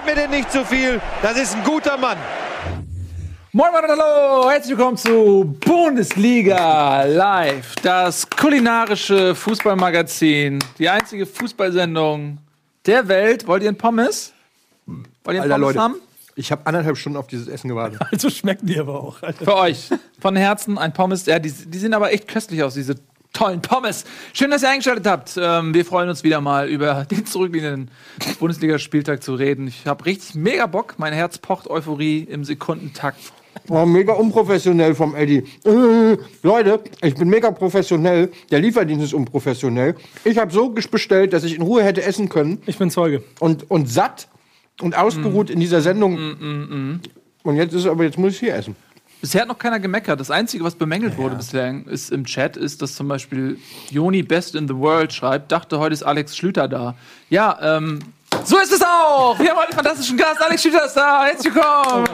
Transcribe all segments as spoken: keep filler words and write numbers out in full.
mir denn nicht zu viel. Das ist ein guter Mann. Moin Moin und hallo, herzlich willkommen zu Bundesliga Live, das kulinarische Fußballmagazin, die einzige Fußballsendung der Welt. Wollt ihr einen Pommes? Wollt ihr einen Alter, Pommes Leute, haben? ich habe anderthalb Stunden auf dieses Essen gewartet. Also schmecken die aber auch. Alter. Für euch, von Herzen ein Pommes. Ja, die, die sehen aber echt köstlich aus, diese tollen Pommes. Schön, dass ihr eingeschaltet habt. Ähm, wir freuen uns wieder mal über den zurückliegenden Bundesligaspieltag zu reden. Ich habe richtig mega Bock. Mein Herz pocht Euphorie im Sekundentakt. Oh, mega unprofessionell vom Eddie. Äh, Leute, ich bin mega professionell. Der Lieferdienst ist unprofessionell. Ich habe so bestellt, dass ich in Ruhe hätte essen können. Ich bin Zeuge. Und, und satt und ausgeruht mm. in dieser Sendung. Mm, mm, mm. Und jetzt ist aber, jetzt muss ich hier essen. Bisher hat noch keiner gemeckert. Das Einzige, was bemängelt ja. wurde bislang ist im Chat, ist, dass zum Beispiel Joni Best in the World schreibt, dachte, heute ist Alex Schlüter da. Ja, ähm, so ist es auch. Wir haben heute einen fantastischen Gast. Alex Schlüter ist da. Herzlich willkommen.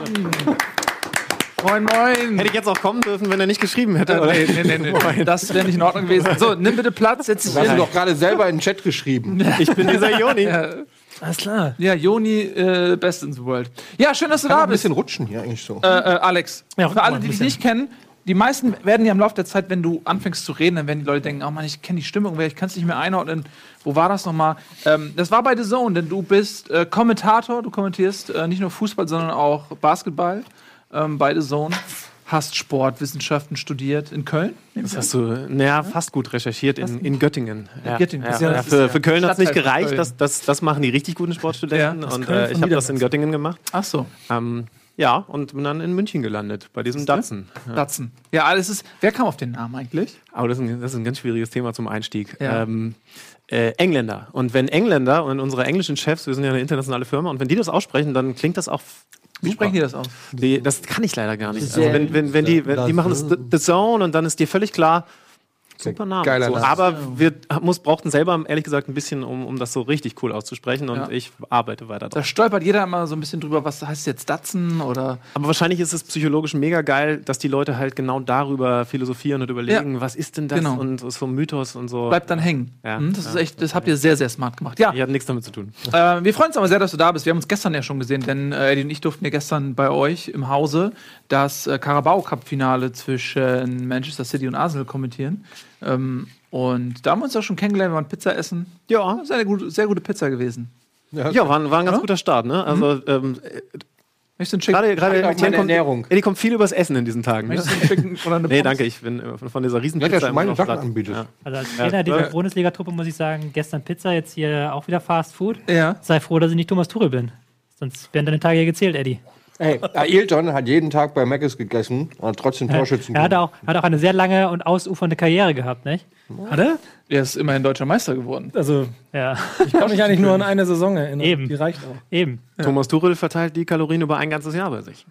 Moin, moin. Hätte ich jetzt auch kommen dürfen, wenn er nicht geschrieben hätte? Oder? Nee, nee, nee, nee. Das wäre nicht in Ordnung gewesen. So, nimm bitte Platz. Setz dich Du hast hin. doch gerade selber in den Chat geschrieben. Ich bin dieser Joni. Ja. Alles klar. Ja, Joni, äh, Best in the World. Ja, schön, dass du Kann da ein bist. bisschen rutschen hier eigentlich so. Äh, äh, Alex, Ja, für alle, mal ein die dich bisschen. nicht kennen, die meisten werden ja im Laufe der Zeit, wenn du anfängst zu reden, dann werden die Leute denken, oh Mann, ich kenne die Stimmung, ich kann es nicht mehr einordnen. Wo war das nochmal? Ähm, das war bei The Zone, denn du bist äh, Kommentator, du kommentierst äh, nicht nur Fußball, sondern auch Basketball ähm, bei The Zone. Hast Sportwissenschaften studiert in Köln? Das hast du naja, fast gut recherchiert in, in Göttingen. Ja. Göttingen, das Ja. ist ja- Ja, das für, ist für Köln hat es nicht Stadtteil von gereicht. Köln. Das, das, das machen die richtig guten Sportstudenten. Ja, das und Köln äh, von ich habe das in Niedersachsen. Göttingen gemacht. Ach so, Ähm, ja, und bin dann in München gelandet, bei diesem Datsen. Ja. Datsen. Ja, alles ist. Wer kam auf den Namen eigentlich? Aber das ist, ein, das ist ein ganz schwieriges Thema zum Einstieg. Ja. Ähm, äh, Engländer. Und wenn Engländer und unsere englischen Chefs, wir sind ja eine internationale Firma, und wenn die das aussprechen, dann klingt das auch. Wie Super. sprechen die das aus? Die, das kann ich leider gar nicht. Sehr Also wenn, wenn, wenn die, wenn, die machen das The The Zone und dann ist dir völlig klar, super Name. Geiler So, Name. aber wir muss, brauchten selber, ehrlich gesagt, ein bisschen, um, um das so richtig cool auszusprechen und Ja. ich arbeite weiter Da drauf. stolpert jeder immer so ein bisschen drüber, was heißt jetzt Datsen oder. Aber wahrscheinlich ist es psychologisch mega geil, dass die Leute halt genau darüber philosophieren und überlegen, Ja. was ist denn das Genau. und so ein Mythos und so. Bleibt dann hängen. Ja. Hm, das ist Ja. echt, das habt ihr sehr, sehr smart gemacht. Ja, Ich hatte nichts damit zu tun. äh, wir freuen uns aber sehr, dass du da bist. Wir haben uns gestern ja schon gesehen, denn äh, Eddie und ich durften ja gestern bei euch im Hause das äh, Carabao-Cup-Finale zwischen Manchester City und Arsenal kommentieren. Ähm, und da haben wir uns auch schon kennengelernt, wir waren Pizza essen. Ja. Das ist eine gute, sehr gute Pizza gewesen. Ja, war, ein- war ein ganz Ja? guter Start, ne? Also, ähm, Möchtest du einen Chicken? gerade, gerade Danke auf Etienne meine kommt, Ernährung. Eddie kommt viel übers Essen in diesen Tagen. Ne? Möchtest du einen Chicken oder eine Nee, Pommes? danke, ich bin äh, von, von dieser Ja, Riesenpizza. der schon meine immer noch Sachen platt. anbietet. Ja. Also als Ja, Trainer dieser äh, Bundesliga-Truppe muss ich sagen, gestern Pizza, jetzt hier auch wieder Fast Food. Ja. Sei froh, dass ich nicht Thomas Tuchel bin. Sonst werden deine Tage hier gezählt, Eddie. Hey, Ailton hat jeden Tag bei Mc's gegessen und hat trotzdem Torschützen Er hat auch, hat auch eine sehr lange und ausufernde Karriere gehabt, nicht? Hat er? Er ist immerhin deutscher Meister geworden. Also, Ja, ich kann mich eigentlich nur an eine Saison erinnern. Eben. Die reicht auch. eben. Thomas Tuchel verteilt die Kalorien über ein ganzes Jahr bei sich.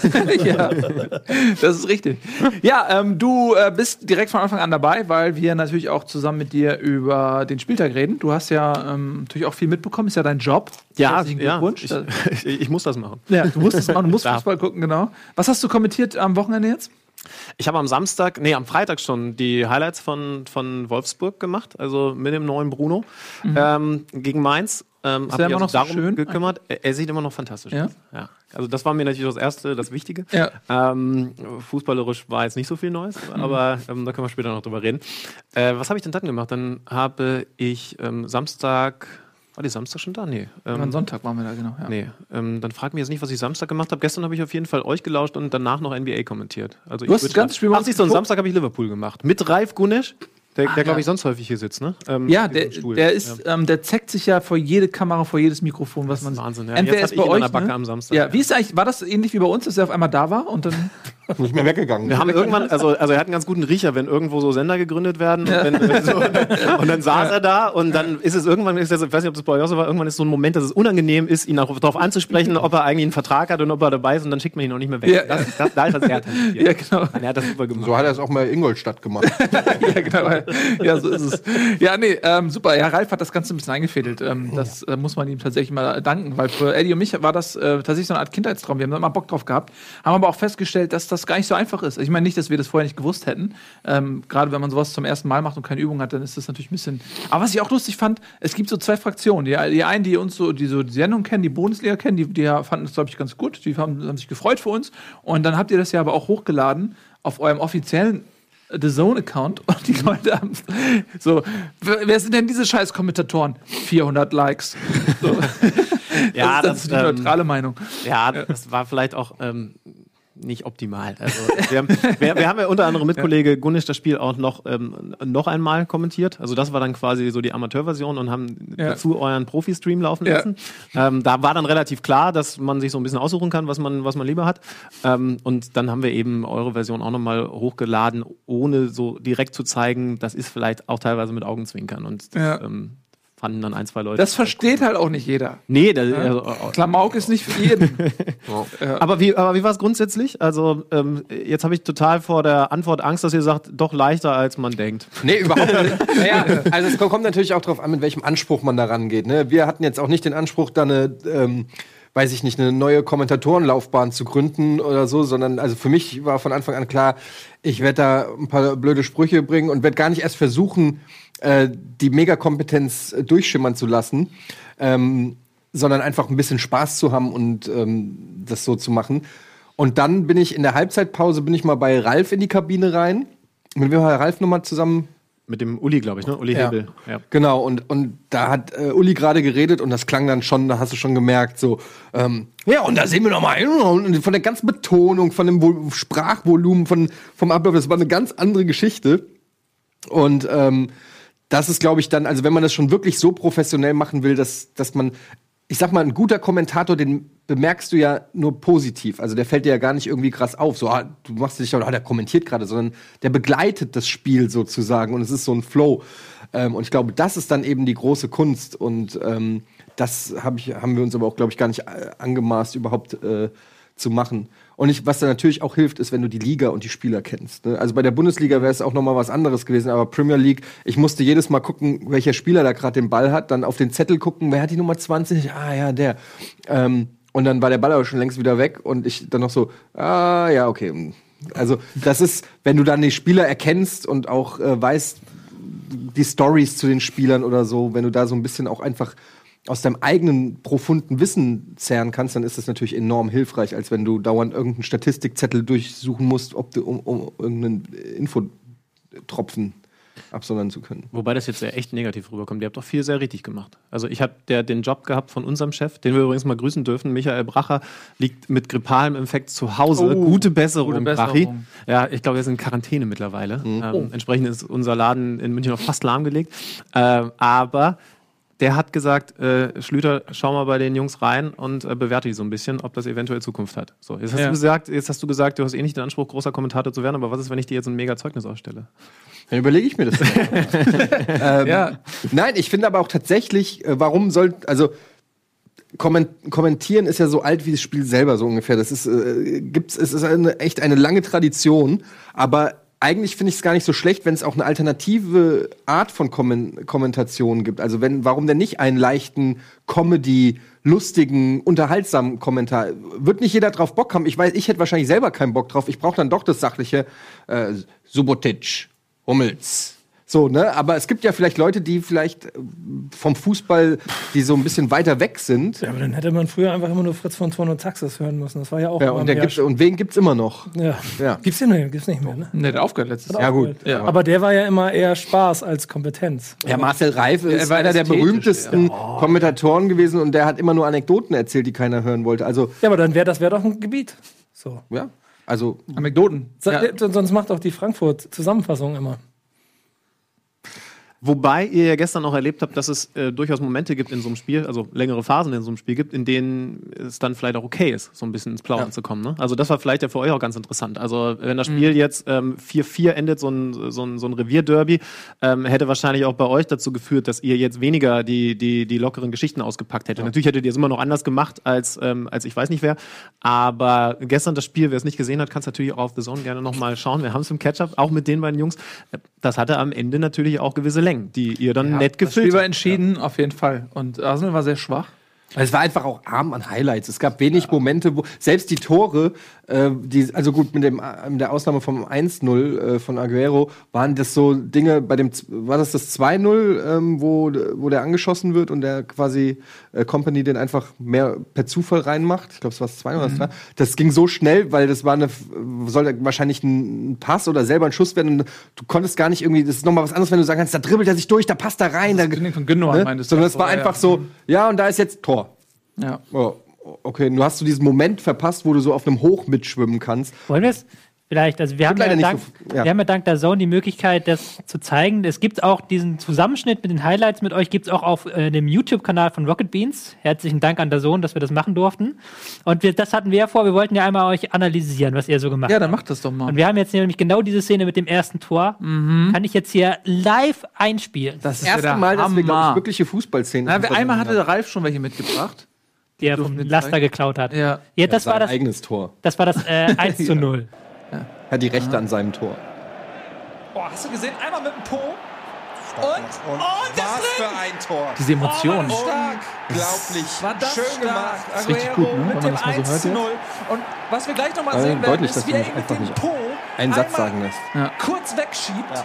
Ja, das ist richtig. Ja, ähm, du äh, bist direkt von Anfang an dabei, weil wir natürlich auch zusammen mit dir über den Spieltag reden. Du hast ja ähm, natürlich auch viel mitbekommen, ist ja dein Job. Ja, Herzlichen ja Glückwunsch. ich, ich, ich muss das machen. Ja, du musst es machen, du musst Darf. Fußball gucken, genau. Was hast du kommentiert am Wochenende jetzt? Ich habe am Samstag, nee, am Freitag schon die Highlights von, von Wolfsburg gemacht, also mit dem neuen Bruno ähm, gegen Mainz. Ähm, hab der mich immer also noch so darum schön? gekümmert. Er, er sieht immer noch fantastisch Ja? aus. Ja. Also das war mir natürlich das Erste, das Wichtige. Ja. Ähm, fußballerisch war jetzt nicht so viel Neues, aber ähm, da können wir später noch drüber reden. Äh, was habe ich denn dann gemacht? Dann habe ich ähm, Samstag... War die Samstag schon da? Nee. Ähm, Am Sonntag waren wir da, genau. Ja. Nee, ähm, dann frag mich jetzt nicht, was ich Samstag gemacht habe. Gestern habe ich auf jeden Fall euch gelauscht und danach noch N B A kommentiert. Also Du ich hast würd- das ganze Spiel bei Ach, uns siehst du, und geguckt? Samstag habe ich Liverpool gemacht. Mit Ralf Gunesch, der, Ah, der glaube ja. ich, sonst häufig hier sitzt, ne? Ähm, Ja, in der, diesem Stuhl. der ist, ähm, der zeckt sich ja vor jede Kamera, vor jedes Mikrofon, was man. Wahnsinn, ja. Entweder Jetzt ist hab bei ich ihn an euch, der Backe ne? am Samstag. Ja, wie ist eigentlich, war das ähnlich wie bei uns, dass er auf einmal da war und dann. Nicht mehr weggegangen. Wir haben irgendwann, also, also er hat einen ganz guten Riecher, wenn irgendwo so Sender gegründet werden. Und, wenn, wenn so, und dann saß er da und dann ist es irgendwann, ist das, ich weiß nicht, ob das bei euch auch so war, irgendwann ist so ein Moment, dass es unangenehm ist, ihn auch darauf anzusprechen, ob er eigentlich einen Vertrag hat und ob er dabei ist und dann schickt man ihn auch nicht mehr weg. Ja. Das, das, da ist das er talentiert. Ja, genau. Und er hat das super gemacht. So hat er es auch mal in Ingolstadt gemacht. Ja, genau. Ja, so ist es. Ja, nee, ähm, super. Ja, Ralf hat das Ganze ein bisschen eingefädelt. Ähm, das äh, muss man ihm tatsächlich mal danken, weil für Eddie und mich war das äh, tatsächlich so eine Art Kindheitstraum. Wir haben da immer Bock drauf gehabt, haben aber auch festgestellt, dass das das gar nicht so einfach ist. Ich meine nicht, dass wir das vorher nicht gewusst hätten. Ähm, Gerade wenn man sowas zum ersten Mal macht und keine Übung hat, dann ist das natürlich ein bisschen. Aber was ich auch lustig fand, es gibt so zwei Fraktionen. Die, die einen, die uns so die, so die Sendung kennen, die Bundesliga kennen, die, die fanden das, glaube ich, ganz gut. Die haben, haben sich gefreut für uns. Und dann habt ihr das ja aber auch hochgeladen auf eurem offiziellen The Zone-Account und die Leute haben so, wer sind denn diese scheiß Kommentatoren? vierhundert Likes. So. Ja, das ist das, die ähm, neutrale Meinung. Ja, das war vielleicht auch ähm, nicht optimal. Also, wir, haben, wir, wir haben ja unter anderem mit Kollege Gunnisch das Spiel auch noch, ähm, noch einmal kommentiert. Also das war dann quasi so die Amateurversion und haben Ja. dazu euren Profi-Stream laufen Ja. lassen. Ähm, da war dann relativ klar, dass man sich so ein bisschen aussuchen kann, was man, was man lieber hat. Ähm, und dann haben wir eben eure Version auch nochmal hochgeladen, ohne so direkt zu zeigen, das ist vielleicht auch teilweise mit Augenzwinkern. Und das, Ja. ähm, fanden dann ein, zwei Leute. Das versteht halt auch nicht jeder. Nee, das, also, Klamauk ist nicht für jeden. Aber wie, aber wie war es grundsätzlich? Also, ähm, jetzt habe ich total vor der Antwort Angst, dass ihr sagt, doch leichter als man denkt. Nee, überhaupt nicht. Naja, also es kommt natürlich auch darauf an, mit welchem Anspruch man da rangeht. Ne? Wir hatten jetzt auch nicht den Anspruch, da eine, ähm, weiß ich nicht, eine neue Kommentatorenlaufbahn zu gründen oder so, sondern also für mich war von Anfang an klar, ich werde da ein paar blöde Sprüche bringen und werde gar nicht erst versuchen, äh, die Megakompetenz äh, durchschimmern zu lassen, ähm, sondern einfach ein bisschen Spaß zu haben und ähm, das so zu machen. Und dann bin ich in der Halbzeitpause, bin ich mal bei Ralf in die Kabine rein. Mit wem war Ralf nochmal zusammen? Mit dem Uli, glaube ich, ne? Uli Ja. Hebel. Ja. Genau, und, und da hat äh, Uli gerade geredet und das klang dann schon, da hast du schon gemerkt, so, ähm, ja, und da sehen wir noch mal, und von der ganzen Betonung, von dem Vol- Sprachvolumen, von, vom Ablauf, das war eine ganz andere Geschichte. Und ähm, das ist, glaube ich, dann, also wenn man das schon wirklich so professionell machen will, dass, dass man, ich sag mal, ein guter Kommentator, den bemerkst du ja nur positiv. Also der fällt dir ja gar nicht irgendwie krass auf. So, ah, du machst dich, ah, der kommentiert gerade, sondern der begleitet das Spiel sozusagen und es ist so ein Flow. Ähm, und ich glaube, das ist dann eben die große Kunst. Und ähm, das hab ich, haben wir uns aber auch, glaube ich, gar nicht äh, angemaßt, überhaupt äh, zu machen. Und ich, was da natürlich auch hilft, ist, wenn du die Liga und die Spieler kennst. Ne? Also bei der Bundesliga wäre es auch noch mal was anderes gewesen, aber Premier League, ich musste jedes Mal gucken, welcher Spieler da gerade den Ball hat, dann auf den Zettel gucken, wer hat die Nummer zwanzig? Ah ja, der. Ähm, und dann war der Ball aber schon längst wieder weg und ich dann noch so, ah ja, okay. Also das ist, wenn du dann die Spieler erkennst und auch äh, weißt, die Stories zu den Spielern oder so, wenn du da so ein bisschen auch einfach aus deinem eigenen profunden Wissen zehren kannst, dann ist das natürlich enorm hilfreich, als wenn du dauernd irgendeinen Statistikzettel durchsuchen musst, ob du, um, um irgendeinen Infotropfen absondern zu können. Wobei das jetzt ja echt negativ rüberkommt. Ihr habt doch viel sehr richtig gemacht. Also ich habe den Job gehabt von unserem Chef, den wir übrigens mal grüßen dürfen. Michael Bracher liegt mit grippalem Infekt zu Hause. Oh, gute Besserung, gute Besserung. Brachi. Ja, ich glaube, er ist in Quarantäne mittlerweile. Mhm. Ähm, Oh. Entsprechend ist unser Laden in München noch fast lahmgelegt. Ähm, aber der hat gesagt, äh, Schlüter, schau mal bei den Jungs rein und äh, bewerte die so ein bisschen, ob das eventuell Zukunft hat. So, jetzt hast, Ja. du gesagt, jetzt hast du gesagt, du hast eh nicht den Anspruch, großer Kommentator zu werden, aber was ist, wenn ich dir jetzt ein mega Zeugnis ausstelle? Dann überlege ich mir das. ähm, Ja. Nein, ich finde aber auch tatsächlich, äh, warum soll, also komment kommentieren ist ja so alt wie das Spiel selber so ungefähr. Das ist, äh, gibt's, es ist eine, echt eine lange Tradition, aber eigentlich finde ich es gar nicht so schlecht, wenn es auch eine alternative Art von Kommen Kommentation gibt. Also wenn, warum denn nicht einen leichten Comedy, lustigen, unterhaltsamen Kommentar? Wird nicht jeder drauf Bock haben? Ich weiß, ich hätte wahrscheinlich selber keinen Bock drauf. Ich brauche dann doch das sachliche äh, Subotic, Hummels. So, ne? Aber es gibt ja vielleicht Leute, die vielleicht äh, vom Fußball, die so ein bisschen weiter weg sind. Ja, aber dann hätte man früher einfach immer nur Fritz von Thurn und Taxis hören müssen. Das war ja auch Ja, immer und, der mehr gibt's, und wen gibt's immer noch? Ja. Ja. Gibt's den nicht? Gibt's nicht mehr, ne? Ne, der aufgehört letztes Ja, Jahr. gut. Ja. Aber der war ja immer eher Spaß als Kompetenz. Ja, Marcel Reif ist Er war einer der ästhetisch, berühmtesten Kommentatoren gewesen und der hat immer nur Anekdoten erzählt, die keiner hören wollte. Also, Ja, aber dann wäre das wär doch ein Gebiet. So. ja, also Anekdoten. So, Ja. äh, Sonst macht auch die Frankfurt-Zusammenfassung immer. Wobei ihr ja gestern auch erlebt habt, dass es äh, durchaus Momente gibt in so einem Spiel, also längere Phasen in so einem Spiel gibt, in denen es dann vielleicht auch okay ist, so ein bisschen ins Plaudern Ja. zu kommen. Ne? Also das war vielleicht ja für euch auch ganz interessant. Also wenn das Spiel jetzt ähm, vier vier endet, so ein, so ein, so ein Revierderby, ähm, hätte wahrscheinlich auch bei euch dazu geführt, dass ihr jetzt weniger die, die, die lockeren Geschichten ausgepackt hättet. Natürlich hättet ihr es immer noch anders gemacht als, ähm, als ich weiß nicht wer. Aber gestern das Spiel, wer es nicht gesehen hat, kann es natürlich auch auf The Zone gerne nochmal schauen. Wir haben es im Catch-up, auch mit den beiden Jungs. Das hatte am Ende natürlich auch gewisse Längen, die ihr dann Ja, nett das Spiel gefüllt war habt. entschieden, auf jeden Fall. Und Arsenal war sehr schwach. Es war einfach auch arm an Highlights. Es gab wenig ja. Momente, wo selbst die Tore, äh, die, also gut, mit, dem, mit der Ausnahme vom eins null äh, von Aguero, waren das so Dinge, bei dem, war das das zwei null, ähm, wo, wo der angeschossen wird und der quasi äh, Company den einfach mehr per Zufall reinmacht. Ich glaube, es war das zwei null oder das drei. Das ging so schnell, weil das war eine, soll wahrscheinlich ein Pass oder selber ein Schuss werden. Und du konntest gar nicht irgendwie, das ist nochmal was anderes, wenn du sagen kannst, da dribbelt er sich durch, da passt er rein. Das da, von Gündogan, ne? meintest Sondern du, es war oder? einfach Ja. so, ja, und da ist jetzt Tor. Ja. Oh, okay, du hast du diesen Moment verpasst, wo du so auf einem Hoch mitschwimmen kannst. Wollen wir es vielleicht, also wir haben, ja leider dank, nicht so- ja. wir haben ja dank der Zone die Möglichkeit, das zu zeigen. Es gibt auch diesen Zusammenschnitt mit den Highlights mit euch, gibt es auch auf äh, dem YouTube-Kanal von Rocket Beans. Herzlichen Dank an der Zone, dass wir das machen durften. Und wir, das hatten wir ja vor, wir wollten ja einmal euch analysieren, was ihr so gemacht Ja, habt. dann macht das doch mal. Und wir haben jetzt nämlich genau diese Szene mit dem ersten Tor. Kann ich jetzt hier live einspielen. Das Das erste Mal, dass wir, glaube ich, wirkliche Fußballszenen Na, wir, einmal haben. hatte der Ralf schon welche mitgebracht. Der durften vom wir Laster zeigen. geklaut hat. Ja. Ja, das Sein war das, eigenes Tor. das war das äh, eins zu null. Er hat die Rechte an seinem Tor. Oh, hast du gesehen? Einmal mit dem Po. Und, und und was für ein Tor. Diese Emotionen. Stark. Glaublich. War das Schön stark. gemacht. Das ist richtig gut, ne? Wenn mit man dem das mal so eins hört zu jetzt. null. Und was wir gleich noch mal Äh, sehen werden, deutlich, ist, dass wie du er mich ihn mit einfach dem nicht Po einen Satz einmal sagen lässt. Ja. kurz wegschiebt.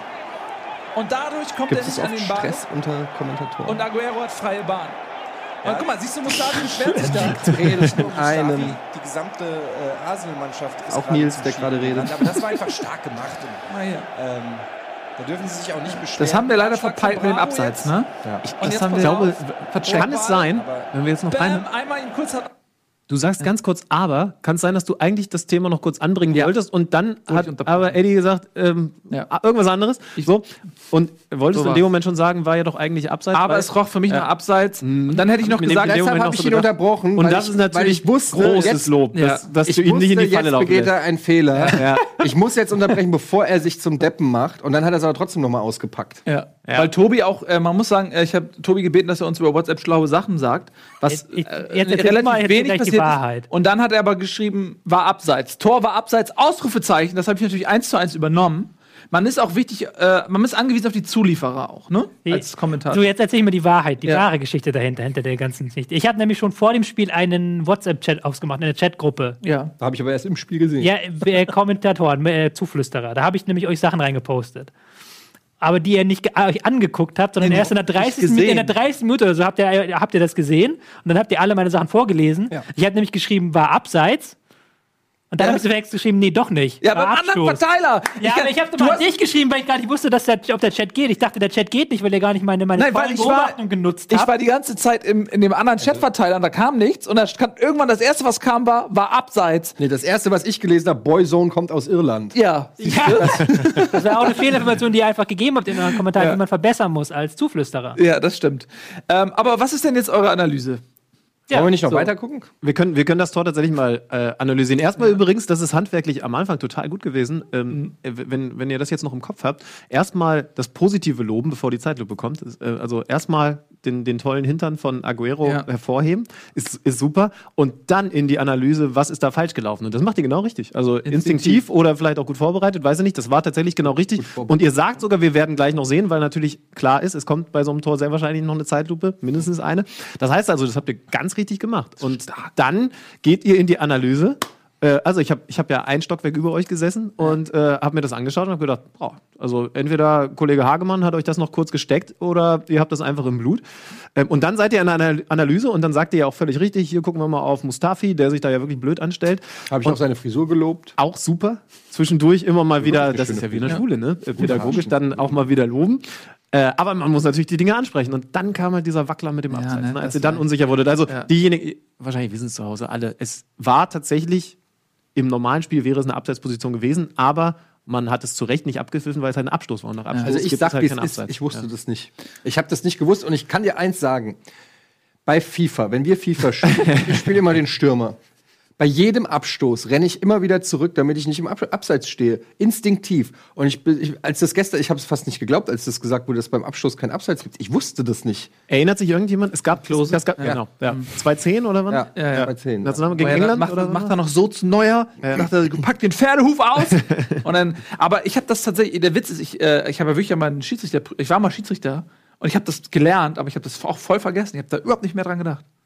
Und dadurch kommt Gibt er es nicht an oft den Ball. Stress unter Kommentatoren? Und Aguero hat freie Bahn. Und guck mal, siehst du, Mustafi beschwert sich da. redest du Mustafi, einem. die gesamte äh, Arsenal-Mannschaft ist Auch gerade Nils, zum der Schieben gerade redet. gerannt, Aber das war einfach stark gemacht. Und, Mal hier. ähm, da dürfen sie sich auch nicht beschweren. Das haben wir leider Abschlag verpeilt von mit dem Bravo Abseits, jetzt. ne? Ich, Und das jetzt haben wir, pass glaube, auf. Vercheckt. kann es sein, Aber- wenn wir jetzt noch rein. Bam, einmal ihn kurz hat. Du sagst ganz kurz, aber kann es sein, dass du eigentlich das Thema noch kurz anbringen Ja. wolltest und dann hat unterbrochen. aber Eddie gesagt, ähm, Ja. ah, irgendwas anderes. so. Und wolltest So du in dem war's. Moment schon sagen, war ja doch eigentlich abseits. Aber weil- es roch für mich nach Abseits. Und dann hätte ich noch Mit dem gesagt, in dem Deshalb Moment habe noch ich so ihn gedacht. unterbrochen. Und weil das ich, ist natürlich weil ich wusste, großes jetzt, Lob, Ja. dass, dass ich du ihn nicht in wusste, die Falle jetzt laufen begeht lässt. er einen Fehler. Ja. Ich muss jetzt unterbrechen, bevor er sich zum Deppen macht. Und dann hat er es aber trotzdem noch mal ausgepackt. Ja. Ja. Weil Tobi auch, äh, man muss sagen, äh, ich habe Tobi gebeten, dass er uns über WhatsApp schlaue Sachen sagt, was Jetzt- jetzt- äh, jetzt erzähl relativ mal jetzt wenig gleich die passiert Wahrheit. ist. Und dann hat er aber geschrieben, war abseits. Tor war abseits, Ausrufezeichen, das habe ich natürlich eins zu eins übernommen. Man ist auch wichtig, äh, man ist angewiesen auf die Zulieferer auch, ne? Als Kommentar. So, jetzt erzähl ich mir die Wahrheit, die Ja. wahre Geschichte dahinter, hinter der ganzen Geschichte. Ich habe nämlich schon vor dem Spiel einen WhatsApp-Chat aufgemacht, eine Chatgruppe. Ja. Da habe ich aber erst im Spiel gesehen. Ja, äh, Kommentatoren, äh, Zuflüsterer. Da habe ich nämlich euch Sachen reingepostet. Aber die ihr nicht ge- euch angeguckt habt, sondern Nee, erst in der nicht dreißigsten Minute, in der gesehen. dreißigsten Minute oder so habt ihr, habt ihr das gesehen und dann habt ihr alle meine Sachen vorgelesen. Ja. Ich habe nämlich geschrieben, war abseits. Und dann Ja. habe ich zunächst geschrieben, nee, doch nicht. Ja, war beim anderen Abstoß. Verteiler. Ja, kann- aber ich habe du doch mal hast- dich geschrieben, weil ich gar nicht wusste, dass der, ob der Chat geht. Ich dachte, der Chat geht nicht, weil ihr gar nicht meine, meine Nein, weil vollen ich war, Beobachtungen genutzt ich habt. war die ganze Zeit im, in dem anderen Chatverteiler und da kam nichts. Und da kam irgendwann das erste, was kam, war, war abseits. Nee, das erste, was ich gelesen habe, Boyzone kommt aus Irland. Ja. Ja, das wäre auch eine Fehlinformation, die ihr einfach gegeben habt in euren Kommentaren, Ja. die man verbessern muss als Zuflüsterer. Ja, das stimmt. Ähm, aber was ist denn jetzt eure Analyse? Wollen wir nicht noch so. weiter gucken? Wir können, wir können das Tor tatsächlich mal äh, analysieren. Erstmal übrigens, das ist handwerklich am Anfang total gut gewesen. Ähm, äh, wenn, wenn ihr das jetzt noch im Kopf habt, erstmal das Positive loben, bevor die Zeitlupe kommt. Ist, äh, also erstmal den, den tollen Hintern von Aguero Ja. hervorheben, ist, ist super. Und dann in die Analyse, was ist da falsch gelaufen. Und das macht ihr genau richtig. Also instinktiv, oder vielleicht auch gut vorbereitet, weiß ich nicht. Das war tatsächlich genau richtig. Und ihr sagt sogar, wir werden gleich noch sehen, weil natürlich klar ist, es kommt bei so einem Tor sehr wahrscheinlich noch eine Zeitlupe, mindestens eine. Das heißt also, das habt ihr ganz richtig gemacht. Und dann geht ihr in die Analyse. Äh, also ich habe ich hab ja ein Stockwerk über euch gesessen und äh, habe mir das angeschaut und habe gedacht, boah, also entweder Kollege Hagemann hat euch das noch kurz gesteckt oder ihr habt das einfach im Blut. Ähm, und dann seid ihr in einer Analyse und dann sagt ihr ja auch völlig richtig, hier gucken wir mal auf Mustafi, der sich da ja wirklich blöd anstellt. Habe ich auch seine Frisur gelobt. Auch super. Zwischendurch immer mal wieder, eine das schöne ist ja wie in der Frisur. Schule, ne? Äh, Pädagogisch dann auch mal wieder loben. Äh, aber man muss natürlich die Dinge ansprechen. Und dann kam halt dieser Wackler mit dem Abseits, ne, ne, als das ihr dann war- unsicher wurdet. Also Ja. diejenigen, wahrscheinlich wissen es zu Hause alle, es war tatsächlich, im normalen Spiel wäre es eine Abseitsposition gewesen, aber man hat es zu Recht nicht abgepfiffen, weil es halt ein Abstoß war. Und nach Abstoß Also ich gibt sag, es halt wie keinen es ist, Abseits. ich wusste Ja. das nicht. Ich habe das nicht gewusst und ich kann dir eins sagen. Bei FIFA, wenn wir FIFA spielen, ich spiele immer den Stürmer. Bei jedem Abstoß renne ich immer wieder zurück, damit ich nicht im Ab Abseits stehe. Instinktiv. Und ich, bin- ich als das gestern, ich habe es fast nicht geglaubt, als das gesagt wurde, dass beim Abstoß kein Abseits gibt. Ich wusste das nicht. Erinnert sich irgendjemand? Es gab Klose. Es gab, Ja. Genau. Ja. zwanzig zehn oder wann? Ja, Ja, ja. bei zehn. National gegen Weil er England? macht, oder macht so? er noch so zu Neuer, sagt er, packt den Pferdehuf aus. Und dann, aber ich habe das tatsächlich, der Witz ist, ich, äh, ich habe ja wirklich ja mal einen Schiedsrichter, ich war mal Schiedsrichter und ich habe das gelernt, aber ich habe das auch voll vergessen. Ich habe da überhaupt nicht mehr dran gedacht.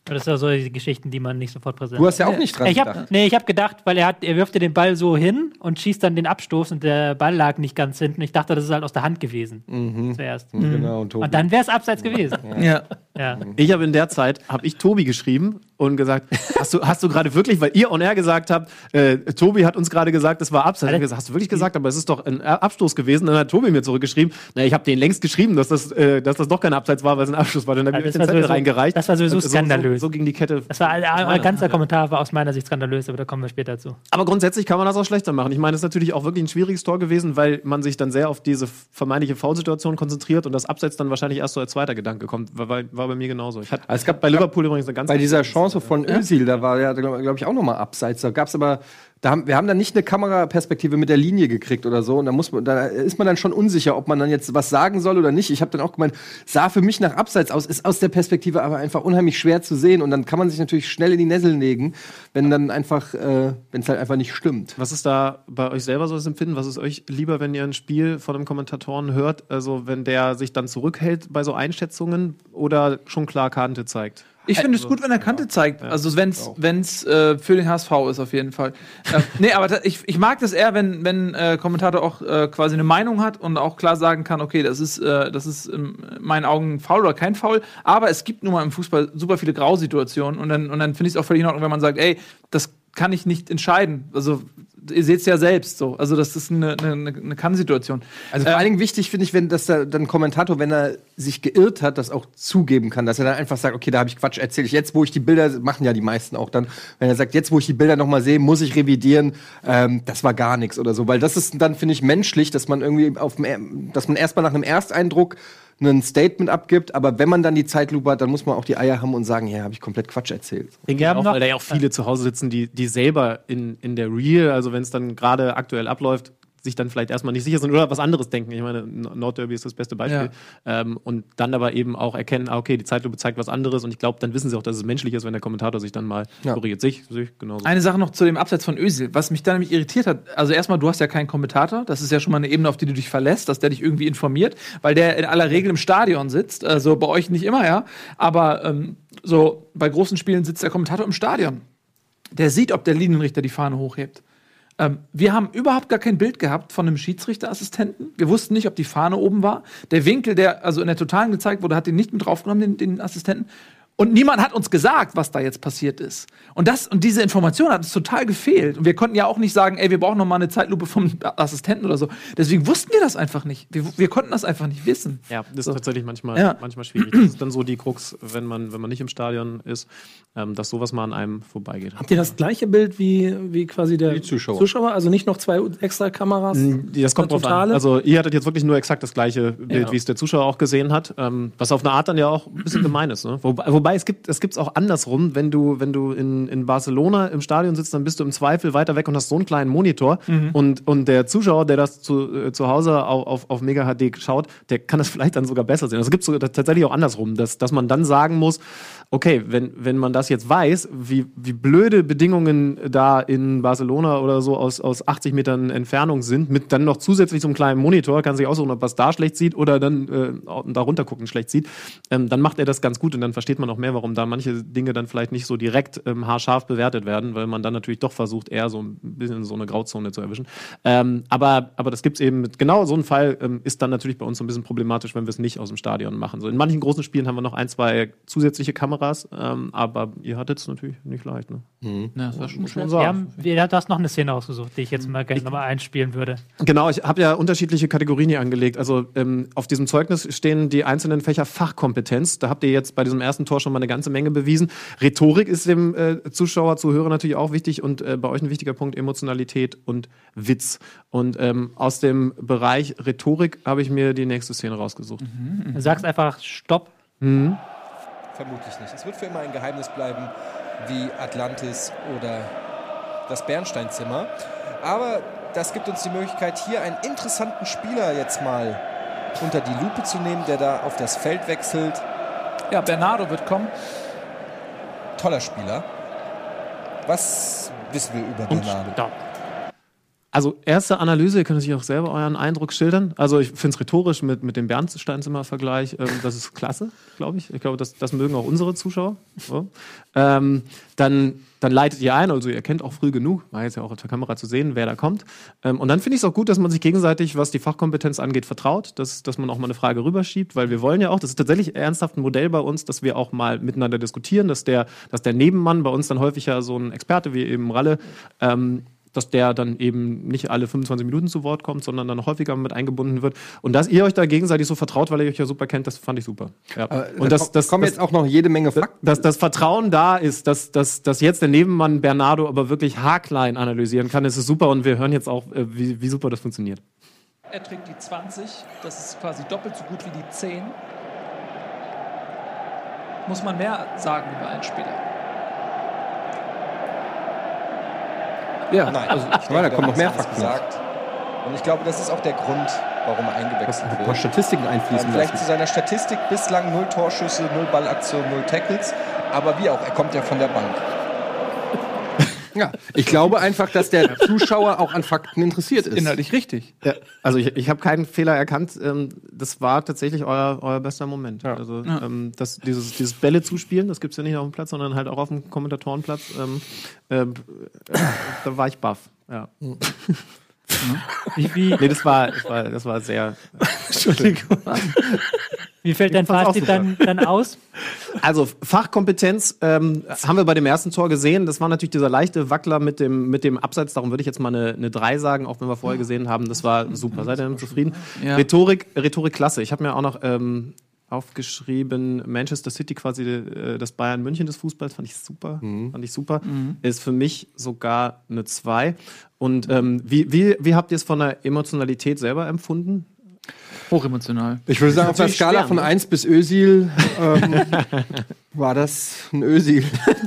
Das sind ja so die Geschichten, die man nicht sofort präsentiert. Du hast ja auch nicht dran ich hab, gedacht. Nee, ich habe gedacht, weil er hat, er wirft den Ball so hin und schießt dann den Abstoß und der Ball lag nicht ganz hinten. Ich dachte, das ist halt aus der Hand gewesen. Mhm. Zuerst. Genau, und Tobi. Und dann wäre es abseits gewesen. Ja. Ja. Ich habe in der Zeit, habe ich Tobi geschrieben und gesagt, hast du, hast du gerade wirklich, weil ihr on air gesagt habt, äh, Tobi hat uns gerade gesagt, es war Abseits. Ich hab gesagt, hast du wirklich gesagt, aber es ist doch ein Abstoß gewesen. Dann hat Tobi mir zurückgeschrieben, na, ich habe den längst geschrieben, dass das, äh, dass das doch kein Abseits war, weil es ein Abstoß war. Dann habe ich das den war Zettel sowieso- reingereicht. das war sowieso Und so- skandalös. So, so ging die Kette. Das war ein, ein ganzer Kommentar, war aus meiner Sicht skandalös, aber da kommen wir später zu. Aber grundsätzlich kann man das auch schlechter machen. Ich meine, es ist natürlich auch wirklich ein schwieriges Tor gewesen, weil man sich dann sehr auf diese vermeintliche Foul-Situation konzentriert und das Abseits dann wahrscheinlich erst so als zweiter Gedanke kommt. War, war, war bei mir genauso. Ich hatte Also es gab bei Liverpool übrigens eine ganz bei dieser Chance von Özil, da war ja, glaube glaub ich, auch nochmal Abseits. Da gab's aber, da haben, wir haben dann nicht eine Kameraperspektive mit der Linie gekriegt oder so. Und da muss man, da ist man dann schon unsicher, ob man dann jetzt was sagen soll oder nicht. Ich habe dann auch gemeint, sah für mich nach Abseits aus, ist aus der Perspektive aber einfach unheimlich schwer zu sehen. Und dann kann man sich natürlich schnell in die Nesseln legen, wenn dann einfach, äh, wenn es halt einfach nicht stimmt. Was ist da bei euch selber so das Empfinden? Was ist euch lieber, wenn ihr ein Spiel von einem Kommentatoren hört? Also wenn der sich dann zurückhält bei so Einschätzungen oder schon klar Kante zeigt? Ich finde es gut, wenn er Kante zeigt. Also wenn es äh, für den H S V ist, auf jeden Fall. äh, nee, aber da, ich, ich mag das eher, wenn wenn äh, Kommentator auch äh, quasi eine Meinung hat und auch klar sagen kann, okay, das ist, äh, das ist in meinen Augen Foul oder kein Foul. Aber es gibt nun mal im Fußball super viele Grausituationen. Und dann, und dann finde ich es auch völlig in Ordnung, wenn man sagt, ey, das kann ich nicht entscheiden. Also ihr seht es ja selbst so. Also das ist eine, eine, eine Kann-Situation. Also vor allen Dingen wichtig finde ich, wenn das da, dann Kommentator, wenn er sich geirrt hat, das auch zugeben kann, dass er dann einfach sagt, okay, da habe ich Quatsch erzählt. Jetzt, wo ich die Bilder, machen ja die meisten auch dann, wenn er sagt, jetzt, wo ich die Bilder noch mal sehe, muss ich revidieren, ähm, das war gar nichts oder so. Weil das ist dann, finde ich, menschlich, dass man irgendwie auf dem, dass man erstmal nach einem Ersteindruck ein Statement abgibt, aber wenn man dann die Zeitlupe hat, dann muss man auch die Eier haben und sagen, ja, habe ich komplett Quatsch erzählt. Denke ich auch, weil da ja auch viele zu Hause sitzen, die, die selber in, in der Real, also wenn es dann gerade aktuell abläuft, sich dann vielleicht erstmal nicht sicher sind oder was anderes denken. Ich meine, Nordderby ist das beste Beispiel. Ja. Ähm, und dann aber eben auch erkennen, ah, okay, die Zeitlupe zeigt was anderes und ich glaube, dann wissen sie auch, dass es menschlich ist, wenn der Kommentator sich dann mal ja. korrigiert. Sich, sich genauso. Eine Sache noch zu dem Abseits von Özil, was mich da nämlich irritiert hat. Also erstmal, du hast ja keinen Kommentator. Das ist ja schon mal eine Ebene, auf die du dich verlässt, dass der dich irgendwie informiert, weil der in aller Regel im Stadion sitzt. Also bei euch nicht immer, ja. Aber ähm, so bei großen Spielen sitzt der Kommentator im Stadion. Der sieht, ob der Linienrichter die Fahne hochhebt. Ähm, wir haben überhaupt gar kein Bild gehabt von einem Schiedsrichterassistenten. Wir wussten nicht, ob die Fahne oben war. Der Winkel, der also in der Totalen gezeigt wurde, hat den nicht mit draufgenommen, den, den Assistenten. Und niemand hat uns gesagt, was da jetzt passiert ist. Und das und diese Information hat uns total gefehlt. Und wir konnten ja auch nicht sagen, ey, wir brauchen noch mal eine Zeitlupe vom Assistenten oder so. Deswegen wussten wir das einfach nicht. Wir, wir konnten das einfach nicht wissen. Ja, das ist so. tatsächlich manchmal, Ja. manchmal schwierig. Das ist dann so die Krux, wenn man, wenn man nicht im Stadion ist, ähm, dass sowas mal an einem vorbeigeht. Habt ihr das gleiche Bild wie, wie quasi der Die Zuschauer. Zuschauer? Also nicht noch zwei extra Kameras? Das kommt Eine drauf an. totale? Also ihr hattet jetzt wirklich nur exakt das gleiche Bild, Ja. wie es der Zuschauer auch gesehen hat, ähm, was auf eine Art dann ja auch ein bisschen gemein ist. Ne? Wobei, wobei es gibt es gibt's auch andersrum, wenn du wenn du in, in Barcelona im Stadion sitzt, dann bist du im Zweifel weiter weg und hast so einen kleinen Monitor und, und der Zuschauer, der das zu, äh, zu Hause auf, auf, auf Mega H D schaut, der kann das vielleicht dann sogar besser sehen. Also es gibt sogar tatsächlich auch andersrum, dass, dass man dann sagen muss, okay, wenn, wenn man das jetzt weiß, wie, wie blöde Bedingungen da in Barcelona oder so aus, aus achtzig Metern Entfernung sind, mit dann noch zusätzlich so einem kleinen Monitor, kann sich aussuchen, ob was da schlecht sieht oder dann äh, da runter gucken schlecht sieht, ähm, dann macht er das ganz gut und dann versteht man auch mehr, warum da manche Dinge dann vielleicht nicht so direkt ähm, haarscharf bewertet werden, weil man dann natürlich doch versucht, eher so ein bisschen so eine Grauzone zu erwischen. Ähm, aber, aber das gibt's eben, mit, genau so ein Fall ähm, ist dann natürlich bei uns so ein bisschen problematisch, wenn wir es nicht aus dem Stadion machen. So in manchen großen Spielen haben wir noch ein, zwei zusätzliche Kameras, ähm, aber ihr hattet es natürlich nicht leicht. Ne? Ja, das war schon Muss man Wir sagen. haben, wir, du hast noch eine Szene ausgesucht, die ich jetzt mal gerne nochmal einspielen würde. Genau, ich habe ja unterschiedliche Kategorien hier angelegt. Also ähm, auf diesem Zeugnis stehen die einzelnen Fächer Fachkompetenz. Da habt ihr jetzt bei diesem ersten Tor schon mal eine ganze Menge bewiesen. Rhetorik ist dem äh, Zuschauer, Zuhörer natürlich auch wichtig und äh, bei euch ein wichtiger Punkt Emotionalität und Witz. Und ähm, aus dem Bereich Rhetorik habe ich mir die nächste Szene rausgesucht. Du sagst einfach Stopp. Mhm. Vermutlich nicht. Es wird für immer ein Geheimnis bleiben, wie Atlantis oder das Bernsteinzimmer. Aber das gibt uns die Möglichkeit, hier einen interessanten Spieler jetzt mal unter die Lupe zu nehmen, der da auf das Feld wechselt. Ja, Bernardo wird kommen. Toller Spieler. Was wissen wir über Und Bernardo? Stopp. Also erste Analyse, ihr könnt natürlich auch selber euren Eindruck schildern. Also ich finde es rhetorisch mit, mit dem Bernsteinzimmer-Vergleich, ähm, das ist klasse, glaube ich. Ich glaube, das, das mögen auch unsere Zuschauer. So. Ähm, dann, dann leitet ihr ein, also ihr kennt auch früh genug, war jetzt ja auch auf der Kamera zu sehen, wer da kommt. Ähm, und dann finde ich es auch gut, dass man sich gegenseitig, was die Fachkompetenz angeht, vertraut, dass, dass man auch mal eine Frage rüberschiebt, weil wir wollen ja auch, das ist tatsächlich ernsthaft ein Modell bei uns, dass wir auch mal miteinander diskutieren, dass der, dass der Nebenmann bei uns dann häufig ja so ein Experte wie eben Ralle, ähm, dass der dann eben nicht alle fünfundzwanzig Minuten zu Wort kommt, sondern dann häufiger mit eingebunden wird. Und dass ihr euch da gegenseitig so vertraut, weil ihr euch ja super kennt, das fand ich super. Ja. Und das, das kommen jetzt auch noch jede Menge Fakten. Dass das Vertrauen da ist, dass, dass, dass jetzt der Nebenmann Bernardo aber wirklich haarklein analysieren kann, das ist super. Und wir hören jetzt auch, wie, wie super das funktioniert. Er trägt die zwanzig, das ist quasi doppelt so gut wie die zehn. Muss man mehr sagen über einen Spieler? Ja, Nein, also, ich ja, da denke, kommen noch wir mehr haben alles Fakten. gesagt. Und ich glaube, das ist auch der Grund, warum er eingewechselt Ein paar wird. Statistiken einfließen Ähm, vielleicht lassen. zu seiner Statistik bislang null Torschüsse, null Ballaktionen, null Tackles. Aber wie auch, er kommt ja von der Bank. Ja, ich glaube einfach, dass der Zuschauer auch an Fakten interessiert ist. Inhaltlich richtig. Ja, also ich, ich habe keinen Fehler erkannt. Ähm, das war tatsächlich euer, euer bester Moment. Ja. Also ähm, das, dieses, dieses Bälle zuspielen, das gibt's ja nicht auf dem Platz, sondern halt auch auf dem Kommentatorenplatz. Ähm, äh, da war ich baff. Ja. Wie, wie, Nee, das war, das war, das war sehr. Entschuldigung. Wie fällt dein fand's auch Fazit dann, dann aus? Also Fachkompetenz ähm, haben wir bei dem ersten Tor gesehen. Das war natürlich dieser leichte Wackler mit dem, mit dem Abseits. Darum würde ich jetzt mal eine, eine drei sagen, auch wenn wir vorher gesehen haben. Das war super. Seid ihr damit zufrieden? Ja. Rhetorik, Rhetorik klasse. Ich habe mir auch noch ähm, aufgeschrieben, Manchester City quasi äh, das Bayern München des Fußballs. Fand ich super. Mhm. Fand ich super. Mhm. Ist für mich sogar eine zwei. Und ähm, wie, wie, wie habt ihr es von der Emotionalität selber empfunden? Hochemotional. Ich würde sagen, auf einer Natürlich Skala schwer, von ne? eins bis Özil ähm, war das ein Özil.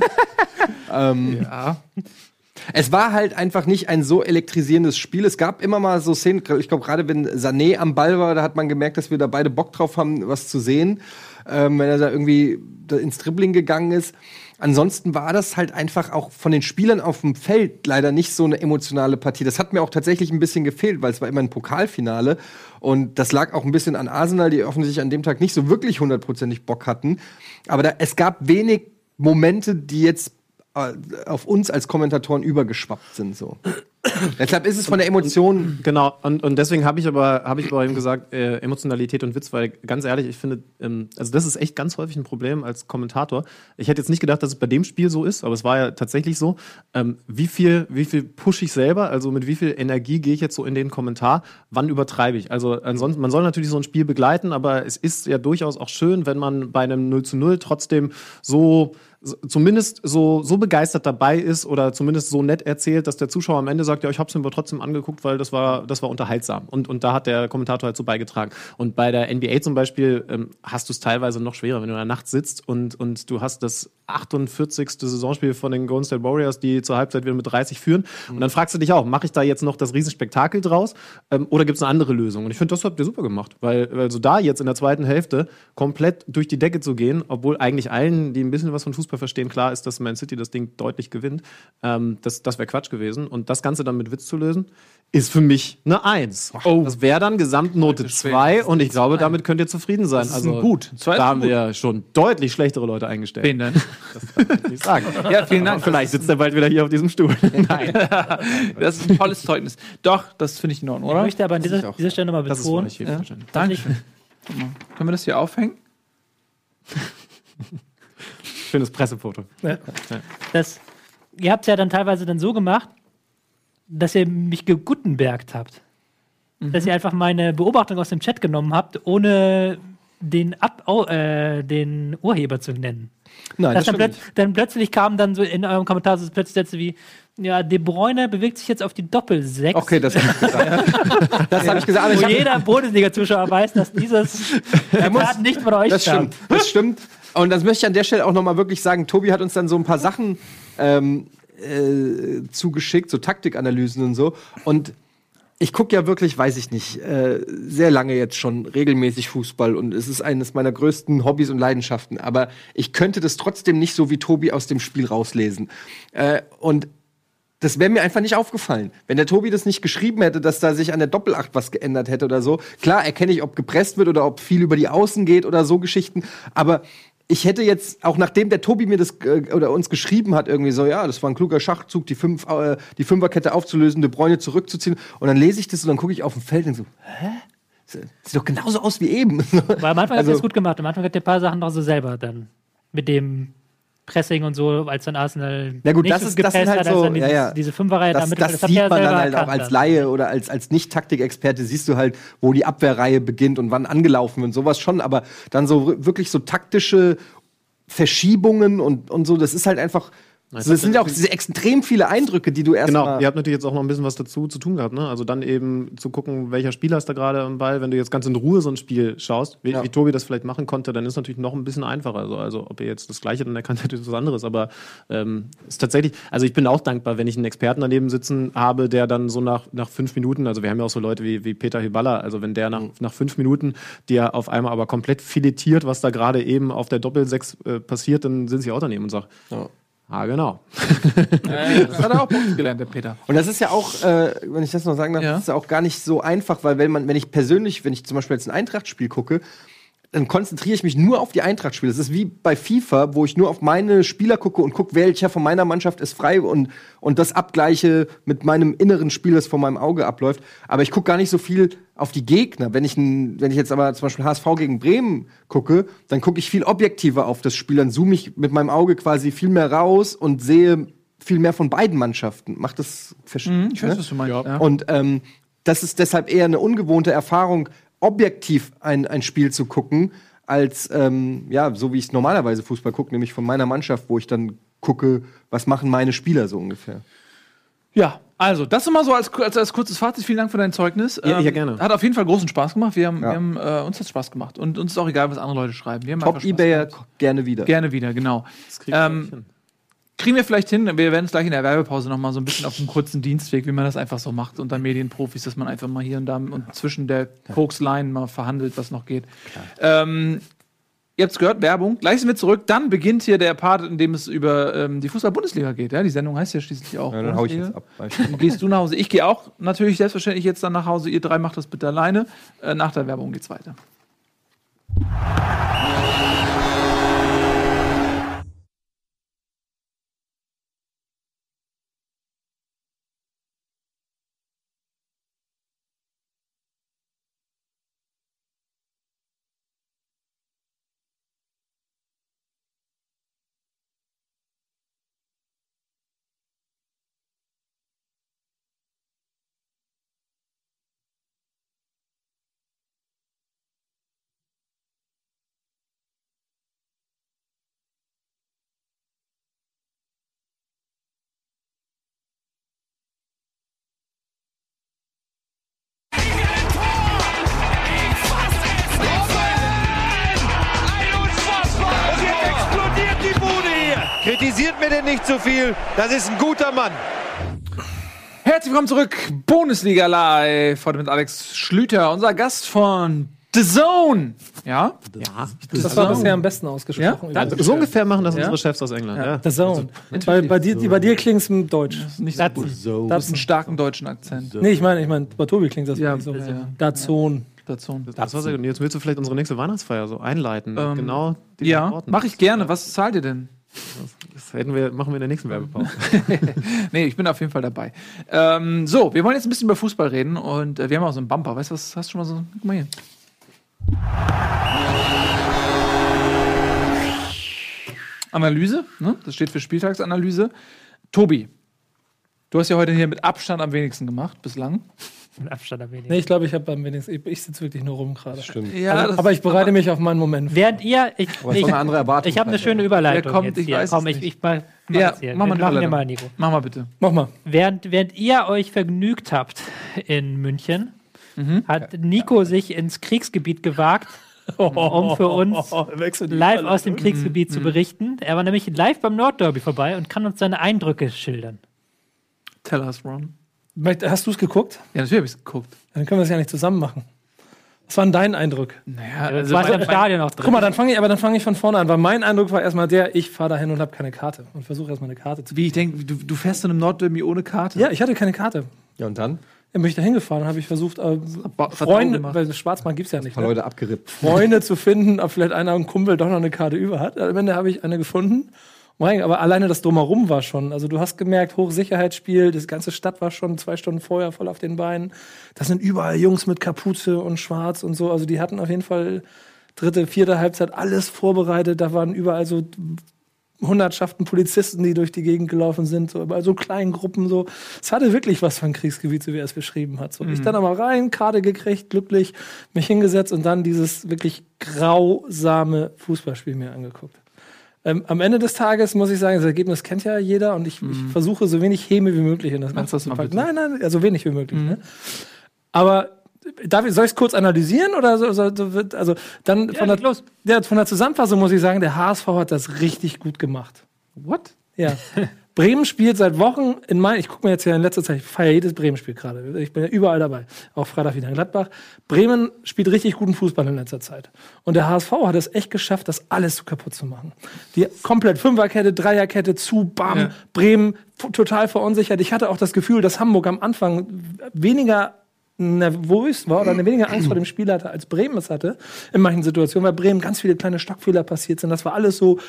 ähm, Ja. Es war halt einfach nicht ein so elektrisierendes Spiel. Es gab immer mal so Szenen, ich glaube, gerade wenn Sané am Ball war, da hat man gemerkt, dass wir da beide Bock drauf haben, was zu sehen. Ähm, wenn er da irgendwie da ins Dribbling gegangen ist. Ansonsten war das halt einfach auch von den Spielern auf dem Feld leider nicht so eine emotionale Partie. Das hat mir auch tatsächlich ein bisschen gefehlt, weil es war immer ein Pokalfinale. Und das lag auch ein bisschen an Arsenal, die offensichtlich an dem Tag nicht so wirklich hundertprozentig Bock hatten. Aber da, es gab wenig Momente, die jetzt äh, auf uns als Kommentatoren übergeschwappt sind. So. Deshalb ist es von der Emotion. Genau, und, und deswegen habe ich aber habe ich aber eben gesagt, äh, Emotionalität und Witz, weil ganz ehrlich, ich finde, ähm, also das ist echt ganz häufig ein Problem als Kommentator. Ich hätte jetzt nicht gedacht, dass es bei dem Spiel so ist, aber es war ja tatsächlich so. Ähm, wie viel, wie viel pushe ich selber, also mit wie viel Energie gehe ich jetzt so in den Kommentar, wann übertreibe ich? Also ansonsten, man soll natürlich so ein Spiel begleiten, aber es ist ja durchaus auch schön, wenn man bei einem null zu null trotzdem so zumindest so, so begeistert dabei ist oder zumindest so nett erzählt, dass der Zuschauer am Ende sagt, ja, ich habe es mir aber trotzdem angeguckt, weil das war, das war unterhaltsam. Und, und da hat der Kommentator halt so beigetragen. Und bei der N B A zum Beispiel ähm, hast du es teilweise noch schwerer, wenn du in der Nacht sitzt und, und du hast das achtundvierzigste Saisonspiel von den Golden State Warriors, die zur Halbzeit wieder mit dreißig führen. Mhm. Und dann fragst du dich auch, mache ich da jetzt noch das Riesenspektakel draus ähm, oder gibt es eine andere Lösung? Und ich finde, das habt ihr super gemacht, weil, weil so da jetzt in der zweiten Hälfte komplett durch die Decke zu gehen, obwohl eigentlich allen, die ein bisschen was von Fußball verstehen, klar ist, dass Man City das Ding deutlich gewinnt. Ähm, das das wäre Quatsch gewesen. Und das Ganze dann mit Witz zu lösen, ist für mich eine Eins. Oh. Das wäre dann Gesamtnote zwei und ich glaube, damit könnt ihr zufrieden sein. Das ist also gut. Da haben wir ja schon deutlich schlechtere Leute eingestellt. Wen denn? Das kann ich nicht sagen. Ja, vielen Dank. Vielleicht sitzt er bald wieder hier auf diesem Stuhl. Nein. Das ist ein tolles Zeugnis. Doch, das finde ich in Ordnung, Ich oder? möchte aber an dieser, dieser Stelle nochmal Das ist betonen, richtig. Ja. Ja. Danke. Guck mal. Können wir das hier aufhängen? Schönes Pressefoto. dass ihr habt es ja dann teilweise dann so gemacht, dass ihr mich geguttenbergt habt. Mhm. Dass ihr einfach meine Beobachtung aus dem Chat genommen habt, ohne den, Ab oh, äh, den Urheber zu nennen. Nein, Dass das dann, stimmt plöt dann plötzlich kamen dann so in eurem Kommentar so plötzlich Sätze wie, ja, De Bruyne bewegt sich jetzt auf die Doppel-Sechs. Okay, das habe ich gesagt. Das habe ich gesagt. Aber ich Wo hab, jeder Bundesliga-Zuschauer weiß, dass dieses Zitat nicht von euch das stammt. stimmt, das stimmt. Und das möchte ich an der Stelle auch noch mal wirklich sagen. Tobi hat uns dann so ein paar Sachen ähm, äh, zugeschickt, so Taktikanalysen und so. Und ich gucke ja wirklich, weiß ich nicht, äh, sehr lange jetzt schon regelmäßig Fußball und es ist eines meiner größten Hobbys und Leidenschaften. Aber ich könnte das trotzdem nicht so wie Tobi aus dem Spiel rauslesen. Äh, und Das wäre mir einfach nicht aufgefallen. Wenn der Tobi das nicht geschrieben hätte, dass da sich an der Doppelacht was geändert hätte oder so. Klar, erkenne ich, ob gepresst wird oder ob viel über die Außen geht oder so Geschichten. Aber ich hätte jetzt, auch nachdem der Tobi mir das äh, oder uns geschrieben hat, irgendwie so, ja, das war ein kluger Schachzug, die, fünf, äh, die Fünferkette aufzulösen, De Bruyne zurückzuziehen. Und dann lese ich das und dann gucke ich auf dem Feld und so, hä? Sieht doch genauso aus wie eben. Weil am Anfang Also- hat er es gut gemacht. Am Anfang hat er ein paar Sachen noch so selber dann. Mit dem Pressing und so, als dann Arsenal Ja gut, nicht das so ist, das gepresst sind halt hat, als so, dann dieses, ja, ja. diese Fünferreihe das, damit. das, hat er sieht ja man selber dann halt auch erkannt als dann. Laie oder als, als Nicht-Taktikexperte, siehst du halt, wo die Abwehrreihe beginnt und wann angelaufen wird, sowas schon, aber dann so wirklich so taktische Verschiebungen und, und so, das ist halt einfach, Nein, das sind ja auch diese extrem viele Eindrücke, die du erstmal. Genau, ihr habt natürlich jetzt auch noch ein bisschen was dazu zu tun gehabt, ne? Also dann eben zu gucken, welcher Spieler ist da gerade am Ball. Wenn du jetzt ganz in Ruhe so ein Spiel schaust, wie, Ja. wie Tobi das vielleicht machen konnte, dann ist es natürlich noch ein bisschen einfacher. Also, also ob ihr jetzt das Gleiche dann erkannt hättet, ist was anderes. Aber ähm, ist tatsächlich, also ich bin auch dankbar, wenn ich einen Experten daneben sitzen habe, der dann so nach, nach fünf Minuten, also wir haben ja auch so Leute wie, wie Peter Hyballa, also wenn der nach, Mhm. nach fünf Minuten dir auf einmal aber komplett filetiert, was da gerade eben auf der Doppelsechs äh, passiert, dann sind sie auch daneben und sagen, Ja. ah, genau. Das hat er auch bei uns gelernt, der Peter. Und das ist ja auch, äh, wenn ich das noch sagen darf, Ja. das ist ja auch gar nicht so einfach, weil wenn man, wenn ich persönlich, wenn ich zum Beispiel jetzt ein Eintracht-Spiel gucke, dann konzentriere ich mich nur auf die Eintracht-Spiele. Das ist wie bei FIFA, wo ich nur auf meine Spieler gucke und gucke, welcher von meiner Mannschaft ist frei und, und das abgleiche mit meinem inneren Spiel, das vor meinem Auge abläuft. Aber ich gucke gar nicht so viel auf die Gegner. Wenn ich, n, wenn ich jetzt aber zum Beispiel H S V gegen Bremen gucke, dann gucke ich viel objektiver auf das Spiel. Dann zoome ich mit meinem Auge quasi viel mehr raus und sehe viel mehr von beiden Mannschaften. Macht das verstehen? Mhm, ich weiß, was du meinst. Ja. Und ähm, das ist deshalb eher eine ungewohnte Erfahrung, objektiv ein, ein Spiel zu gucken, als ähm, ja, so wie ich normalerweise Fußball gucke, nämlich von meiner Mannschaft, wo ich dann gucke, was machen meine Spieler so ungefähr. Ja, also, das immer so als, als, als kurzes Fazit. Vielen Dank für dein Zeugnis. Ja, ja, gerne. Hat auf jeden Fall großen Spaß gemacht. Wir haben, Ja. wir haben äh, uns hat Spaß gemacht. Und uns ist auch egal, was andere Leute schreiben. Wir haben Top einfach Spaß Ebayer gemacht. gerne wieder. Gerne wieder, genau. Das kriegen wir Ähm, nicht hin. Kriegen wir vielleicht hin, wir werden es gleich in der Werbepause noch mal so ein bisschen auf einem kurzen Dienstweg, wie man das einfach so macht unter Medienprofis, dass man einfach mal hier und da und zwischen der Koksline mal verhandelt, was noch geht. Ähm, ihr habt es gehört, Werbung. Gleich sind wir zurück. Dann beginnt hier der Part, in dem es über ähm, die Fußball-Bundesliga geht. Ja, die Sendung heißt ja schließlich auch. Ja, dann hau ich jetzt Bundesliga. ab. Dann gehst du nach Hause. Ich gehe auch natürlich selbstverständlich jetzt dann nach Hause. Ihr drei macht das bitte alleine. Äh, nach der Werbung geht's weiter. Kritisiert mir denn nicht zu viel, das ist ein guter Mann. Herzlich willkommen zurück, Bundesliga Live. Heute mit Alex Schlüter, unser Gast von The Zone. Ja? Ja, Das war bisher am besten ausgesprochen. Ja? übrigens. so ungefähr machen das Ja? unsere Chefs aus England. Ja. The Zone. Bei, bei dir, bei dir klingt es Deutsch. Nicht so gut. Du hast einen starken deutschen Akzent. Nee, ich meine, ich meine, bei Tobi klingt das Ja, nicht so. ja. Da Zone. The Zone. Das war sehr gut. Und jetzt willst du vielleicht unsere nächste Weihnachtsfeier so einleiten. Ähm, genau. die Ja, Worten. mache ich gerne. Was zahlt ihr denn? Das hätten wir, machen wir in der nächsten Werbepause. Nee, ich bin auf jeden Fall dabei. Ähm, so, wir wollen jetzt ein bisschen über Fußball reden und äh, wir haben auch so einen Bumper. Weißt du, was hast du schon mal so? Guck mal hier. Analyse, ne? Das steht für Spieltagsanalyse. Tobi, du hast ja heute hier mit Abstand am wenigsten gemacht, bislang. Mit Abstand am wenigsten. Nee, ich glaube, ich habe am wenigsten. Ich, ich sitze wirklich nur rum gerade. Stimmt. Ja, aber, aber ich bereite mich auf meinen Moment. Während ihr, ich, Aber es ich, war eine andere Erwartung. ich habe eine schöne Überleitung Wer kommt? jetzt Ich hier. weiß Komm, es ich, nicht. ich mach, mach Ja, das hier. mach mal eine Machen wir Überleitung. mal, Nico. Mach mal bitte. Mach mal. Während, während ihr euch vergnügt habt in München, Mhm. hat Nico sich ins Kriegsgebiet gewagt, um für uns live aus dem Kriegsgebiet zu berichten. Er war nämlich live beim Nordderby vorbei und kann uns seine Eindrücke schildern. Tell us, Ron. Möcht- Hast du es geguckt? Ja, natürlich habe ich es geguckt. Dann können wir es ja nicht zusammen machen. Was war denn dein Eindruck? Naja, Das war im Stadion auch drin. Guck mal, dann fange ich, aber dann fange ich von vorne an, weil mein Eindruck war erstmal der, ich fahre dahin und habe keine Karte und versuche erstmal eine Karte zu Wie ich denke, du, du fährst in einem Nordderby ohne Karte? Ja, ich hatte keine Karte. Ja, und dann? Dann bin ich da hingefahren und habe ich versucht, äh, Ba- Freunde, gemacht. weil Schwarzmarkt gibt's ja nicht, Ein paar ne? Leute abgerippt. Freunde zu finden, ob vielleicht einer, ein Kumpel, doch noch eine Karte über hat. Am Ende habe ich eine gefunden. Aber alleine das Drumherum war schon. Also du hast gemerkt, Hochsicherheitsspiel, die ganze Stadt war schon zwei Stunden vorher voll auf den Beinen. Das sind überall Jungs mit Kapuze und Schwarz und so. Also die hatten auf jeden Fall dritte, vierte Halbzeit alles vorbereitet. Da waren überall so Hundertschaften Polizisten, die durch die Gegend gelaufen sind, so überall so kleinen Gruppen. So. Es hatte wirklich was von Kriegsgebiet, so wie er es beschrieben hat. So. Mhm. Ich dann aber rein, Karte gekriegt, glücklich, mich hingesetzt und dann dieses wirklich grausame Fußballspiel mir angeguckt. Ähm, am Ende des Tages muss ich sagen, das Ergebnis kennt ja jeder und ich, mhm. ich versuche so wenig Häme wie möglich in das Ganze zu packen. Nein, nein, also wenig wie möglich. Mhm. Ne? Aber darf ich, soll ich es kurz analysieren oder so? so, so also dann Ja, von, der, los. ja, von der Zusammenfassung muss ich sagen, der H S V hat das richtig gut gemacht. What? Ja. Bremen spielt seit Wochen in mein, ich gucke mir jetzt ja in letzter Zeit, ich feiere jedes Bremen-Spiel gerade. Ich bin ja überall dabei. Auch Freitag wieder in Gladbach. Bremen spielt richtig guten Fußball in letzter Zeit. Und der H S V hat es echt geschafft, das alles so kaputt zu machen. Die komplett Fünferkette, Dreierkette zu, bam, ja. Bremen f- total verunsichert. Ich hatte auch das Gefühl, dass Hamburg am Anfang weniger nervös war oder weniger Angst vor dem Spiel hatte, als Bremen es hatte in manchen Situationen, weil Bremen ganz viele kleine Stockfehler passiert sind. Das war alles so,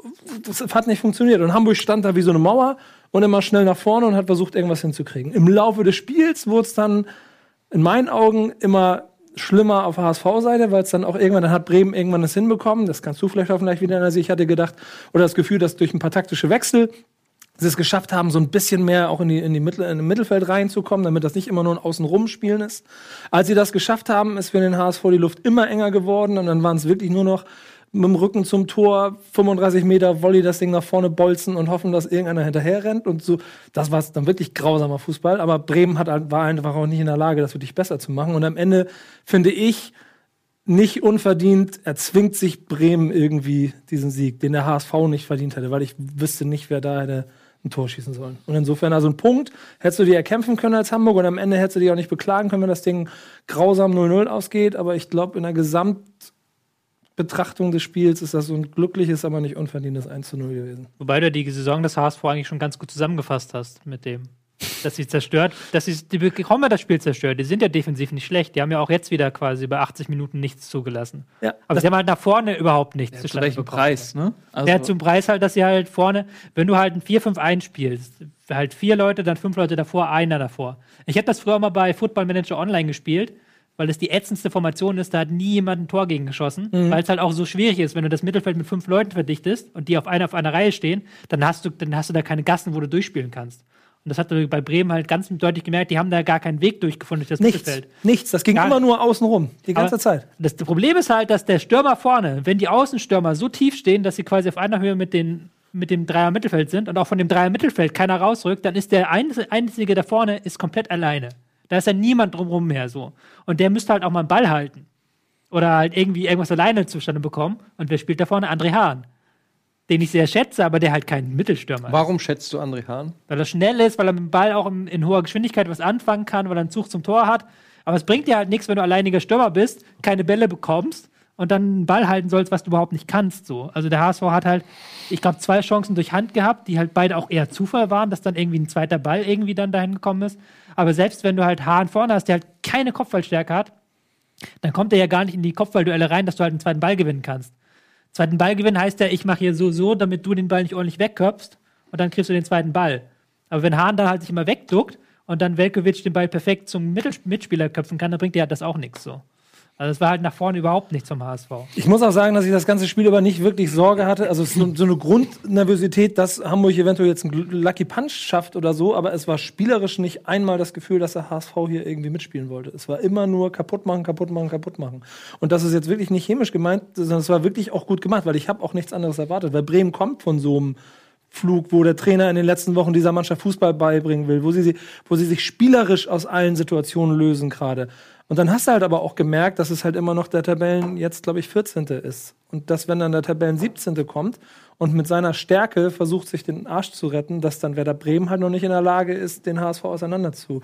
das hat nicht funktioniert. Und Hamburg stand da wie so eine Mauer und immer schnell nach vorne und hat versucht, irgendwas hinzukriegen. Im Laufe des Spiels wurde es dann in meinen Augen immer schlimmer auf H S V-Seite, weil es dann auch irgendwann, dann hat Bremen irgendwann das hinbekommen. Das kannst du vielleicht auch vielleicht wieder in der Sicht. Ich hatte gedacht, oder das Gefühl, dass durch ein paar taktische Wechsel sie es geschafft haben, so ein bisschen mehr auch in die, in die Mittel, in den Mittelfeld reinzukommen, damit das nicht immer nur ein Außenrum-Spielen ist. Als sie das geschafft haben, ist für den H S V die Luft immer enger geworden und dann waren es wirklich nur noch mit dem Rücken zum Tor, fünfunddreißig Meter Volley das Ding nach vorne bolzen und hoffen, dass irgendeiner hinterher rennt und so. Das war dann wirklich grausamer Fußball, aber Bremen hat, war einfach auch nicht in der Lage, das wirklich besser zu machen und am Ende finde ich, nicht unverdient erzwingt sich Bremen irgendwie diesen Sieg, den der H S V nicht verdient hätte, weil ich wüsste nicht, wer da hätte ein Tor schießen sollen. Und insofern, also ein Punkt hättest du dir erkämpfen können als Hamburg und am Ende hättest du dich auch nicht beklagen können, wenn das Ding grausam null null ausgeht, aber ich glaube, in der Gesamtbetrachtung des Spiels ist das so ein glückliches, aber nicht unverdientes eins zu null gewesen. Wobei du die Saison des H S V eigentlich schon ganz gut zusammengefasst hast mit dem. Dass sie zerstört, dass sie die bekommen das Spiel zerstört. Die sind ja defensiv nicht schlecht. Die haben ja auch jetzt wieder quasi bei achtzig Minuten nichts zugelassen. Ja, aber sie haben halt nach vorne überhaupt nichts Ja, zu zustande welchem bekommen. Preis, ne? Also, Ja, zum Preis halt, dass sie halt vorne, wenn du halt ein vier fünf eins spielst, halt vier Leute, dann fünf Leute davor, einer davor. Ich habe das früher mal bei Football Manager Online gespielt, weil das die ätzendste Formation ist, da hat nie jemand ein Tor gegen geschossen, mhm. weil es halt auch so schwierig ist, wenn du das Mittelfeld mit fünf Leuten verdichtest und die auf einer auf einer Reihe stehen, dann hast du, dann hast du da keine Gassen, wo du durchspielen kannst. Und das hat man bei Bremen halt ganz deutlich gemerkt, die haben da gar keinen Weg durchgefunden durch das nichts, Mittelfeld. Nichts, das ging Gar immer nur außen rum, die ganze Aber Zeit. Das Problem ist halt, dass der Stürmer vorne, wenn die Außenstürmer so tief stehen, dass sie quasi auf einer Höhe mit, den, mit dem Dreier-Mittelfeld sind und auch von dem Dreier-Mittelfeld keiner rausrückt, dann ist der Einzige da vorne ist komplett alleine. Da ist ja niemand drumherum mehr so. Und der müsste halt auch mal einen Ball halten. Oder halt irgendwie irgendwas alleine zustande bekommen. Und wer spielt da vorne? André Hahn. Den ich sehr schätze, aber der halt kein Mittelstürmer ist. Warum schätzt du André Hahn? Weil er schnell ist, weil er mit dem Ball auch in, in hoher Geschwindigkeit was anfangen kann, weil er einen Zug zum Tor hat. Aber es bringt dir halt nichts, wenn du alleiniger Stürmer bist, keine Bälle bekommst und dann einen Ball halten sollst, was du überhaupt nicht kannst. So. Also der H S V hat halt, ich glaube, zwei Chancen durch Hand gehabt, die halt beide auch eher Zufall waren, dass dann irgendwie ein zweiter Ball irgendwie dann dahin gekommen ist. Aber selbst wenn du halt Hahn vorne hast, der halt keine Kopfballstärke hat, dann kommt er ja gar nicht in die Kopfballduelle rein, dass du halt einen zweiten Ball gewinnen kannst. Zweiten Ballgewinn heißt ja, ich mache hier so, so, damit du den Ball nicht ordentlich wegköpfst und dann kriegst du den zweiten Ball. Aber wenn Hahn dann halt sich immer wegduckt und dann Veljković den Ball perfekt zum Mittel- Mitspieler köpfen kann, dann bringt dir halt das auch nichts so. Also es war halt nach vorne überhaupt nichts zum H S V. Ich muss auch sagen, dass ich das ganze Spiel aber nicht wirklich Sorge hatte. Also es ist so, so eine Grundnervosität, dass Hamburg eventuell jetzt einen Lucky Punch schafft oder so, aber es war spielerisch nicht einmal das Gefühl, dass der H S V hier irgendwie mitspielen wollte. Es war immer nur kaputt machen, kaputt machen, kaputt machen. Und das ist jetzt wirklich nicht chemisch gemeint, sondern es war wirklich auch gut gemacht, weil ich habe auch nichts anderes erwartet. Weil Bremen kommt von so einem Flug, wo der Trainer in den letzten Wochen dieser Mannschaft Fußball beibringen will, wo sie, wo sie sich spielerisch aus allen Situationen lösen gerade. Und dann hast du halt aber auch gemerkt, dass es halt immer noch der Tabellen jetzt, glaube ich, vierzehnte ist. Und dass, wenn dann der Tabellen siebzehnte kommt und mit seiner Stärke versucht, sich den Arsch zu retten, dass dann Werder Bremen halt noch nicht in der Lage ist, den H S V auseinander zu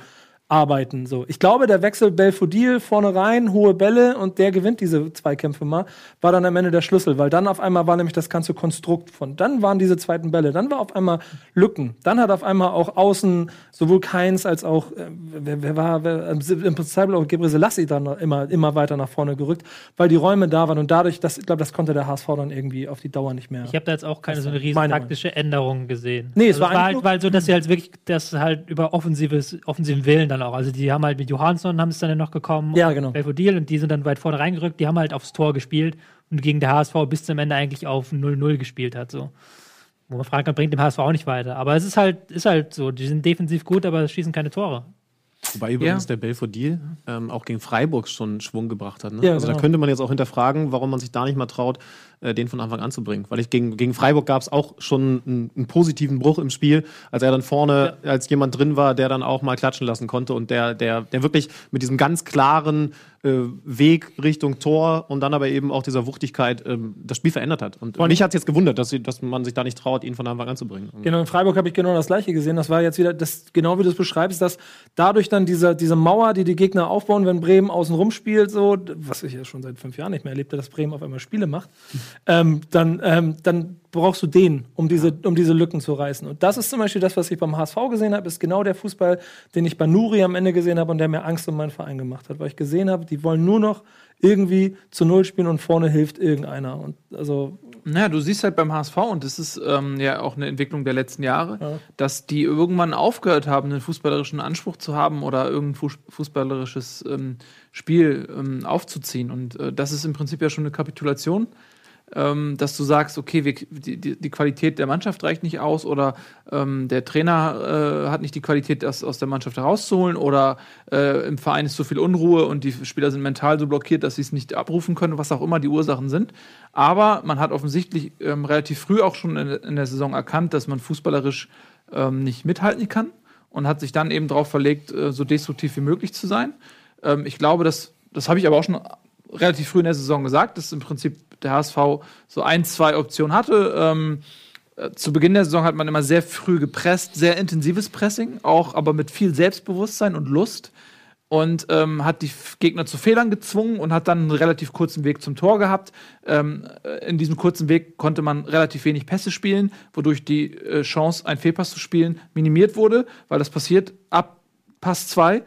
arbeiten. So. Ich glaube, der Wechsel Belfodil vorne rein, hohe Bälle und der gewinnt diese Zweikämpfe mal, war dann am Ende der Schlüssel, weil dann auf einmal war nämlich das ganze Konstrukt von, dann waren diese zweiten Bälle, dann war auf einmal Lücken, dann hat auf einmal auch außen sowohl Keins als auch, äh, wer, wer war, wer, im Prinzip auch Gebre Selassie dann immer, immer weiter nach vorne gerückt, weil die Räume da waren und dadurch, das, ich glaube, das konnte der H S V dann irgendwie auf die Dauer nicht mehr. Ich habe da jetzt auch keine so eine riesen taktische Änderung gesehen. Nee, es also war, es war halt, weil so, dass sie halt wirklich, das halt über offensives, offensiven Willen dann auch. Also die haben halt mit Johansson haben es dann noch gekommen, ja, genau. Belfodil, und die sind dann weit vorne reingerückt, die haben halt aufs Tor gespielt und gegen der H S V bis zum Ende eigentlich auf null null gespielt hat, so. Wo man fragen kann, bringt dem H S V auch nicht weiter. Aber es ist halt, ist halt so, die sind defensiv gut, aber schießen keine Tore. Wobei übrigens Ja. der Belfodil ähm, auch gegen Freiburg schon Schwung gebracht hat. Ne? Ja, also genau. da könnte man jetzt auch hinterfragen, warum man sich da nicht mal traut, äh, den von Anfang an zu bringen. Weil ich gegen, gegen Freiburg gab es auch schon einen, einen positiven Bruch im Spiel, als er dann vorne, ja. als jemand drin war, der dann auch mal klatschen lassen konnte und der, der, der wirklich mit diesem ganz klaren äh, Weg Richtung Tor und dann aber eben auch dieser Wuchtigkeit äh, das Spiel verändert hat. Und, und mich hat es jetzt gewundert, dass, sie, dass man sich da nicht traut, ihn von Anfang an zu bringen. Und genau, in Freiburg habe ich genau das Gleiche gesehen. Das war jetzt wieder, das, genau wie du es beschreibst, dass dadurch dann diese, diese Mauer, die die Gegner aufbauen, wenn Bremen außen rum spielt, so, was ich ja schon seit fünf Jahren nicht mehr erlebte, dass Bremen auf einmal Spiele macht, ähm, dann, ähm, dann brauchst du den, um diese, um diese Lücken zu reißen. Und das ist zum Beispiel das, was ich beim H S V gesehen habe, ist genau der Fußball, den ich bei Nuri am Ende gesehen habe und der mir Angst um meinen Verein gemacht hat, weil ich gesehen habe, die wollen nur noch irgendwie zu Null spielen und vorne hilft irgendeiner. Und also Naja, du siehst halt beim H S V, und das ist ähm, ja auch eine Entwicklung der letzten Jahre, Ja. dass die irgendwann aufgehört haben, einen fußballerischen Anspruch zu haben oder irgendein fuß- fußballerisches ähm, Spiel ähm, aufzuziehen. Und äh, das ist im Prinzip ja schon eine Kapitulation, ähm, dass du sagst, okay, wir, die, die, die Qualität der Mannschaft reicht nicht aus oder ähm, der Trainer äh, hat nicht die Qualität, das aus der Mannschaft herauszuholen oder äh, im Verein ist so viel Unruhe und die Spieler sind mental so blockiert, dass sie es nicht abrufen können, was auch immer die Ursachen sind. Aber man hat offensichtlich ähm, relativ früh auch schon in, in der Saison erkannt, dass man fußballerisch ähm, nicht mithalten kann und hat sich dann eben darauf verlegt, äh, so destruktiv wie möglich zu sein. Ähm, ich glaube, das, das habe ich aber auch schon relativ früh in der Saison gesagt, dass im Prinzip der H S V so ein, zwei Optionen hatte. Ähm, äh, zu Beginn der Saison hat man immer sehr früh gepresst, sehr intensives Pressing, auch aber mit viel Selbstbewusstsein und Lust und ähm, hat die F- Gegner zu Fehlern gezwungen und hat dann einen relativ kurzen Weg zum Tor gehabt. Ähm, äh, in diesem kurzen Weg konnte man relativ wenig Pässe spielen, wodurch die äh, Chance, einen Fehlpass zu spielen, minimiert wurde, weil das passiert ab Pass zwei.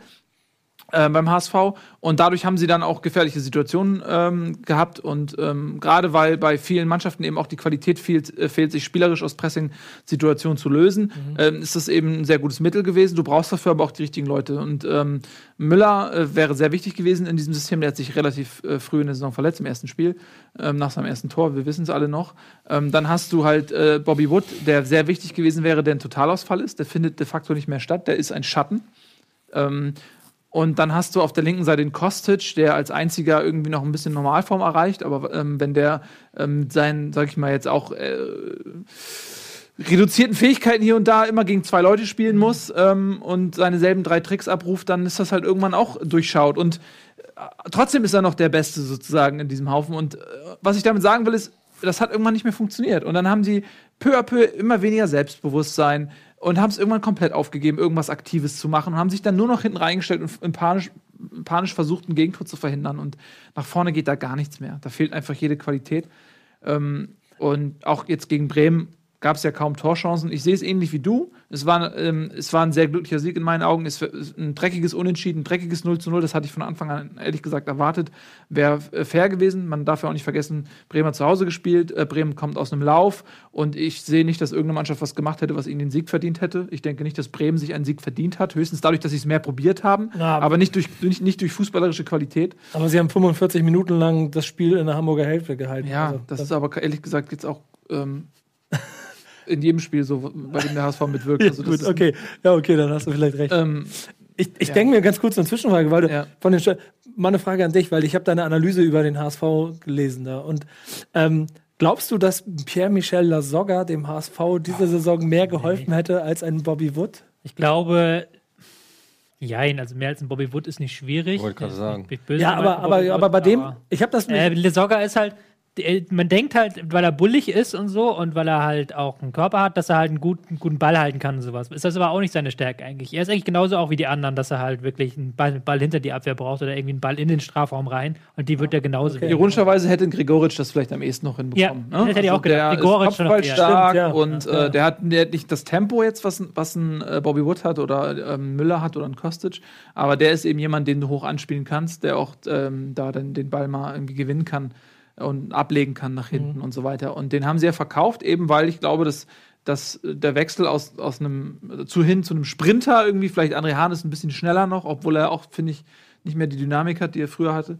Äh, beim H S V und dadurch haben sie dann auch gefährliche Situationen ähm, gehabt und ähm, gerade weil bei vielen Mannschaften eben auch die Qualität fehlt, äh, fehlt sich spielerisch aus Pressing-Situationen zu lösen, mhm. ähm, ist das eben ein sehr gutes Mittel gewesen. Du brauchst dafür aber auch die richtigen Leute und ähm, Müller äh, wäre sehr wichtig gewesen in diesem System. Der hat sich relativ äh, früh in der Saison verletzt im ersten Spiel, ähm, nach seinem ersten Tor, wir wissen es alle noch. Ähm, dann hast du halt äh, Bobby Wood, der sehr wichtig gewesen wäre, der ein Totalausfall ist. Der findet de facto nicht mehr statt, der ist ein Schatten. Ähm, Und dann hast du auf der linken Seite den Kostic, der als einziger irgendwie noch ein bisschen Normalform erreicht. Aber ähm, wenn der ähm, seinen, sag ich mal jetzt auch äh, reduzierten Fähigkeiten hier und da immer gegen zwei Leute spielen muss ähm, und seine selben drei Tricks abruft, dann ist das halt irgendwann auch durchschaut. Und äh, trotzdem ist er noch der Beste sozusagen in diesem Haufen. Und äh, was ich damit sagen will, ist, das hat irgendwann nicht mehr funktioniert. Und dann haben sie peu à peu immer weniger Selbstbewusstsein und haben es irgendwann komplett aufgegeben, irgendwas Aktives zu machen und haben sich dann nur noch hinten reingestellt und in panisch, panisch versucht, ein Gegentor zu verhindern. Und nach vorne geht da gar nichts mehr. Da fehlt einfach jede Qualität. Ähm, und auch jetzt gegen Bremen gab es ja kaum Torchancen. Ich sehe es ähnlich wie du. Es war, ähm, es war ein sehr glücklicher Sieg in meinen Augen. Es war ein dreckiges Unentschieden, ein dreckiges null zu null. Das hatte ich von Anfang an ehrlich gesagt erwartet. Wäre äh, fair gewesen. Man darf ja auch nicht vergessen, Bremen hat zu Hause gespielt. Äh, Bremen kommt aus einem Lauf. Und ich sehe nicht, dass irgendeine Mannschaft was gemacht hätte, was ihnen den Sieg verdient hätte. Ich denke nicht, dass Bremen sich einen Sieg verdient hat. Höchstens dadurch, dass sie es mehr probiert haben. Ja, aber nicht durch, nicht, nicht durch fußballerische Qualität. Aber sie haben fünfundvierzig Minuten lang das Spiel in der Hamburger Hälfte gehalten. Ja, also, das, das ist aber ehrlich gesagt jetzt auch ähm, in jedem Spiel so, bei dem der H S V mitwirkt. Also das gut, okay. Ja, okay, dann hast du vielleicht recht. Ähm, ich ich ja. denke mir ganz kurz eine Zwischenfrage, weil du Ja. von den Sta- mal eine Frage an dich, weil ich habe deine Analyse über den H S V gelesen da. Und ähm, glaubst du, dass Pierre-Michel Lasogga dem H S V diese Saison mehr geholfen hätte als ein Bobby Wood? Ich glaube, jein, also mehr als ein Bobby Wood ist nicht schwierig. Wollte gerade sagen. Ich bin böse Ja, gemeint aber, von aber, Bobby aber Wood, bei dem, aber- ich habe das Äh, Lasogga ist halt, die, man denkt halt, weil er bullig ist und so und weil er halt auch einen Körper hat, dass er halt einen guten, einen guten Ball halten kann und sowas. Ist das aber auch nicht seine Stärke eigentlich. Er ist eigentlich genauso auch wie die anderen, dass er halt wirklich einen Ball, Ball hinter die Abwehr braucht oder irgendwie einen Ball in den Strafraum rein und die wird er genauso. Okay. Ironischerweise hätte Gregoritsch das vielleicht am ehesten noch hinbekommen. Ja, ne? das hätte ich auch gedacht. Der Gregoritsch ist schon noch eher. kopfballstark Stimmt, ja. und Ja. Äh, der, hat, der hat nicht das Tempo jetzt, was, was ein äh, Bobby Wood hat oder ähm, Müller hat oder ein Kostic, aber der ist eben jemand, den du hoch anspielen kannst, der auch ähm, da dann den Ball mal irgendwie gewinnen kann und ablegen kann nach hinten Mhm. und so weiter. Und den haben sie ja verkauft, eben weil ich glaube, dass, dass der Wechsel aus, aus einem zu hin zu einem Sprinter irgendwie, vielleicht André Hahn ist ein bisschen schneller noch, obwohl er auch, finde ich, nicht mehr die Dynamik hat, die er früher hatte.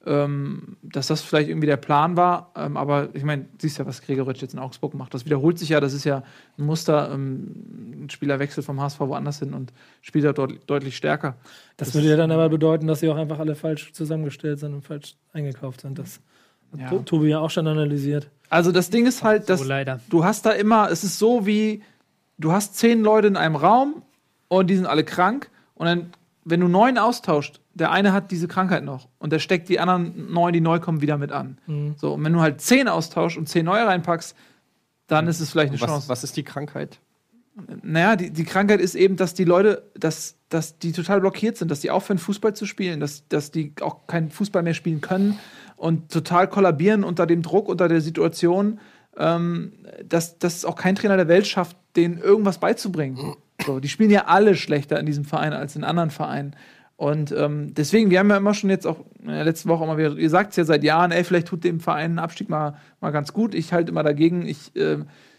Ähm, dass das vielleicht irgendwie der Plan war, ähm, aber ich meine, siehst ja, was Gregoritsch jetzt in Augsburg macht. Das wiederholt sich ja, das ist ja ein Muster, ähm, ein Spielerwechsel vom H S V woanders hin und spielt da dort deutlich stärker. Das würde ja dann aber bedeuten, dass sie auch einfach alle falsch zusammengestellt sind und falsch eingekauft sind. Das hat Ja. To- Tobi ja auch schon analysiert. Also das Ding ist halt, dass So leider. du hast da immer, es ist so wie, du hast zehn Leute in einem Raum und die sind alle krank und dann, wenn du neun austauscht, der eine hat diese Krankheit noch und der steckt die anderen neun, die neu kommen, wieder mit an. Mhm. So, und wenn du halt zehn austauschst und zehn neue reinpackst, dann ist es vielleicht eine Was, Chance. was ist die Krankheit? Naja, die, die Krankheit ist eben, dass die Leute, dass, dass die total blockiert sind, dass die aufhören, Fußball zu spielen, dass, dass die auch keinen Fußball mehr spielen können und total kollabieren unter dem Druck, unter der Situation, ähm, dass, dass es auch kein Trainer der Welt schafft, denen irgendwas beizubringen. So, die spielen ja alle schlechter in diesem Verein als in anderen Vereinen. Und ähm, deswegen, wir haben ja immer schon jetzt auch in der letzten Woche immer wieder, ihr sagt es ja seit Jahren, ey, vielleicht tut dem Verein ein Abstieg mal, mal ganz gut. Ich halte immer dagegen, ich äh,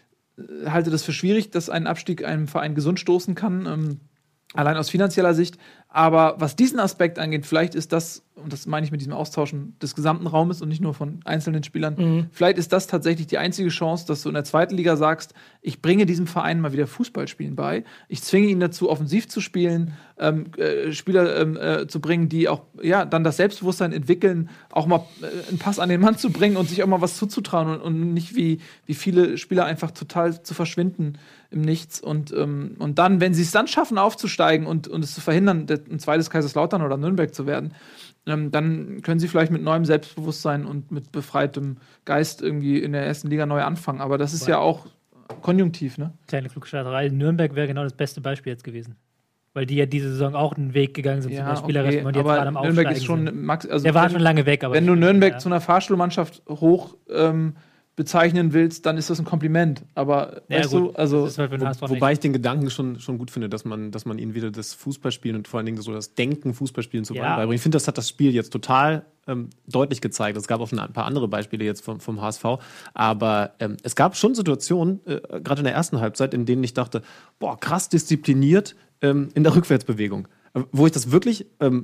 halte das für schwierig, dass ein Abstieg einem Verein gesund stoßen kann, ähm, allein aus finanzieller Sicht. Aber was diesen Aspekt angeht, vielleicht ist das, und das meine ich mit diesem Austauschen des gesamten Raumes und nicht nur von einzelnen Spielern, Mhm. vielleicht ist das tatsächlich die einzige Chance, dass du in der zweiten Liga sagst, ich bringe diesem Verein mal wieder Fußballspielen bei. Ich zwinge ihn dazu, offensiv zu spielen, ähm, äh, Spieler ähm, äh, zu bringen, die auch ja, dann das Selbstbewusstsein entwickeln, auch mal äh, einen Pass an den Mann zu bringen und sich auch mal was zuzutrauen und, und nicht wie, wie viele Spieler einfach total zu verschwinden im Nichts. Und, ähm, und dann, wenn sie es dann schaffen, aufzusteigen und, und es zu verhindern, ein zweites Kaiserslautern oder Nürnberg zu werden, ähm, dann können sie vielleicht mit neuem Selbstbewusstsein und mit befreitem Geist irgendwie in der ersten Liga neu anfangen. Aber das ist ja auch konjunktiv, ne? Kleine Klugscheißerei. Nürnberg wäre genau das beste Beispiel jetzt gewesen. Weil die ja diese Saison auch einen Weg gegangen sind zu der Spielerischen und jetzt aber gerade am Nürnberg Aufsteigen ist schon sind. Max, also Der war wenn, schon lange weg, aber wenn du Nürnberg ja. zu einer Fahrstuhlmannschaft hoch ähm, bezeichnen willst, dann ist das ein Kompliment. Aber Ja, weißt gut. du, also Das ist halt für den H S V Wobei nicht. ich den Gedanken schon, schon gut finde, dass man, dass man ihnen wieder das Fußballspielen und vor allen Dingen so das Denken, Fußballspielen zu Ja. beibringen. Ich finde, das hat das Spiel jetzt total ähm, deutlich gezeigt. Es gab auch ein paar andere Beispiele jetzt vom, vom H S V, aber ähm, es gab schon Situationen, äh, gerade in der ersten Halbzeit, in denen ich dachte, boah, krass diszipliniert ähm, in der Rückwärtsbewegung. Äh, wo ich das wirklich ähm,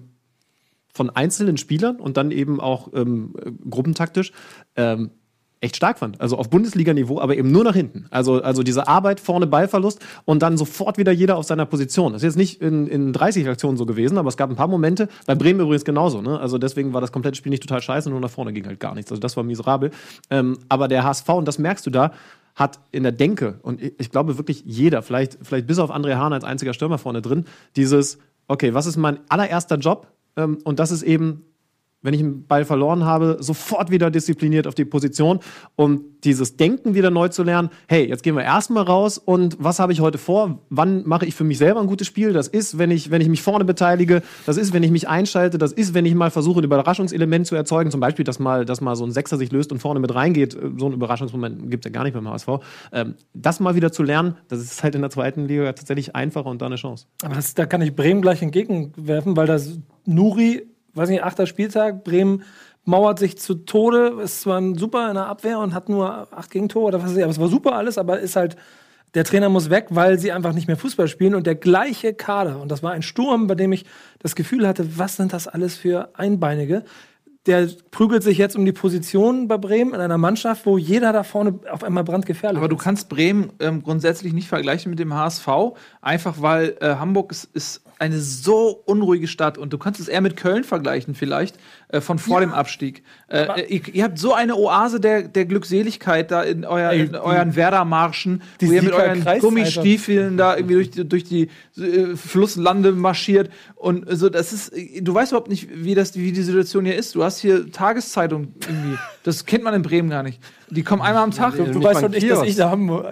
von einzelnen Spielern und dann eben auch ähm, äh, gruppentaktisch ähm, echt stark fand. Also auf Bundesliga-Niveau, aber eben nur nach hinten. Also, also diese Arbeit, vorne Ballverlust und dann sofort wieder jeder auf seiner Position. Das ist jetzt nicht in, in dreißig Aktionen so gewesen, aber es gab ein paar Momente, bei Bremen übrigens genauso. Ne? Also deswegen war das komplette Spiel nicht total scheiße, nur nach vorne ging halt gar nichts. Also das war miserabel. Ähm, aber der H S V, und das merkst du da, hat in der Denke, und ich, ich glaube wirklich jeder, vielleicht, vielleicht bis auf André Hahn als einziger Stürmer vorne drin, dieses, okay, was ist mein allererster Job? Ähm, und das ist eben, wenn ich einen Ball verloren habe, sofort wieder diszipliniert auf die Position, um dieses Denken wieder neu zu lernen. Hey, jetzt gehen wir erstmal raus und was habe ich heute vor? Wann mache ich für mich selber ein gutes Spiel? Das ist, wenn ich, wenn ich mich vorne beteilige. Das ist, wenn ich mich einschalte. Das ist, wenn ich mal versuche, ein Überraschungselement zu erzeugen. Zum Beispiel, dass mal, dass mal so ein Sechser sich löst und vorne mit reingeht. So ein Überraschungsmoment gibt es ja gar nicht beim H S V. Ähm, das mal wieder zu lernen, das ist halt in der zweiten Liga tatsächlich einfacher und da eine Chance. Aber das, da kann ich Bremen gleich entgegenwerfen, weil das Nuri, weiß nicht, achter Spieltag, Bremen mauert sich zu Tode, ist zwar ein super in der Abwehr und hat nur acht Gegentore oder was weiß ich, aber es war super alles, aber ist halt, der Trainer muss weg, weil sie einfach nicht mehr Fußball spielen und der gleiche Kader, und das war ein Sturm, bei dem ich das Gefühl hatte, was sind das alles für Einbeinige, der prügelt sich jetzt um die Position bei Bremen in einer Mannschaft, wo jeder da vorne auf einmal brandgefährlich Aber du ist. kannst Bremen ähm, grundsätzlich nicht vergleichen mit dem H S V, einfach weil äh, Hamburg ist, ist eine so unruhige Stadt und du kannst es eher mit Köln vergleichen vielleicht, äh, von vor dem Abstieg. Äh, ihr, ihr habt so eine Oase der, der Glückseligkeit da in, euer, Ey, in euren Werder-Marschen, die wo ihr mit Sieger euren Kreis, Gummistiefeln da irgendwie durch, die- durch die äh, Flusslande marschiert und so, das ist, du weißt überhaupt nicht, wie, das, wie die Situation hier ist. Du hast ist hier Tageszeitung irgendwie. Das kennt man in Bremen gar nicht. Die kommen einmal am Tag. Du, du weißt doch nicht, dass ich der Hamburger.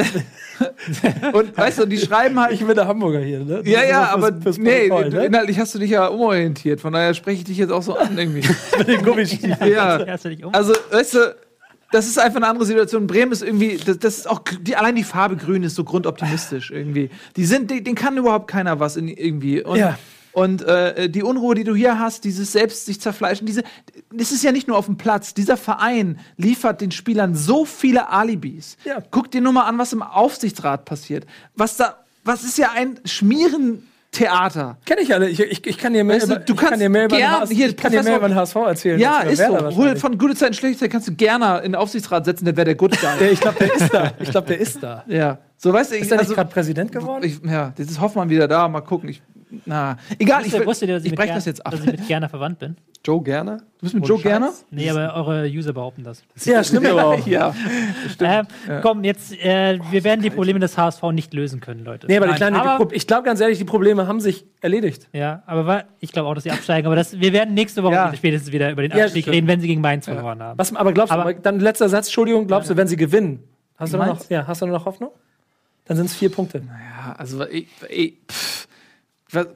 Und weißt du, die schreiben halt. Ich bin der Hamburger hier, ne? Ja, ja, aber fürs nee, Protokoll, du, ne? inhaltlich hast du dich ja umorientiert. Von daher spreche ich dich jetzt auch so an irgendwie. Mit den Gummistiefeln. Ja. Hast du dich um? Also, weißt du, das ist einfach eine andere Situation. Bremen ist irgendwie, das, das ist auch, die, allein die Farbe grün ist so grundoptimistisch irgendwie. Die sind, die, denen kann überhaupt keiner was in, irgendwie. Und, Ja. und äh, die Unruhe, die du hier hast, dieses selbst sich zerfleischen, diese, das ist ja nicht nur auf dem Platz. Dieser Verein liefert den Spielern so viele Alibis. Ja. Guck dir nur mal an, was im Aufsichtsrat passiert. Was da, was ist ja ein Schmierentheater. Kenn ich alle. Ich, ich, ich kann dir mehr Weißt du, über, du ich kann kannst dir mehr über den gern- H S V hier, ich kann dir mehr Professor- über den H S V erzählen. Ja, als über ist Werder so. Hol wahrscheinlich. von gute Zeiten, schlechte Zeit kannst du gerne in den Aufsichtsrat setzen, der wäre der Good Guy. Der, ich glaube, der ist da. Ich glaube, der ist da. Ja. So, weißt du, ich, Ist der nicht also, gerade Präsident geworden? ich, ja, jetzt ist Hoffmann wieder da, mal gucken. Ich, na, egal, ich, Wusstet- wusstet ihr, dass ich ich mit breche Ger- das jetzt ab. dass ich mit Gerner verwandt bin? Joe Gerner? Du bist mit Joe Gerner? Nee, aber eure User behaupten das. Ja, stimmt aber auch. Ja. Ähm, Komm, jetzt, äh, wir werden die Probleme des H S V nicht lösen können, Leute. Nee, aber, die Nein, kleine, aber- die Pro- ich glaube ganz ehrlich, die Probleme haben sich erledigt. Ja, aber wa- ich glaube auch, dass sie absteigen. Aber das, wir werden nächste Woche Ja. spätestens wieder über den Ja, Abstieg stimmt. reden, wenn sie gegen Mainz verloren haben. Was, aber glaubst Aber- du, dann letzter Satz, Entschuldigung, glaubst du, wenn sie gewinnen, hast du, noch, Mainz? ja, hast du noch Hoffnung? Dann sind es vier Punkte. Ja, also, ich, ich, pff, was,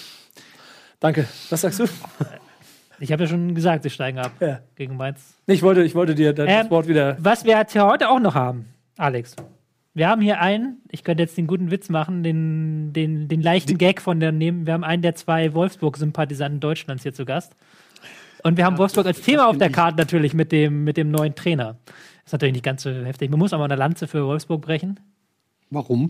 Danke. Was sagst du? Ich habe ja schon gesagt, sie steigen ab Ja. gegen Mainz. Nee, ich wollte, ich wollte dir das Ähm, Wort wieder. Was wir jetzt hier heute auch noch haben, Alex. Wir haben hier einen, ich könnte jetzt den guten Witz machen, den, den, den leichten Gag von der nehmen. Wir haben einen der zwei Wolfsburg-Sympathisanten Deutschlands hier zu Gast. Und wir haben Wolfsburg als Thema auf der Karte natürlich mit dem, mit dem neuen Trainer. Ist natürlich nicht ganz so heftig. Man muss aber eine Lanze für Wolfsburg brechen. Warum?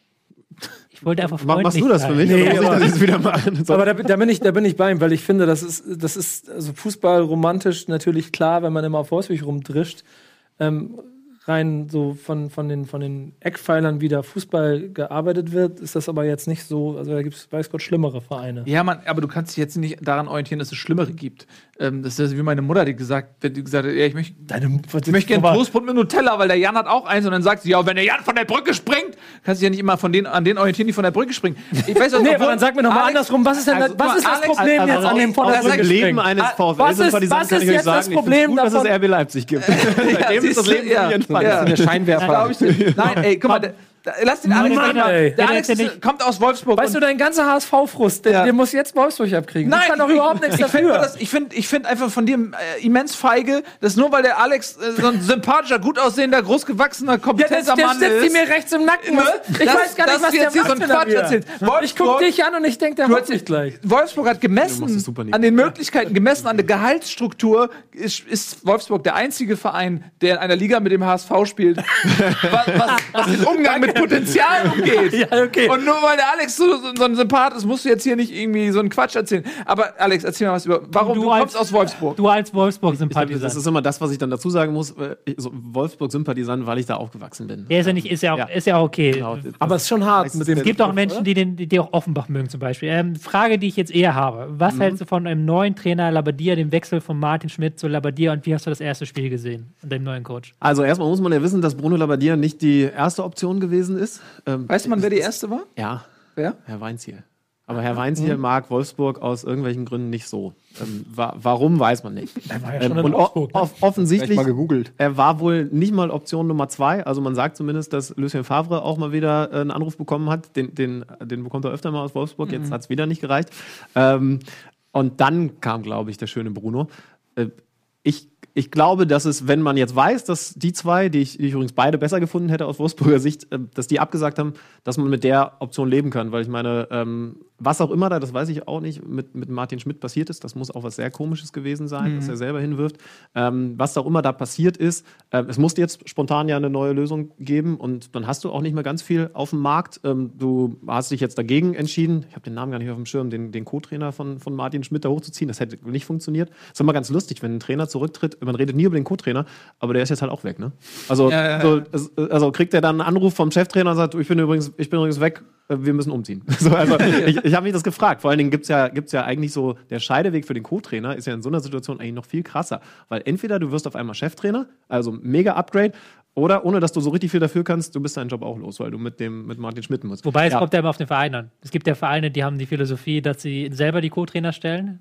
Ich wollte einfach Mach, freundlich machst du das für sein. mich? Nee, Oder muss ich aber- das jetzt wieder machen? So. Aber da, da, bin ich, da bin ich bei ihm, weil ich finde, das ist, das ist also Fußball romantisch natürlich klar, wenn man immer auf Wolfsburg rumdrischt. Ähm, rein so von, von, den, von den Eckpfeilern, wie da Fußball gearbeitet wird, ist das aber jetzt nicht so, also da gibt es, weiß Gott, schlimmere Vereine. ja, Mann, aber du kannst dich jetzt nicht daran orientieren, dass es Schlimmere gibt. Ähm, das ist wie meine Mutter, die gesagt, die gesagt hat, ja, ich möchte Deine, ich möchte gerne Toastbrot mit Nutella, weil der Jan hat auch eins. Und dann sagt sie, ja, wenn der Jan von der Brücke springt, kannst du dich ja nicht immer von denen, an den orientieren, die von der Brücke springen. Ich weiß auch, Nee, obwohl- aber dann sag mir noch mal Alex- andersrum, was ist denn Also, das, was ist das Alex- Problem also, jetzt an dem von der aus Brücke dem Leben springen? eines Ah, VfL was ist- Sympathisanten was kann ist ich euch jetzt das sagen, ich Problem find's gut, dass es davon? R B Leipzig gibt. Seitdem ist das siehst du, Leben ja. irgendwie entspannt. Ja. Eine Scheinwerfer. Glaub ich dir. Nein, ey, guck mal, der, der, lass den Alex Mann, mal. ey. Der Alex Der- der ist, kommt aus Wolfsburg. Weißt du, und- dein ganzer H S V-Frust, der, Ja. der muss jetzt Wolfsburg abkriegen. Nein, ich kann doch überhaupt nichts ich finde dafür. ich finde ich find einfach von dir äh, immens feige, dass nur weil der Alex äh, so ein sympathischer, gut aussehender, großgewachsener, Ja, der, kompetenter der Mann sitzt ist. die mir rechts im Nacken. Ne? Ich Das- weiß gar dass nicht, was du der jetzt hier so macht. einen Quatsch wieder. erzählst. Ich guck Wolfsburg- dich an und ich denke, der Du holt hast- sich gleich. Wolfsburg hat Du machst gemessen es super, Nico. an den Möglichkeiten, gemessen an der Gehaltsstruktur, ist, ist Wolfsburg der einzige Verein, der in einer Liga mit dem H S V spielt, was, was, was den Umgang mit Potenzial umgeht. Ja, okay. Und nur weil der Alex so, so, so ein Sympath ist, musst du jetzt hier nicht irgendwie so einen Quatsch erzählen. Aber Alex, erzähl mal was über, warum du, Du kommst als- aus Wolfsburg. Du als Ich glaube, das Wolfsburg-Sympathisant. ist immer das, was ich dann dazu sagen muss. äh, So Wolfsburg-Sympathisant, weil ich da aufgewachsen bin. Der ist ja nicht, ist ja auch, Ja. ist ja auch okay. Genau. Aber es ist schon hart mit dem. Es gibt auch Menschen, die, den, die auch Offenbach mögen zum Beispiel. Ähm, Frage, die ich jetzt eher habe. Was hältst du von einem neuen Trainer Labbadia, dem Wechsel von Martin Schmidt zu Labbadia und wie hast du das erste Spiel gesehen und dem neuen Coach? Also erstmal muss man ja wissen, dass Bruno Labbadia nicht die erste Option gewesen ist. Ähm, Weißt man, wer die erste war? ja, Wer? Herr Weinziel. Aber Herr Weinziel mag Wolfsburg aus irgendwelchen Gründen nicht so. Ähm, wa warum, weiß man nicht. war ja Ähm, schon in und o- Wolfsburg, ne? off offensichtlich, Vielleicht mal gegoogelt. er war wohl nicht mal Option Nummer zwei. Also man sagt zumindest, dass Lucien Favre auch mal wieder äh, einen Anruf bekommen hat. Den, den, den bekommt er öfter mal aus Wolfsburg. Jetzt hat es wieder nicht gereicht. Ähm, und dann kam, glaube ich, der schöne Bruno. Äh, ich Ich glaube, dass es, wenn man jetzt weiß, dass die zwei, die ich, die ich übrigens beide besser gefunden hätte aus Wolfsburger Sicht, äh, dass die abgesagt haben, dass man mit der Option leben kann. Weil ich meine, ähm, was auch immer da, das weiß ich auch nicht, mit, mit Martin Schmidt passiert ist, das muss auch was sehr Komisches gewesen sein, Mhm. dass er selber hinwirft. Ähm, was auch immer da passiert ist, äh, es musste jetzt spontan ja eine neue Lösung geben und dann hast du auch nicht mehr ganz viel auf dem Markt. Ähm, du hast dich jetzt dagegen entschieden, ich habe den Namen gar nicht auf dem Schirm, den, den Co-Trainer von, von Martin Schmidt da hochzuziehen. Das hätte nicht funktioniert. Das ist immer ganz lustig, wenn ein Trainer zurücktritt, man redet nie über den Co-Trainer, aber der ist jetzt halt auch weg, ne? Also, Ja, ja, so, es- also kriegt er dann einen Anruf vom Cheftrainer und sagt, du, ich bin übrigens, ich bin übrigens weg, äh, wir müssen umziehen. So, also, ich ich habe mich das gefragt. Vor allen Dingen gibt es ja, gibt's ja eigentlich so, der Scheideweg für den Co-Trainer ist ja in so einer Situation eigentlich noch viel krasser. Weil entweder du wirst auf einmal Cheftrainer, also mega Upgrade, oder ohne dass du so richtig viel dafür kannst, du bist deinen Job auch los, weil du mit dem mit Martin Schmidt musst. Wobei es ja. kommt ja immer auf den Verein an. Es gibt ja Vereine, die haben die Philosophie, dass sie selber die Co-Trainer stellen.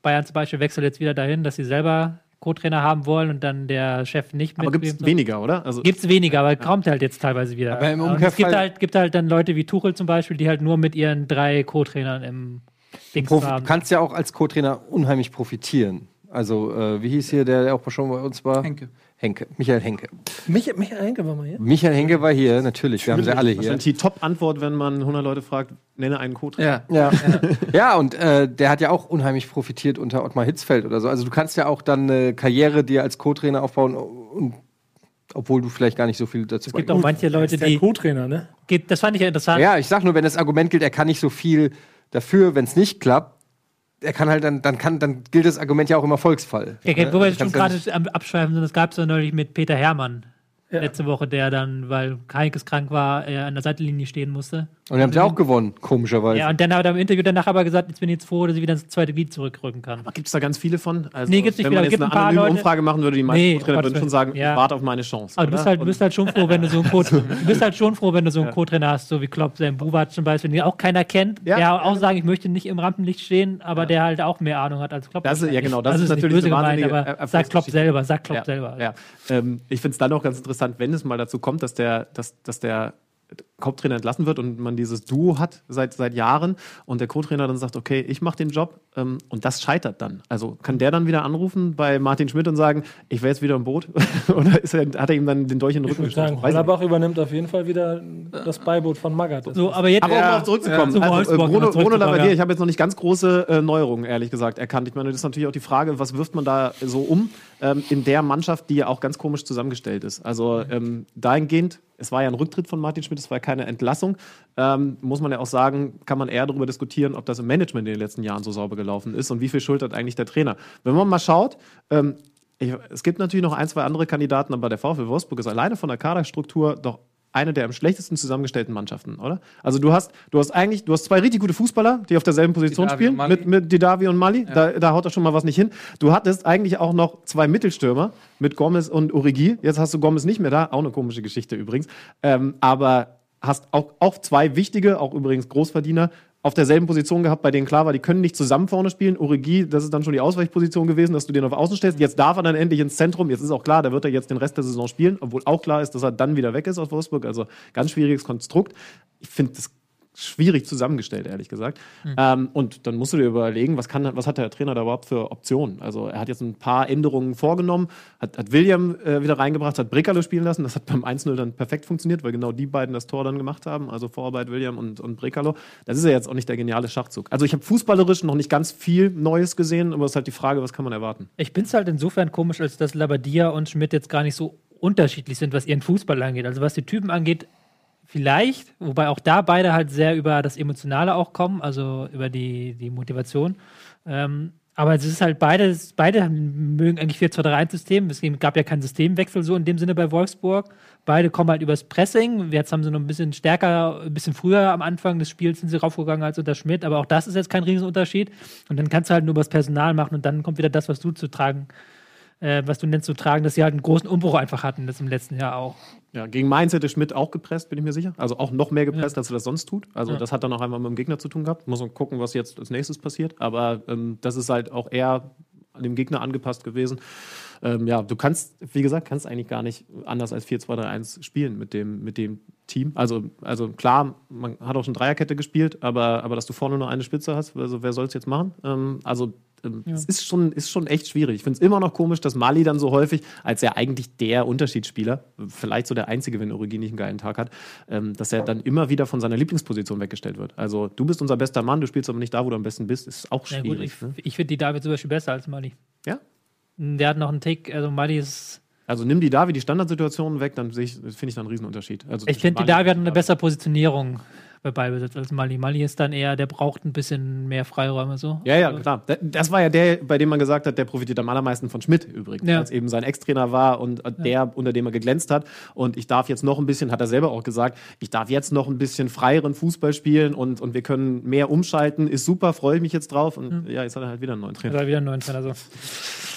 Bayern zum Beispiel wechselt jetzt wieder dahin, dass sie selber Co-Trainer haben wollen und dann der Chef nicht mit. Aber gibt es weniger, oder? Also Gibt es weniger, aber kommt halt jetzt teilweise wieder. Aber im Und es gibt Umkehrfall- halt, gibt halt dann Leute wie Tuchel zum Beispiel, die halt nur mit ihren drei Co-Trainern im Dings Profi- haben. Du kannst ja auch als Co-Trainer unheimlich profitieren. Also, äh, wie hieß hier der, der auch schon bei uns war? Henke. Henke. Michael Henke. Mich, Michael Henke war mal hier. Michael Henke war hier, natürlich. Wir haben sie alle hier. wahrscheinlich die Top-Antwort, wenn man hundert Leute fragt, nenne einen Co-Trainer. Ja. Ja, ja und äh, der hat ja auch unheimlich profitiert unter Ottmar Hitzfeld oder so. Also du kannst ja auch dann eine Karriere dir als Co-Trainer aufbauen, und, obwohl du vielleicht gar nicht so viel dazu Es gibt auch manche Leute, Der die. Co-Trainer, ne? Geht, das fand ich ja interessant. Ja, ich sag nur, wenn das Argument gilt, er kann nicht so viel dafür, wenn es nicht klappt, er kann halt dann, dann kann, dann gilt das Argument ja auch im Erfolgsfall. Ja, okay, wo wir Also jetzt schon kannst gerade am Abschweifen sind, das gab es ja neulich mit Peter Hermann. Ja. Letzte Woche, der dann, weil Heinkes krank war, er an der Seitenlinie stehen musste. Und ihr habt ja auch gewonnen, komischerweise. Ja, und dann hat er im Interview danach aber gesagt, jetzt bin ich jetzt froh, dass ich wieder ins zweite Glied zurückrücken kann. Gibt es da ganz viele von? Also, Nee, gibt's nicht wenn viele, man es jetzt gibt eine ein paar anonyme Leute- Umfrage machen würde, die meisten Nee, Co-Trainer um würden Gottes schon sagen, Ja. ich warte auf meine Chance. Aber du oder? bist, halt, du bist halt schon froh, wenn du so einen Co- du bist halt schon froh, wenn du so einen Ja. Co-Trainer hast, so wie Klopp, sein Bubat zum Beispiel, den auch keiner kennt, Ja. der auch sagen, ich möchte nicht im Rampenlicht stehen, aber der halt auch mehr Ahnung hat als Klopp. Das ist- ja, wahrscheinlich. genau, das also ist nicht natürlich böse eine gemeint, wahnsinnige aber Er- sagt Klopp Erfolgsgeschichte. selber, sagt Klopp ja. selber. Ja. Ähm, ich finde es dann auch ganz interessant, wenn es mal dazu kommt, dass der, dass, dass der Haupttrainer entlassen wird und man dieses Duo hat seit, seit Jahren und der Co-Trainer dann sagt, okay, ich mache den Job ähm, und das scheitert dann. Also kann der dann wieder anrufen bei Martin Schmidt und sagen, ich wäre jetzt wieder im Boot? Oder ist er, hat er ihm dann den Dolch in den Ich Rücken würde sagen, Weiß ich nicht. Hollerbach übernimmt auf jeden Fall wieder das Beiboot von Magath. So, aber jetzt Aber um darauf zurückzukommen, zu also, äh, Wolfsburg Bruno, noch Bruno zurückzukommen, Labbadia, ja. ich habe jetzt noch nicht ganz große äh, Neuerungen, ehrlich gesagt, erkannt. Ich meine, das ist natürlich auch die Frage, was wirft man da so um ähm, in der Mannschaft, die ja auch ganz komisch zusammengestellt ist. Also ähm, dahingehend, es war ja ein Rücktritt von Martin Schmidt, es war ja keine Entlassung, ähm, muss man ja auch sagen, kann man eher darüber diskutieren, ob das im Management in den letzten Jahren so sauber gelaufen ist und wie viel Schuld hat eigentlich der Trainer. Wenn man mal schaut, ähm, ich, es gibt natürlich noch ein, zwei andere Kandidaten, aber der VfL Wolfsburg ist alleine von der Kaderstruktur doch eine der am schlechtesten zusammengestellten Mannschaften, oder? Also du hast, du hast eigentlich, du hast zwei richtig gute Fußballer, die auf derselben Position Didavi spielen, und Mali. mit, mit Didavi und Mali. Da, da haut doch schon mal was nicht hin. Du hattest eigentlich auch noch zwei Mittelstürmer mit Gomez und Origi. Jetzt hast du Gomez nicht mehr da, auch eine komische Geschichte übrigens. Ähm, aber hast auch, auch zwei wichtige, auch übrigens Großverdiener, auf derselben Position gehabt, bei denen klar war, die können nicht zusammen vorne spielen. Origi, das ist dann schon die Ausweichposition gewesen, dass du den auf Außen stellst. Jetzt darf er dann endlich ins Zentrum. Jetzt ist auch klar, da wird er jetzt den Rest der Saison spielen, obwohl auch klar ist, dass er dann wieder weg ist aus Wolfsburg. Also ganz schwieriges Konstrukt. Ich finde das schwierig zusammengestellt, ehrlich gesagt. Mhm. Ähm, und dann musst du dir überlegen, was, kann, was hat der Trainer da überhaupt für Optionen? Also er hat jetzt ein paar Änderungen vorgenommen, hat, hat William äh, wieder reingebracht, hat Brekalo spielen lassen. Das hat beim eins null dann perfekt funktioniert, weil genau die beiden das Tor dann gemacht haben. Also Vorarbeit William und, und Brekalo. Das ist ja jetzt auch nicht der geniale Schachzug. Also ich habe fußballerisch noch nicht ganz viel Neues gesehen, aber es ist halt die Frage, was kann man erwarten? Ich bin es halt insofern komisch, als dass Labbadia und Schmidt jetzt gar nicht so unterschiedlich sind, was ihren Fußball angeht. Also was die Typen angeht, vielleicht, wobei auch da beide halt sehr über das Emotionale auch kommen, also über die, die Motivation. Ähm, aber es ist halt beide, beide mögen eigentlich vier zwei drei eins System. Es gab ja keinen Systemwechsel so in dem Sinne bei Wolfsburg. Beide kommen halt übers Pressing. Jetzt haben sie noch ein bisschen stärker, ein bisschen früher am Anfang des Spiels sind sie raufgegangen als unter Schmidt. Aber auch das ist jetzt kein Riesenunterschied. Und dann kannst du halt nur übers Personal machen und dann kommt wieder das, was du zu tragen Äh, was du nennst, zu tragen, dass sie halt einen großen Umbruch einfach hatten, das im letzten Jahr auch. Ja, gegen Mainz hätte Schmidt auch gepresst, bin ich mir sicher. Also auch noch mehr gepresst, ja. als er das sonst tut. Also ja. das hat dann auch einmal mit dem Gegner zu tun gehabt. Muss man gucken, was jetzt als nächstes passiert. Aber ähm, das ist halt auch eher an dem Gegner angepasst gewesen. Ähm, ja, du kannst, wie gesagt, kannst eigentlich gar nicht anders als vier zwei drei eins spielen mit dem, mit dem Team. Also, also klar, man hat auch schon Dreierkette gespielt, aber, aber dass du vorne nur eine Spitze hast, also wer soll es jetzt machen? Ähm, also ähm, Ja. es ist schon, ist schon echt schwierig. Ich finde es immer noch komisch, dass Mali dann so häufig, als ja eigentlich der Unterschiedsspieler, vielleicht so der Einzige, wenn Origi nicht einen geilen Tag hat, ähm, dass er dann immer wieder von seiner Lieblingsposition weggestellt wird. Also du bist unser bester Mann, du spielst aber nicht da, wo du am besten bist, ist auch Ja, schwierig. gut, ne? ich ich finde die David zum Beispiel besser als Mali. Ja? Der hat noch einen Tick, also Mali ist. Also nimm die Davi die Standardsituationen weg, dann sehe ich, finde ich da einen Riesenunterschied. Also Ich zwischen finde, die Mali David hat und eine bessere Positionierung bei Ballbesitz als Mali. Mali ist dann eher, der braucht ein bisschen mehr Freiräume so. Ja, ja, klar. Das war ja der, bei dem man gesagt hat, der profitiert am allermeisten von Schmidt übrigens, Ja. als eben sein Ex-Trainer war und der, unter dem er geglänzt hat. Und ich darf jetzt noch ein bisschen, hat er selber auch gesagt, ich darf jetzt noch ein bisschen freieren Fußball spielen und, und wir können mehr umschalten. Ist super, freue ich mich jetzt drauf. Und Mhm. ja, jetzt hat er halt wieder einen neuen Trainer. Oder wieder einen neuen Trainer so.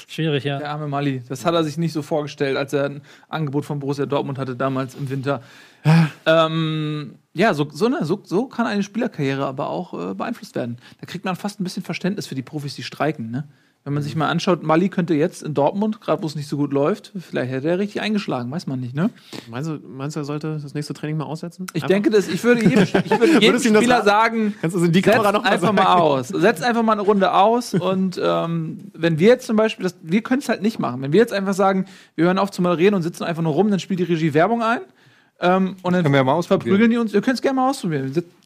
Schwierig, ja. Der arme Mali. Das hat er sich nicht so vorgestellt, als er ein Angebot von Borussia Dortmund hatte damals im Winter. ähm, ja, so, so, ne, so, so kann eine Spielerkarriere aber auch äh, beeinflusst werden. Da kriegt man fast ein bisschen Verständnis für die Profis, die streiken. Ne? Wenn man sich mal anschaut, Mali könnte jetzt in Dortmund, gerade wo es nicht so gut läuft, vielleicht hätte er richtig eingeschlagen, weiß man nicht, ne? Meinst du, meinst du, er sollte das nächste Training mal aussetzen? Ich Einfach? denke, dass ich würde jedem, ich würde jedem Würdest du ihm das Spieler sagen? sagen, Kannst du es in die setz Kamera noch mal einfach sagen? mal aus. Setz einfach mal eine Runde aus und ähm, wenn wir jetzt zum Beispiel, das, wir können es halt nicht machen. Wenn wir jetzt einfach sagen, wir hören auf zu moderieren und sitzen einfach nur rum, dann spielt die Regie Werbung ein ähm, und dann Können wir ja mal ausprobieren. verprügeln die uns. Ihr könnt es gerne mal ausprobieren. Wir sitzen-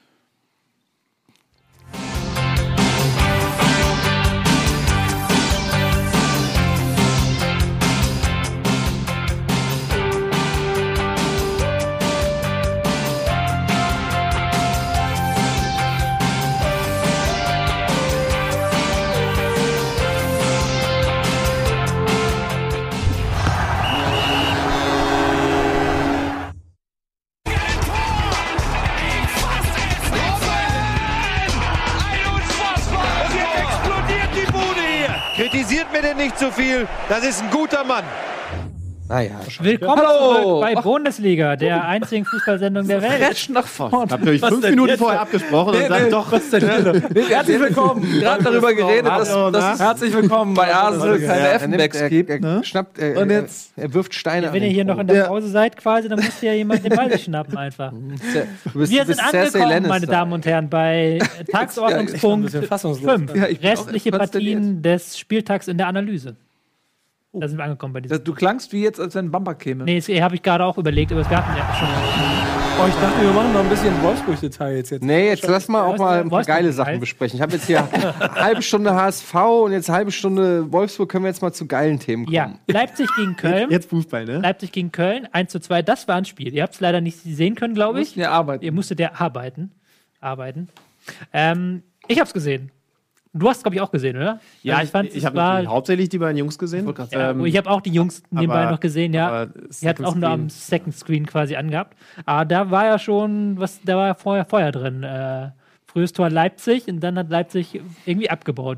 Kritisiert mir denn nicht zu viel. Das ist ein guter Mann. Naja, Willkommen Hallo. zurück bei Bundesliga, der einzigen Fußballsendung der Welt. Retsch nach vorne. Habt ihr euch fünf Minuten vorher abgesprochen und dann doch. Was denn? Herzlich willkommen. Gerade darüber geredet, dass, Hallo, dass na? es herzlich willkommen bei Arsenal keine er, nimmt, Effenbacks er, gibt. er, Ne? schnappt, er, Und er, jetzt- er wirft Steine Ja, wenn an ihr hier den noch in Boden. der Pause seid quasi, dann muss ja jemand den Ball schnappen einfach. Du bist, Wir du bist sind Cersei angekommen, Lannister. meine Damen und Herren, bei äh, Tagesordnungspunkt bisschen fassungslos. fünf. Ja, ich bin auch Restliche etwas Partien des Spieltags in der Analyse. Da sind wir angekommen bei diesem. Du klangst wie jetzt, als wenn ein Bumper käme. Nee, das habe ich gerade auch überlegt, aber wir hatten ja schon. Oh, ich dachte, wir machen noch ein bisschen Wolfsburg-Details jetzt. Nee, jetzt lass mal auch mal ein paar Wolfsburg- geile Sachen Wolfsburg- besprechen. Ich habe jetzt hier eine halbe Stunde H S V und jetzt eine halbe Stunde Wolfsburg. Können wir jetzt mal zu geilen Themen kommen? Ja, Leipzig gegen Köln. Jetzt Fußball, ne? Leipzig gegen Köln, eins zu zwei, das war ein Spiel. Ihr habt es leider nicht sehen können, glaube ich. mussten ja arbeiten. Ihr musstet ja arbeiten. Arbeiten. Ähm, ich habe es gesehen. Du hast es, glaube ich, auch gesehen, oder? Ja, Also ich, fand, ich es habe war- natürlich hauptsächlich die beiden Jungs gesehen. Ja, Ähm, ich habe auch die Jungs nebenbei aber- noch gesehen, ja. aber Sie hat Second auch nur am Screen. Second Screen quasi angehabt. Aber da war ja schon, was, da war ja vorher Feuer drin. Äh, frühes Tor Leipzig und dann hat Leipzig irgendwie abgebaut.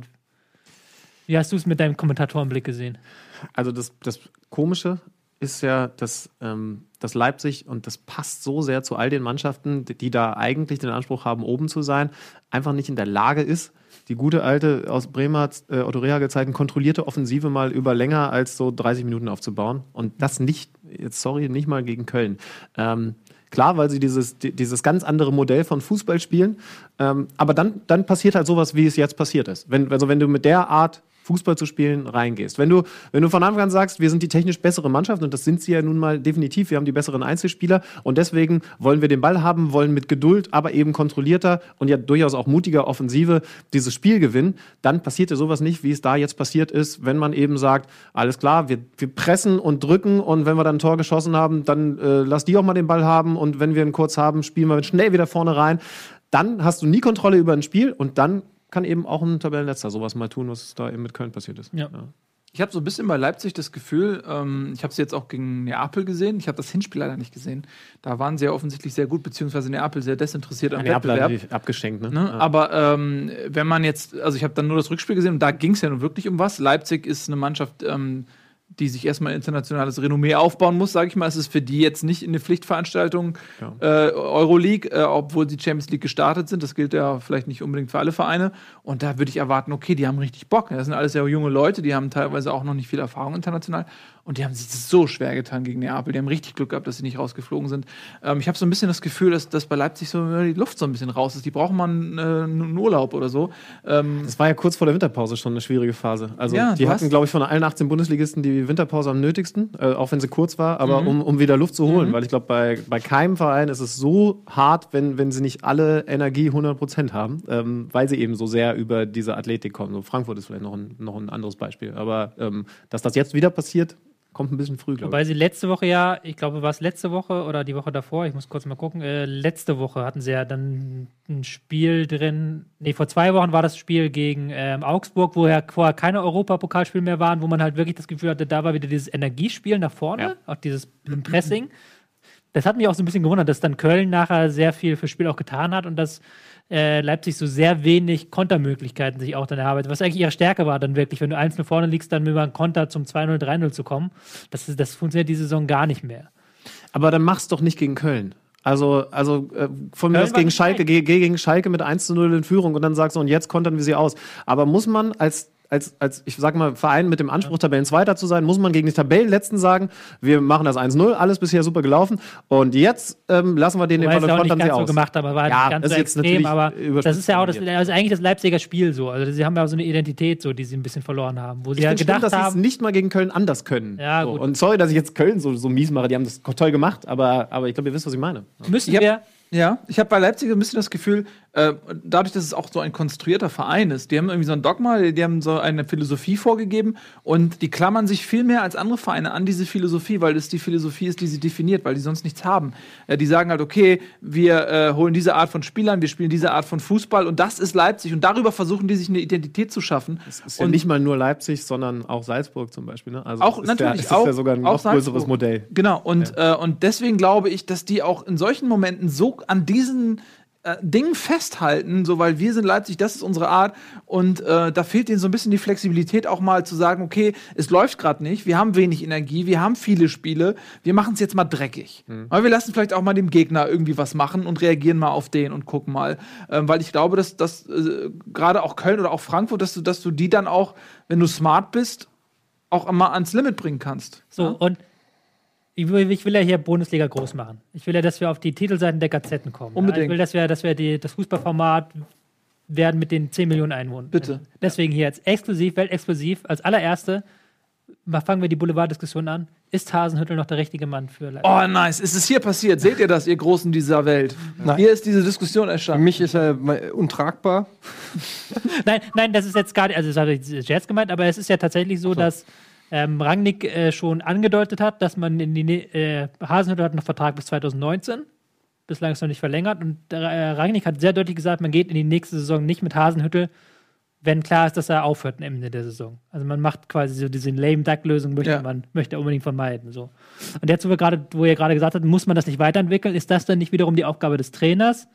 Wie hast du es mit deinem Kommentatorenblick gesehen? Also das, das Komische ist ja, dass, ähm, dass Leipzig, und das passt so sehr zu all den Mannschaften, die, die da eigentlich den Anspruch haben, oben zu sein, einfach nicht in der Lage ist, die gute alte, aus Bremer, äh, Otto Rehhagel-Zeiten, kontrollierte Offensive mal über länger als so dreißig Minuten aufzubauen. Und das nicht, jetzt sorry, nicht mal gegen Köln. Ähm, Klar, weil sie dieses, die- dieses ganz andere Modell von Fußball spielen. Ähm, aber dann, dann passiert halt sowas, wie es jetzt passiert ist. Wenn, also wenn du mit der Art Fußball zu spielen reingehst. Wenn du, wenn du von Anfang an sagst, wir sind die technisch bessere Mannschaft, und das sind sie ja nun mal definitiv, wir haben die besseren Einzelspieler und deswegen wollen wir den Ball haben, wollen mit Geduld, aber eben kontrollierter und ja durchaus auch mutiger Offensive dieses Spiel gewinnen, dann passiert ja sowas nicht, wie es da jetzt passiert ist, wenn man eben sagt, alles klar, wir, wir pressen und drücken und wenn wir dann ein Tor geschossen haben, dann äh, lass die auch mal den Ball haben und wenn wir ihn kurz haben, spielen wir schnell wieder vorne rein. Dann hast du nie Kontrolle über ein Spiel und dann kann eben auch ein Tabellenletzter sowas mal tun, was da eben mit Köln passiert ist. Ja. Ich habe so ein bisschen bei Leipzig das Gefühl, ähm, ich habe sie jetzt auch gegen Neapel gesehen. Ich habe das Hinspiel leider nicht gesehen. Da waren sie ja offensichtlich sehr gut, beziehungsweise Neapel sehr desinteressiert am Neapel hat Wettbewerb. natürlich abgeschenkt, ne? Ne? Ja. Aber ähm, wenn man jetzt, also ich habe dann nur das Rückspiel gesehen und da ging es ja nun wirklich um was. Leipzig ist eine Mannschaft, ähm, die sich erstmal internationales Renommee aufbauen muss, sage ich mal. Es ist für die jetzt nicht eine Pflichtveranstaltung Ja. äh, Euroleague, äh, obwohl sie Champions League gestartet sind. Das gilt ja vielleicht nicht unbedingt für alle Vereine. Und da würde ich erwarten, okay, die haben richtig Bock. Das sind alles sehr junge Leute, die haben teilweise auch noch nicht viel Erfahrung international. Und die haben sich so schwer getan gegen Neapel. Die haben richtig Glück gehabt, dass sie nicht rausgeflogen sind. Ähm, ich habe so ein bisschen das Gefühl, dass, dass bei Leipzig so die Luft so ein bisschen raus ist. Die brauchen mal einen, äh, einen Urlaub oder so. Ähm, Das war ja kurz vor der Winterpause schon eine schwierige Phase. Also Ja, die du hatten, hast- glaube ich, von allen achtzehn Bundesligisten die Winterpause am nötigsten, äh, auch wenn sie kurz war, aber um, um wieder Luft zu holen. Weil ich glaube, bei, bei keinem Verein ist es so hart, wenn, wenn sie nicht alle Energie hundert Prozent haben, ähm, weil sie eben so sehr über diese Athletik kommen. So Frankfurt ist vielleicht noch ein, noch ein anderes Beispiel. Aber ähm, dass das jetzt wieder passiert, kommt ein bisschen früh, glaube Wobei ich. sie letzte Woche ja, ich glaube, war es letzte Woche oder die Woche davor, ich muss kurz mal gucken, äh, letzte Woche hatten sie ja dann ein Spiel drin, nee, vor zwei Wochen war das Spiel gegen ähm, Augsburg, wo ja vorher keine Europapokalspiele mehr waren, wo man halt wirklich das Gefühl hatte, da war wieder dieses Energiespiel nach vorne, Ja. auch dieses Pressing. Das hat mich auch so ein bisschen gewundert, dass dann Köln nachher sehr viel fürs Spiel auch getan hat und dass äh, Leipzig so sehr wenig Kontermöglichkeiten sich auch dann erarbeitet, was eigentlich ihre Stärke war dann wirklich, wenn du eins null vorne liegst, dann über einen Konter zum zwei null, drei null zu kommen. Das, ist, das funktioniert diese Saison gar nicht mehr. Aber dann mach's doch nicht gegen Köln. Also, also äh, von mir Köln aus gegen war Schalke, geh, geh gegen Schalke mit eins zu null in Führung und dann sagst du, und jetzt kontern wir sie aus. Aber muss man als Als, als, ich sag mal, Verein mit dem Anspruch, Tabellenzweiter zu sein, muss man gegen die Tabellenletzten sagen, wir machen das eins null, alles bisher super gelaufen und jetzt ähm, lassen wir den den Weil es Ball auch und nicht kontern sie ganz so aus. gemacht, aber war Ja, nicht ganz das so ist jetzt extrem, natürlich aber das überspitzt ist ja auch das, formuliert. also eigentlich das Leipziger Spiel so. Also sie haben ja auch so eine Identität, so, die sie ein bisschen verloren haben, wo sie Ich ja finde schlimm, gedacht dass sie es haben, nicht mal gegen Köln anders können. Ja, so. gut. Und sorry, dass ich jetzt Köln so, so mies mache, die haben das toll gemacht, aber, aber ich glaube, ihr wisst, was ich meine. müssen Ich hab- wir Ja, ich habe bei Leipzig ein bisschen das Gefühl, äh, dadurch, dass es auch so ein konstruierter Verein ist, die haben irgendwie so ein Dogma, die haben so eine Philosophie vorgegeben und die klammern sich viel mehr als andere Vereine an diese Philosophie, weil es die Philosophie ist, die sie definiert, weil die sonst nichts haben. Äh, die sagen halt, okay, wir äh, holen diese Art von Spielern, wir spielen diese Art von Fußball und das ist Leipzig und darüber versuchen die sich eine Identität zu schaffen. Es ist ja Und- nicht mal nur Leipzig, sondern auch Salzburg zum Beispiel. Ne? Also Auch es ist natürlich ja, es ist auch, ja sogar ein auch noch größeres Salzburg. Modell. Genau, und, äh, und deswegen glaube ich, dass die auch in solchen Momenten so an diesen äh, Dingen festhalten, so weil wir sind Leipzig, das ist unsere Art und äh, da fehlt ihnen so ein bisschen die Flexibilität auch mal zu sagen, okay, es läuft gerade nicht, wir haben wenig Energie, wir haben viele Spiele, wir machen es jetzt mal dreckig. Aber wir lassen vielleicht auch mal dem Gegner irgendwie was machen und reagieren mal auf den und gucken mal, ähm, weil ich glaube, dass, dass äh, gerade auch Köln oder auch Frankfurt, dass du, dass du die dann auch, wenn du smart bist, auch mal ans Limit bringen kannst. so und ich will, ich will ja hier Bundesliga groß machen. Ich will ja, dass wir auf die Titelseiten der Gazetten kommen. Unbedingt. Ja, ich will, dass wir, dass wir die, das Fußballformat werden mit den zehn Millionen Einwohnern. Bitte. Deswegen hier jetzt exklusiv, weltexklusiv, als allererste mal fangen wir die Boulevarddiskussion an. Ist Hasenhüttl noch der richtige Mann für Leipzig? Oh, nice. Ist es hier passiert? Seht ihr das, ihr Großen dieser Welt? Nein. Hier ist diese Diskussion Für entstanden. mich ist er untragbar. Nein, nein, das ist jetzt gar nicht, also das habe ich Scherz gemeint, aber es ist ja tatsächlich so, dass ähm, Rangnick äh, schon angedeutet hat, dass man in die ne- äh, Hasenhüttl hat noch Vertrag bis zwanzig neunzehn. Bislang ist noch nicht verlängert. Und äh, Rangnick hat sehr deutlich gesagt, man geht in die nächste Saison nicht mit Hasenhüttl, wenn klar ist, dass er aufhört am Ende der Saison. Also man macht quasi so diese lame-duck-Lösung, möchte Ja. man möchte er unbedingt vermeiden. So. Und jetzt, wo, wir gerade, wo ihr gerade gesagt habt, muss man das nicht weiterentwickeln, ist das dann nicht wiederum die Aufgabe des Trainers,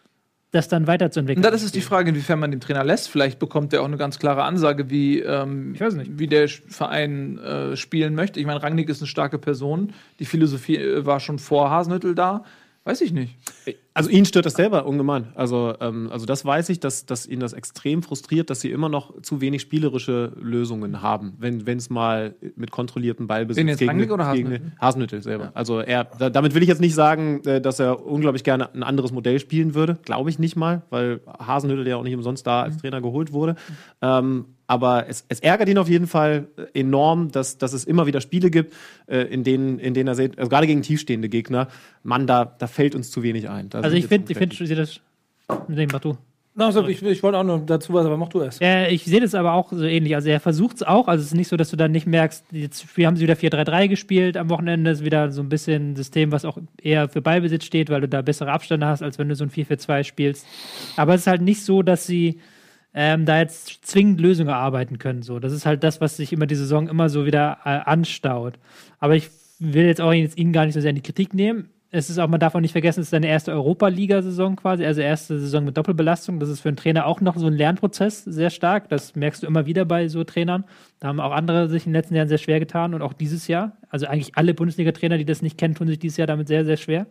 das dann weiterzuentwickeln? Und das ist die Frage, inwiefern man dem Trainer lässt. Vielleicht bekommt er auch eine ganz klare Ansage, wie, ähm, Ich weiß nicht. wie der Verein äh, spielen möchte. Ich meine, Rangnick ist eine starke Person. Die Philosophie äh, war schon vor Hasenhüttl da. Weiß ich nicht. Also ihn stört das selber ungemein. Also, ähm, also das weiß ich, dass, dass ihn das extrem frustriert, dass sie immer noch zu wenig spielerische Lösungen haben, wenn es mal mit kontrolliertem Ballbesitz Wen jetzt, Rangnick oder gegen Hasenhüttl? Hasenhüttl selber. Also er, da, damit will ich jetzt nicht sagen, äh, dass er unglaublich gerne ein anderes Modell spielen würde. Glaube ich nicht mal, weil Hasenhüttl ja auch nicht umsonst da als Trainer geholt wurde. Ähm, aber es, es ärgert ihn auf jeden Fall enorm, dass, dass es immer wieder Spiele gibt, äh, in denen, in denen er sieht, also gerade gegen tiefstehende Gegner, Mann, da, da fällt uns zu wenig ein. Da Also sind ich wir finde, zu ich finde, ich sehe das. Nee, mach du. Also, ich, ich wollte auch noch dazu was, aber mach du erst. Ja, ich sehe das aber auch so ähnlich. Also er versucht es auch. Also es ist nicht so, dass du dann nicht merkst, jetzt haben sie wieder vier drei drei gespielt am Wochenende. Das ist wieder so ein bisschen ein System, was auch eher für Ballbesitz steht, weil du da bessere Abstände hast, als wenn du so ein vier vier zwei spielst. Aber es ist halt nicht so, dass sie ähm, da jetzt zwingend Lösungen erarbeiten können. So. Das ist halt das, was sich immer die Saison immer so wieder äh, anstaut. Aber ich will jetzt auch jetzt ihn gar nicht so sehr in die Kritik nehmen. Es ist auch, man darf auch nicht vergessen, es ist seine erste Europa-Liga-Saison quasi, also erste Saison mit Doppelbelastung. Das ist für einen Trainer auch noch so ein Lernprozess, sehr stark. Das merkst du immer wieder bei so Trainern. Da haben auch andere sich in den letzten Jahren sehr schwer getan und auch dieses Jahr. Also eigentlich alle Bundesliga-Trainer, die das nicht kennen, tun sich dieses Jahr damit sehr, sehr schwer.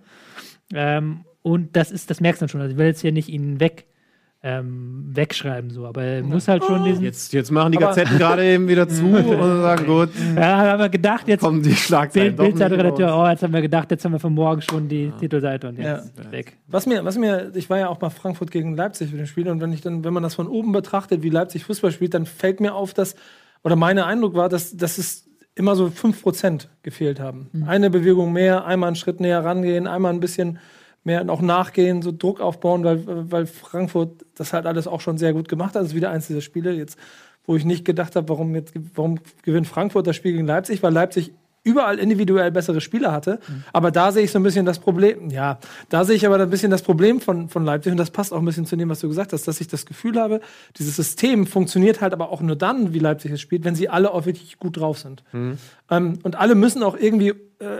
Ähm, und das ist, das merkst du dann schon. Also ich will jetzt hier nicht ihn weg, ähm, wegschreiben, so, aber er muss halt schon diesen. Jetzt, jetzt machen die Aber- Gazetten gerade eben wieder zu und sagen, gut, Ja, haben wir gedacht, jetzt kommen die Schlagzeilen Bild, doch nicht Bildzeitung-Redakteur, raus. oh, jetzt haben wir gedacht, jetzt haben wir für morgen schon die Titelseite und jetzt weg. Was mir, was mir, ich war ja auch bei Frankfurt gegen Leipzig für den Spiel und wenn ich dann, wenn man das von oben betrachtet, wie Leipzig Fußball spielt, dann fällt mir auf, dass, oder mein Eindruck war, dass, dass es immer so fünf Prozent gefehlt haben. Eine Bewegung mehr, einmal einen Schritt näher rangehen, einmal ein bisschen mehr auch nachgehen, so Druck aufbauen, weil, weil Frankfurt das halt alles auch schon sehr gut gemacht hat. Das ist wieder eins dieser Spiele, jetzt, wo ich nicht gedacht habe, warum, jetzt, warum gewinnt Frankfurt das Spiel gegen Leipzig, weil Leipzig überall individuell bessere Spieler hatte. Mhm. Aber da sehe ich so ein bisschen das Problem, ja, da sehe ich aber ein bisschen das Problem von, von Leipzig und das passt auch ein bisschen zu dem, was du gesagt hast, dass ich das Gefühl habe, dieses System funktioniert halt aber auch nur dann, wie Leipzig es spielt, wenn sie alle auch wirklich gut drauf sind. Mhm. Ähm, und alle müssen auch irgendwie äh,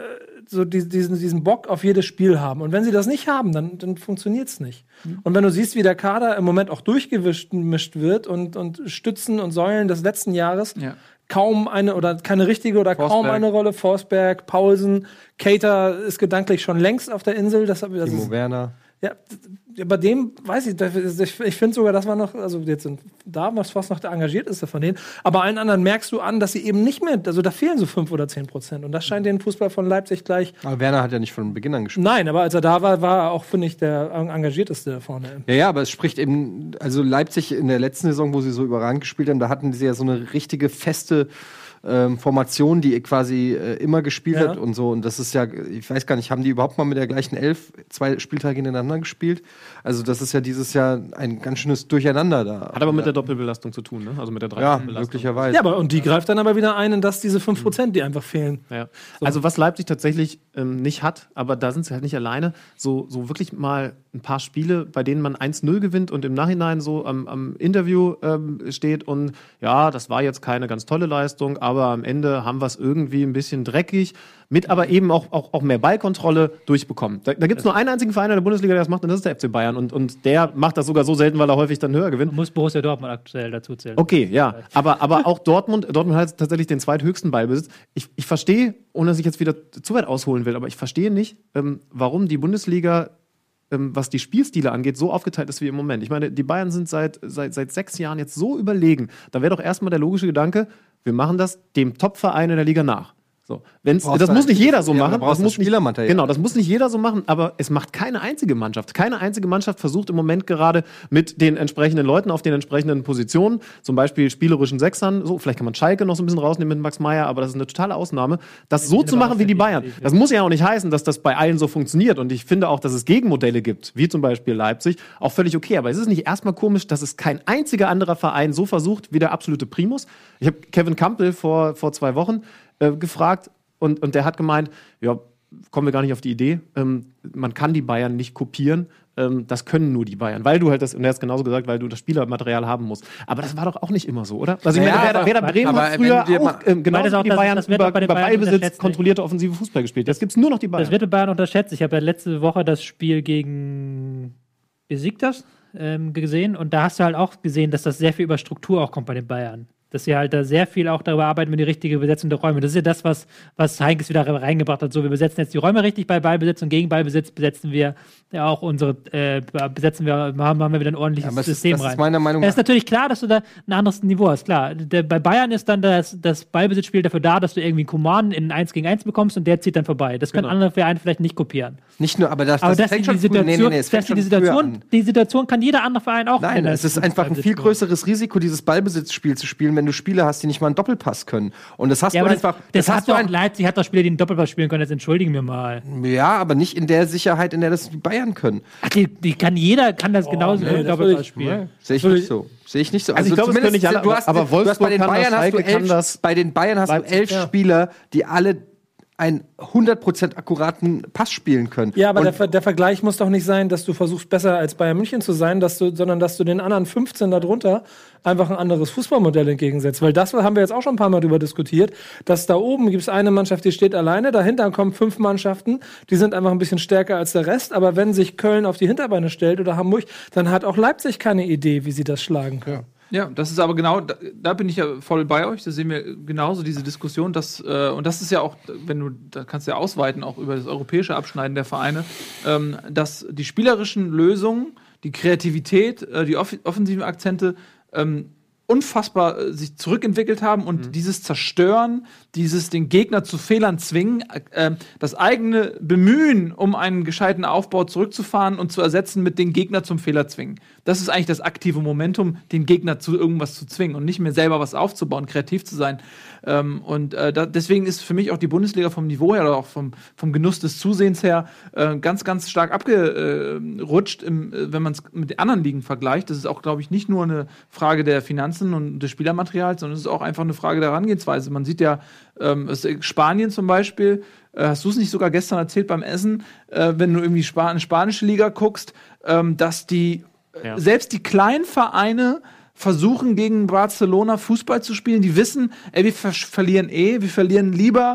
so die, diesen, diesen Bock auf jedes Spiel haben. Und wenn sie das nicht haben, dann, dann funktioniert es nicht. Mhm. Und wenn du siehst, wie der Kader im Moment auch durchgemischt wird und, und Stützen und Säulen des letzten Jahres ja. kaum eine oder keine richtige oder Forsberg. kaum eine Rolle. Forsberg, Paulsen, Keita ist gedanklich schon längst auf der Insel. Das, das Timo ist, Werner. Ja, bei dem weiß ich, ich, ich finde sogar, das war noch, also jetzt sind da, was fast noch der engagierteste von denen, aber allen anderen merkst du an, dass sie eben nicht mehr, also da fehlen so fünf oder zehn Prozent und das scheint den Fußball von Leipzig gleich. Aber Werner hat ja nicht von Beginn an gespielt. Nein, aber als er da war, war er auch, finde ich, der engagierteste da vorne. Ja, ja, aber es spricht eben, also Leipzig in der letzten Saison, wo sie so überragend gespielt haben, da hatten sie ja so eine richtige feste Ähm, Formation, die quasi äh, immer gespielt ja. hat und so. Und das ist ja, ich weiß gar nicht, haben die überhaupt mal mit der gleichen Elf zwei Spieltage hintereinander gespielt? Also das ist ja dieses Jahr ein ganz schönes Durcheinander da. Hat aber mit der Doppelbelastung zu tun, ne? Also mit der Ja, Belastung. möglicherweise. Ja, aber und die greift dann aber wieder ein in das diese fünf Prozent, die einfach fehlen. Ja. So. Also was Leipzig tatsächlich ähm, nicht hat, aber da sind sie halt nicht alleine, so, so wirklich mal ein paar Spiele, bei denen man eins null gewinnt und im Nachhinein so am, am Interview ähm, steht und ja, das war jetzt keine ganz tolle Leistung, aber am Ende haben wir es irgendwie ein bisschen dreckig, mit aber eben auch, auch, auch mehr Ballkontrolle durchbekommen. Da, da gibt es nur einen einzigen Verein in der Bundesliga, der das macht, und das ist der F C Bayern. Und, und der macht das sogar so selten, weil er häufig dann höher gewinnt. Man muss Borussia Dortmund aktuell dazu zählen. Okay, ja. Aber, aber auch Dortmund, Dortmund hat tatsächlich den zweithöchsten Ballbesitz. Ich, ich verstehe, ohne dass ich jetzt wieder zu weit ausholen will, aber ich verstehe nicht, ähm, warum die Bundesliga, ähm, was die Spielstile angeht, so aufgeteilt ist wie im Moment. Ich meine, die Bayern sind seit, seit, seit sechs Jahren jetzt so überlegen. Da wäre doch erstmal der logische Gedanke, wir machen das dem Top-Verein in der Liga nach. So. Wenn's, das muss nicht jeder so ja, machen. Das muss nicht, genau, das muss nicht jeder so machen, aber es macht keine einzige Mannschaft. Keine einzige Mannschaft versucht im Moment gerade mit den entsprechenden Leuten auf den entsprechenden Positionen, zum Beispiel spielerischen Sechsern, so, vielleicht kann man Schalke noch so ein bisschen rausnehmen mit Max Meyer, aber das ist eine totale Ausnahme, das so zu machen wie die Bayern. Das muss ja auch nicht heißen, dass das bei allen so funktioniert, und ich finde auch, dass es Gegenmodelle gibt, wie zum Beispiel Leipzig, auch völlig okay, aber es ist nicht erstmal komisch, dass es kein einziger anderer Verein so versucht wie der absolute Primus. Ich habe Kevin Campbell vor, vor zwei Wochen äh, gefragt, Und, und der hat gemeint, ja, kommen wir gar nicht auf die Idee, ähm, man kann die Bayern nicht kopieren, ähm, das können nur die Bayern, weil du halt das, und er hat es genauso gesagt, weil du das Spielermaterial haben musst. Aber das war doch auch nicht immer so, oder? Also ich ja, meine, aber, Werder Bremen hat früher auch, ähm, genau wie die Bayern das über, bei den über Bayern Ballbesitz kontrollierte offensive Fußball gespielt. Jetzt gibt es nur noch die Bayern. Das wird bei Bayern unterschätzt. Ich habe ja letzte Woche das Spiel gegen Besiktas ähm, gesehen, und da hast du halt auch gesehen, dass das sehr viel über Struktur auch kommt bei den Bayern. Dass sie halt da sehr viel auch darüber arbeiten, mit die richtige Besetzung der Räume. Das ist ja das, was, was Heinkes wieder reingebracht hat. So, wir besetzen jetzt die Räume richtig bei Ballbesitz, und gegen Ballbesitz besetzen wir ja auch unsere, äh, besetzen wir, haben, haben wir wieder ein ordentliches ja, System ist, das rein. Ist meiner Meinung nach. Es ist natürlich klar, dass du da ein anderes Niveau hast, klar. Der, bei Bayern ist dann das, das Ballbesitzspiel dafür da, dass du irgendwie einen Coman in eins gegen eins bekommst, und der zieht dann vorbei. Das können genau. andere Vereine vielleicht nicht kopieren. Nicht nur, aber das, aber das das fängt die schon Situation, nee, nee, nee, es dass die, die, Situation, die Situation kann jeder andere Verein auch. Nein, es ist einfach ein viel größeres Risiko, dieses Ballbesitzspiel zu spielen, wenn du Spieler hast, die nicht mal einen Doppelpass können. Und das hast ja, du das, einfach. Das, das hast du ein, auch Leipzig hat doch Spieler, die einen Doppelpass spielen können, jetzt entschuldigen wir mal. Ja, aber nicht in der Sicherheit, in der das die Bayern können. Ach, die, die kann jeder, kann das oh, genauso nee, Doppelpass spielen. Sehe ich nicht so. Sehe ich nicht so. Also, also ich glaube, es können nicht alle, du hast, aber Wolfsburg du hast bei den kann Bayern das, hast du elf, elf, bei den Bayern hast Leipzig, du elf ja. Spieler, die alle einen hundert Prozent akkuraten Pass spielen können. Ja, aber der, der Vergleich muss doch nicht sein, dass du versuchst, besser als Bayern München zu sein, dass du, sondern dass du den anderen fünfzehn darunter einfach ein anderes Fußballmodell entgegensetzt. Weil das haben wir jetzt auch schon ein paar Mal drüber diskutiert, dass da oben gibt es eine Mannschaft, die steht alleine, dahinter kommen fünf Mannschaften, die sind einfach ein bisschen stärker als der Rest, aber wenn sich Köln auf die Hinterbeine stellt oder Hamburg, dann hat auch Leipzig keine Idee, wie sie das schlagen können. Ja. Ja, das ist aber genau, da, da bin ich ja voll bei euch, da sehen wir genauso diese Diskussion, dass, äh, und das ist ja auch, wenn du, da kannst du ja ausweiten, auch über das europäische Abschneiden der Vereine, ähm, dass die spielerischen Lösungen, die Kreativität, äh, die off- offensiven Akzente ähm, unfassbar äh, sich zurückentwickelt haben, und mhm. dieses Zerstören, dieses den Gegner zu Fehlern zwingen, äh, das eigene Bemühen, um einen gescheiten Aufbau zurückzufahren und zu ersetzen mit den Gegner zum Fehler zwingen. Das ist eigentlich das aktive Momentum, den Gegner zu irgendwas zu zwingen und nicht mehr selber was aufzubauen, kreativ zu sein. Ähm, und äh, da, deswegen ist für mich auch die Bundesliga vom Niveau her oder auch vom, vom Genuss des Zusehens her äh, ganz, ganz stark abgerutscht, im, äh, wenn man es mit den anderen Ligen vergleicht. Das ist auch, glaube ich, nicht nur eine Frage der Finanzen und des Spielermaterials, sondern es ist auch einfach eine Frage der Herangehensweise. Man sieht ja, ähm, Spanien zum Beispiel, äh, hast du es nicht sogar gestern erzählt beim Essen, äh, wenn du irgendwie Sp- eine spanische Liga guckst, ähm, dass die Ja. selbst die kleinen Vereine versuchen, gegen Barcelona Fußball zu spielen. Die wissen, ey, wir ver- verlieren eh, wir verlieren lieber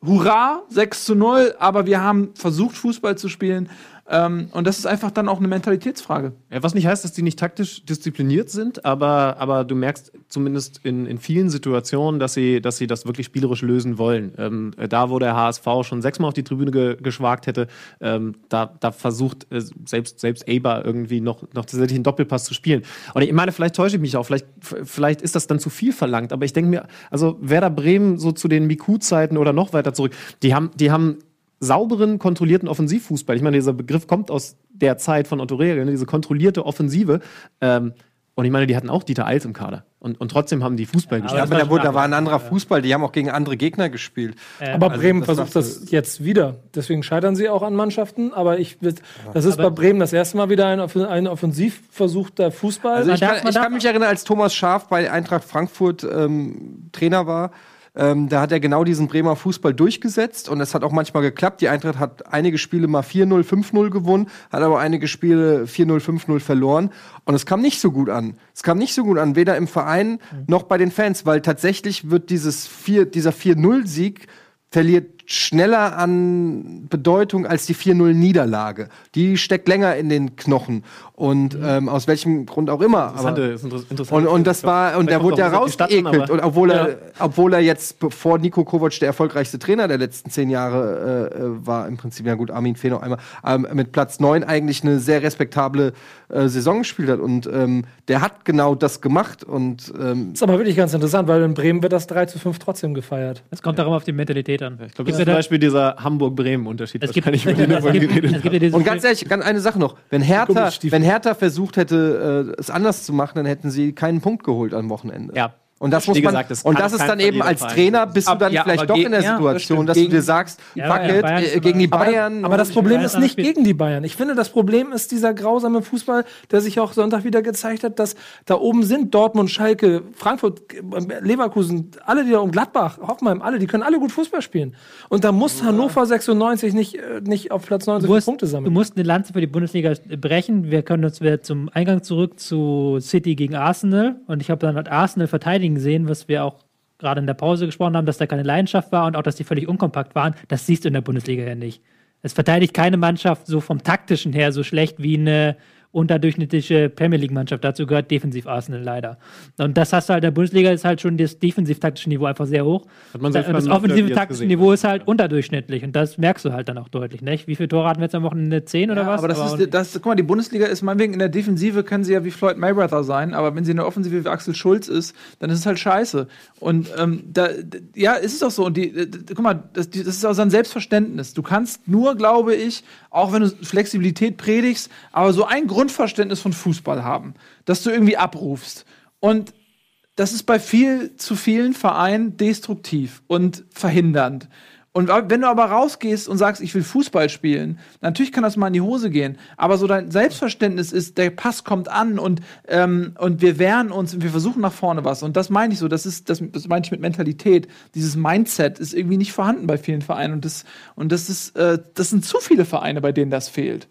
hurra, sechs zu null, aber wir haben versucht, Fußball zu spielen. Ähm, und das ist einfach dann auch eine Mentalitätsfrage. Ja, was nicht heißt, dass die nicht taktisch diszipliniert sind, aber, aber du merkst zumindest in, in vielen Situationen, dass sie, dass sie das wirklich spielerisch lösen wollen. Ähm, da, wo der H S V schon sechsmal auf die Tribüne ge geschwagt hätte, ähm, da, da versucht äh, selbst, selbst Eber irgendwie noch, noch tatsächlich einen Doppelpass zu spielen. Und ich meine, vielleicht täusche ich mich auch, vielleicht, vielleicht ist das dann zu viel verlangt, aber ich denke mir, also Werder Bremen so zu den Miku-Zeiten oder noch weiter zurück, die haben, die haben sauberen, kontrollierten Offensivfußball. Ich meine, dieser Begriff kommt aus der Zeit von Otto Rehagel, ne? Diese kontrollierte Offensive. Ähm, und ich meine, die hatten auch Dieter Eils im Kader. Und, und trotzdem haben die Fußball Ja, gespielt. aber da, wurde, da war ein anderer Fußball. Die haben auch gegen andere Gegner gespielt. Aber Also, Bremen das versucht macht- das jetzt wieder. Deswegen scheitern sie auch an Mannschaften. Aber ich, das ist bei Bremen das erste Mal wieder ein, off- ein offensiv versuchter Fußball. Also ich, darf- kann, man ich darf- kann mich erinnern, als Thomas Schaaf bei Eintracht Frankfurt ähm, Trainer war, ähm, da hat er genau diesen Bremer Fußball durchgesetzt und es hat auch manchmal geklappt. Die Eintracht hat einige Spiele mal vier null, fünf null gewonnen, hat aber einige Spiele vier null, fünf null verloren und es kam nicht so gut an. Es kam nicht so gut an, weder im Verein noch bei den Fans, weil tatsächlich wird dieses vier, dieser vier null Sieg verliert schneller an Bedeutung als die vier null Niederlage. Die steckt länger in den Knochen. Und ähm, aus welchem Grund auch immer. Aber, Interessante, ist inter- interessant. und, und das war, und Vielleicht der kommt wurde ja auch ein bisschen auf die Stadt an, rausgeekelt. aber- Und obwohl er, obwohl er jetzt, bevor Niko Kovac der erfolgreichste Trainer der letzten zehn Jahre äh, war, im Prinzip, ja gut, Armin Fee noch einmal, ähm, mit Platz neun eigentlich eine sehr respektable äh, Saison gespielt hat. Und ähm, der hat genau das gemacht. Und ähm, ist aber wirklich ganz interessant, weil in Bremen wird das drei zu fünf trotzdem gefeiert. Es kommt darum auf die Mentalität an. Ich glaube, das ist zum Beispiel dieser Hamburg-Bremen-Unterschied. Es gibt, wahrscheinlich, über den wir es vorhin gibt, geredet es gibt ja dieses Und ganz ehrlich, ganz eine Sache noch. Wenn Hertha, Gummistiefel. wenn Hertha versucht hätte, äh, es anders zu machen, dann hätten sie keinen Punkt geholt am Wochenende. Ja. Und das Wie muss man, gesagt, das und kann das ist kein dann eben Verlierer als sein. Trainer bist du Aber- dann ja, vielleicht aber doch ge- in der ja, das Situation, stimmt. dass du Gegen- dir sagst, Ja, fuck ja, it, Bayern äh, ist gegen die aber- Bayern. Aber das und- Problem Ja, ist das nicht Spiel- gegen die Bayern. Ich finde, das Problem ist dieser grausame Fußball, der sich auch Sonntag wieder gezeigt hat, dass da oben sind Dortmund, Schalke, Frankfurt, Leverkusen, alle, die da um Gladbach, Hoffenheim, alle, die können alle gut Fußball spielen. Und da muss Hannover sechsundneunzig nicht, äh, nicht auf Platz neun so Du viele musst, Punkte du sammeln. musst eine Lanze für die Bundesliga brechen. Wir können uns wieder zum Eingang zurück zu City gegen Arsenal. Und ich habe dann halt Arsenal verteidigen sehen, was wir auch gerade in der Pause gesprochen haben, dass da keine Leidenschaft war und auch, dass die völlig unkompakt waren. Das siehst du in der Bundesliga ja nicht. Es verteidigt keine Mannschaft so vom taktischen her so schlecht wie eine unterdurchschnittliche Premier League-Mannschaft. Dazu gehört defensiv Arsenal leider. Und das hast du halt in der Bundesliga, ist halt schon das defensiv-taktische Niveau einfach sehr hoch. Hat man selbst Und das beim Derby jetzt offensiv-taktische gesehen. Niveau ist halt unterdurchschnittlich. Und das merkst du halt dann auch deutlich. Nicht? Wie viele Tore hatten wir jetzt am Wochenende? zehn oder Ja, was? aber das auch ist, nicht. das, guck mal, die Bundesliga ist meinetwegen in der Defensive können sie ja wie Floyd Mayweather sein, aber wenn sie in der Offensive wie Axel Schulz ist, dann ist es halt scheiße. Und ähm, da, d- ja, ist es auch so. Und die, d- d- guck mal, das, die, das ist auch so ein Selbstverständnis. Du kannst nur, glaube ich, auch wenn du Flexibilität predigst, aber so ein Grundverständnis von Fußball haben, dass du irgendwie abrufst. Und das ist bei viel zu vielen Vereinen destruktiv und verhindernd. Und wenn du aber rausgehst und sagst, ich will Fußball spielen, natürlich kann das mal in die Hose gehen, aber so dein Selbstverständnis ist, der Pass kommt an und, ähm, und wir wehren uns und wir versuchen nach vorne was. Und das meine ich so, das ist, das, das meine ich mit Mentalität. Dieses Mindset ist irgendwie nicht vorhanden bei vielen Vereinen und das, und das ist, äh, das sind zu viele Vereine, bei denen das fehlt.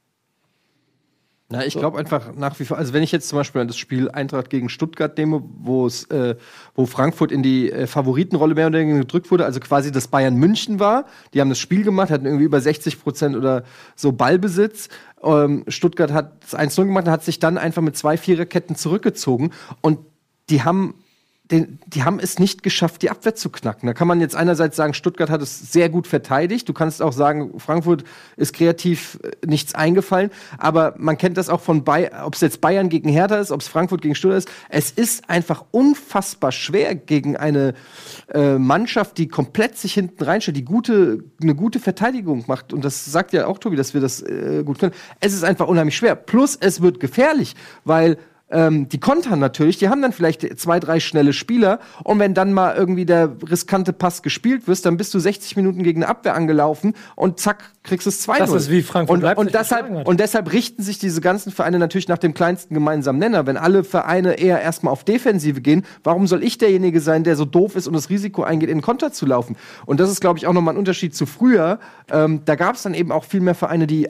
Na, ich glaube einfach nach wie vor, also wenn ich jetzt zum Beispiel an das Spiel Eintracht gegen Stuttgart nehme, wo es, äh, wo Frankfurt in die äh, Favoritenrolle mehr oder weniger gedrückt wurde, also quasi das Bayern München war, die haben das Spiel gemacht, hatten irgendwie über sechzig Prozent oder so Ballbesitz. Ähm, Stuttgart hat das eins null gemacht und hat sich dann einfach mit zwei Viererketten zurückgezogen und die haben Den, die haben es nicht geschafft, die Abwehr zu knacken. Da kann man jetzt einerseits sagen, Stuttgart hat es sehr gut verteidigt. Du kannst auch sagen, Frankfurt ist kreativ äh, nichts eingefallen. Aber man kennt das auch von Bayern, ob es jetzt Bayern gegen Hertha ist, ob es Frankfurt gegen Stuttgart ist. Es ist einfach unfassbar schwer gegen eine äh, Mannschaft, die komplett sich hinten reinstellt, die gute, eine gute Verteidigung macht. Und das sagt ja auch Tobi, dass wir das äh, gut können. Es ist einfach unheimlich schwer. Plus, es wird gefährlich, weil Ähm, die kontern natürlich, die haben dann vielleicht zwei, drei schnelle Spieler und wenn dann mal irgendwie der riskante Pass gespielt wird, dann bist du sechzig Minuten gegen eine Abwehr angelaufen und zack, kriegst du es zwei null. Das ist wie Frankfurt und, Leipzig und, deshalb, geschlagen hat. und deshalb richten sich diese ganzen Vereine natürlich nach dem kleinsten gemeinsamen Nenner. Wenn alle Vereine eher erstmal auf Defensive gehen, warum soll ich derjenige sein, der so doof ist und das Risiko eingeht, in den Konter zu laufen? Und das ist, glaube ich, auch nochmal ein Unterschied zu früher. Ähm, da gab es dann eben auch viel mehr Vereine, die auch